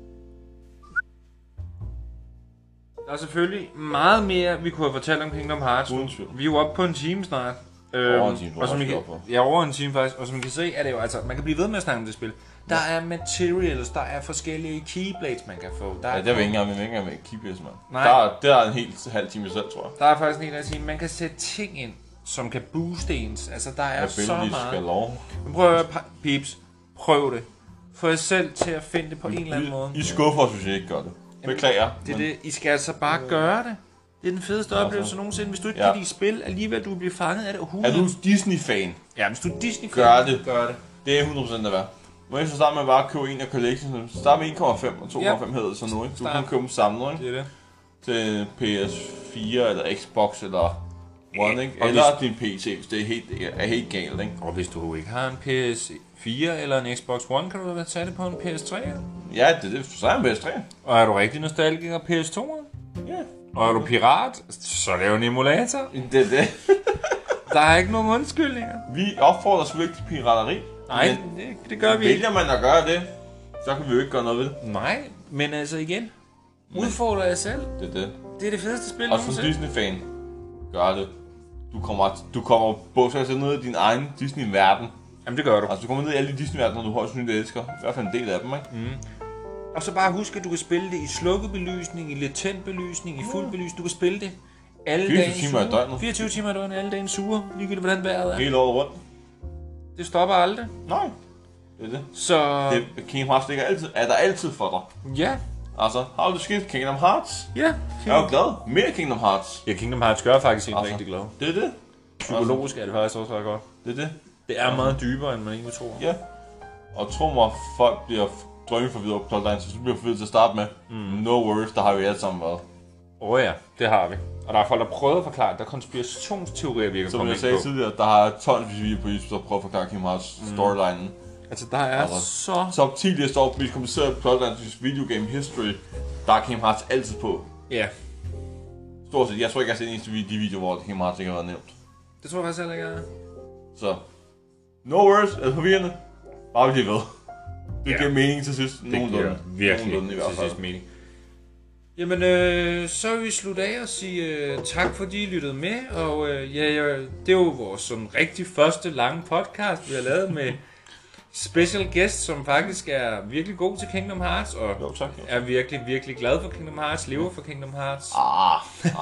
Speaker 1: Der er selvfølgelig meget mere, vi kunne have fortalt om Kingdom Hearts.
Speaker 2: Uden tvivl.
Speaker 1: Vi er jo oppe på en time snart.
Speaker 2: Over en time, du
Speaker 1: og som
Speaker 2: er
Speaker 1: I kan,
Speaker 2: også oppe på.
Speaker 1: ja, over en time faktisk. Og som I kan se, er det jo altså, man kan blive ved med at snakke om det spil. Der er materials, der er forskellige keyblades, man kan få. Der er
Speaker 2: Ja, det er vi ikke engang med, ikke engang med Keepers, mand.
Speaker 1: Nej.
Speaker 2: Der, er- der er en helt halv time selv, tror jeg.
Speaker 1: Der er faktisk en hel del, man kan sætte ting ind, som kan booste ens. Altså, der er
Speaker 2: Jeg
Speaker 1: så
Speaker 2: billedligt
Speaker 1: meget.
Speaker 2: skal lov.
Speaker 1: Men prøv at høre, pa- peeps. Prøv det. Få jer selv til at finde det på en eller anden måde.
Speaker 2: I skuffer os, hvis I ikke gør det. Beklager.
Speaker 1: Det er
Speaker 2: men-
Speaker 1: det. I skal altså bare gøre det. Det er den fedeste
Speaker 2: Altså.
Speaker 1: oplevelse nogensinde. Hvis du ikke
Speaker 2: Ja.
Speaker 1: kan lide spil, alligevel du vil blive fanget af det. hundrede
Speaker 2: Er du Disney-fan?
Speaker 1: Ja, hvis du er Disney-fan,
Speaker 2: Gør det.
Speaker 1: gør det.
Speaker 2: Det er hundrede procent at være. Må jeg så starte med at bare købe en af collections? Start med en komma fem og to komma fem
Speaker 1: Ja.
Speaker 2: hedder det så nu, ikke? Du
Speaker 1: Start.
Speaker 2: kan købe dem samlet, ikke?
Speaker 1: Det er det.
Speaker 2: Til P S fire eller Xbox eller One, ikke?
Speaker 1: Og
Speaker 2: Eller
Speaker 1: hvis-
Speaker 2: din P C, hvis det er helt, er helt galt, ikke?
Speaker 1: Og hvis du ikke har en P S fire eller en Xbox One, kan du da tage det på en P S tre.
Speaker 2: Ja, det er det. Så er en P S tre.
Speaker 1: Og er du rigtig nostalgiker P S to?
Speaker 2: Ja.
Speaker 1: Og er du pirat, så lav en emulator.
Speaker 2: Det er det.
Speaker 1: Der er ikke nogen undskyldninger.
Speaker 2: Vi opfordrer selvfølgelig til pirateri.
Speaker 1: Nej,
Speaker 2: Men
Speaker 1: det, det gør vi ikke.
Speaker 2: vælger man at gøre det, så kan vi jo ikke gøre noget ved.
Speaker 1: Nej, men altså igen, udfordre jer selv.
Speaker 2: Det er det.
Speaker 1: Det er det fedeste spil
Speaker 2: Og som
Speaker 1: nogensinde.
Speaker 2: Disney-fan, gør det. Du kommer, du kommer bogstaveligt ned i din egen Disney-verden.
Speaker 1: Jamen det gør du.
Speaker 2: Altså, du kommer ned i alle de Disney-verdener, du højst synes, du elsker. I hvert fald en del af dem, ikke? Mm.
Speaker 1: Og så bare husk, at du kan spille det i slukket belysning, i latent belysning, i fuld belysning. Du kan spille det alle
Speaker 2: fireogtyve
Speaker 1: dagens
Speaker 2: timer i
Speaker 1: uge.
Speaker 2: døgnet.
Speaker 1: fireogtyve timer i døgnet, alle dagens uger. Ligegyldigt hvordan vejret er.
Speaker 2: Hele året rundt.
Speaker 1: Det stopper aldrig.
Speaker 2: Nej. Det er det.
Speaker 1: Så
Speaker 2: det Kingdom Hearts ligger altid, er der altid for dig.
Speaker 1: ja,
Speaker 2: Altså, har du skidt Kingdom Hearts?
Speaker 1: ja.
Speaker 2: Jeg er jo glad. Mere Kingdom Hearts.
Speaker 1: Ja, Kingdom Hearts gør faktisk en
Speaker 2: Altså.
Speaker 1: rigtig glad.
Speaker 2: Det er det.
Speaker 1: Psykologisk er det faktisk også ret godt.
Speaker 2: Det er det.
Speaker 1: Det er meget dybere, end man egentlig tror.
Speaker 2: Ja. Og tro mig, folk bliver drømmeforvirret på plotlines, så du bliver forvirret til at starte med. Mm. No worries, der har vi alle sammen været.
Speaker 1: Åh oh ja, det har vi. Og der er folk, der prøver at forklare det. Der er konspirationsteorier, vi kan
Speaker 2: Som
Speaker 1: komme
Speaker 2: jeg
Speaker 1: ind
Speaker 2: sagde
Speaker 1: på.
Speaker 2: tidligere, der har tonsvis af videoer på YouTube, der prøver at forklare Kingdom Hearts mm. storylinen.
Speaker 1: Altså, der er
Speaker 2: Altså,
Speaker 1: så...
Speaker 2: Top ti lister over mest komplicerede plotlines i videogame history, der er Kingdom Hearts altid på.
Speaker 1: Ja,
Speaker 2: Stort set, jeg tror ikke, jeg har set en eneste video, de videoer, hvor Kingdom Hearts ikke har været nævnt.
Speaker 1: det tror jeg faktisk heller ikke, jeg er.
Speaker 2: Så, no worries, er det forvirrende? Bare vi ved. Det
Speaker 1: Ja.
Speaker 2: giver mening til sidst.
Speaker 1: Det giver virkelig
Speaker 2: Nogenlunde i hvert
Speaker 1: til
Speaker 2: fald.
Speaker 1: sidst mening. Jamen, øh, så vil vi slutte af og sige øh, tak, fordi I lyttede med. Og øh, ja, ja, det er jo vores sådan rigtig første lange podcast, vi har lavet med special guest, som faktisk er virkelig god til Kingdom Hearts. Og
Speaker 2: Jo, tak. Jo.
Speaker 1: er virkelig, virkelig glad for Kingdom Hearts, lever for Kingdom Hearts.
Speaker 2: Ah,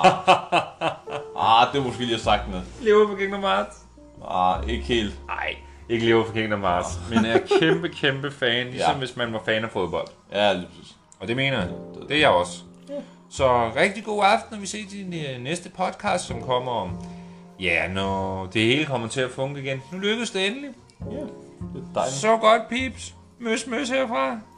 Speaker 2: ah. ah, det er måske lige at sagt med.
Speaker 1: Lever for Kingdom Hearts?
Speaker 2: Ah, ikke helt.
Speaker 1: Nej, ikke lever for Kingdom Hearts, men er kæmpe, kæmpe fan, ligesom
Speaker 2: Ja.
Speaker 1: hvis man var fan af fodbold.
Speaker 2: Ja, lige præcis.
Speaker 1: Og det mener jeg. Det er jeg også. Så rigtig god aften, og vi ses i den næste podcast, som kommer om, ja, når det hele kommer til at funke igen. Nu lykkedes det endelig.
Speaker 2: Ja, det er dejligt.
Speaker 1: Så godt, pips. Møs, møs herfra.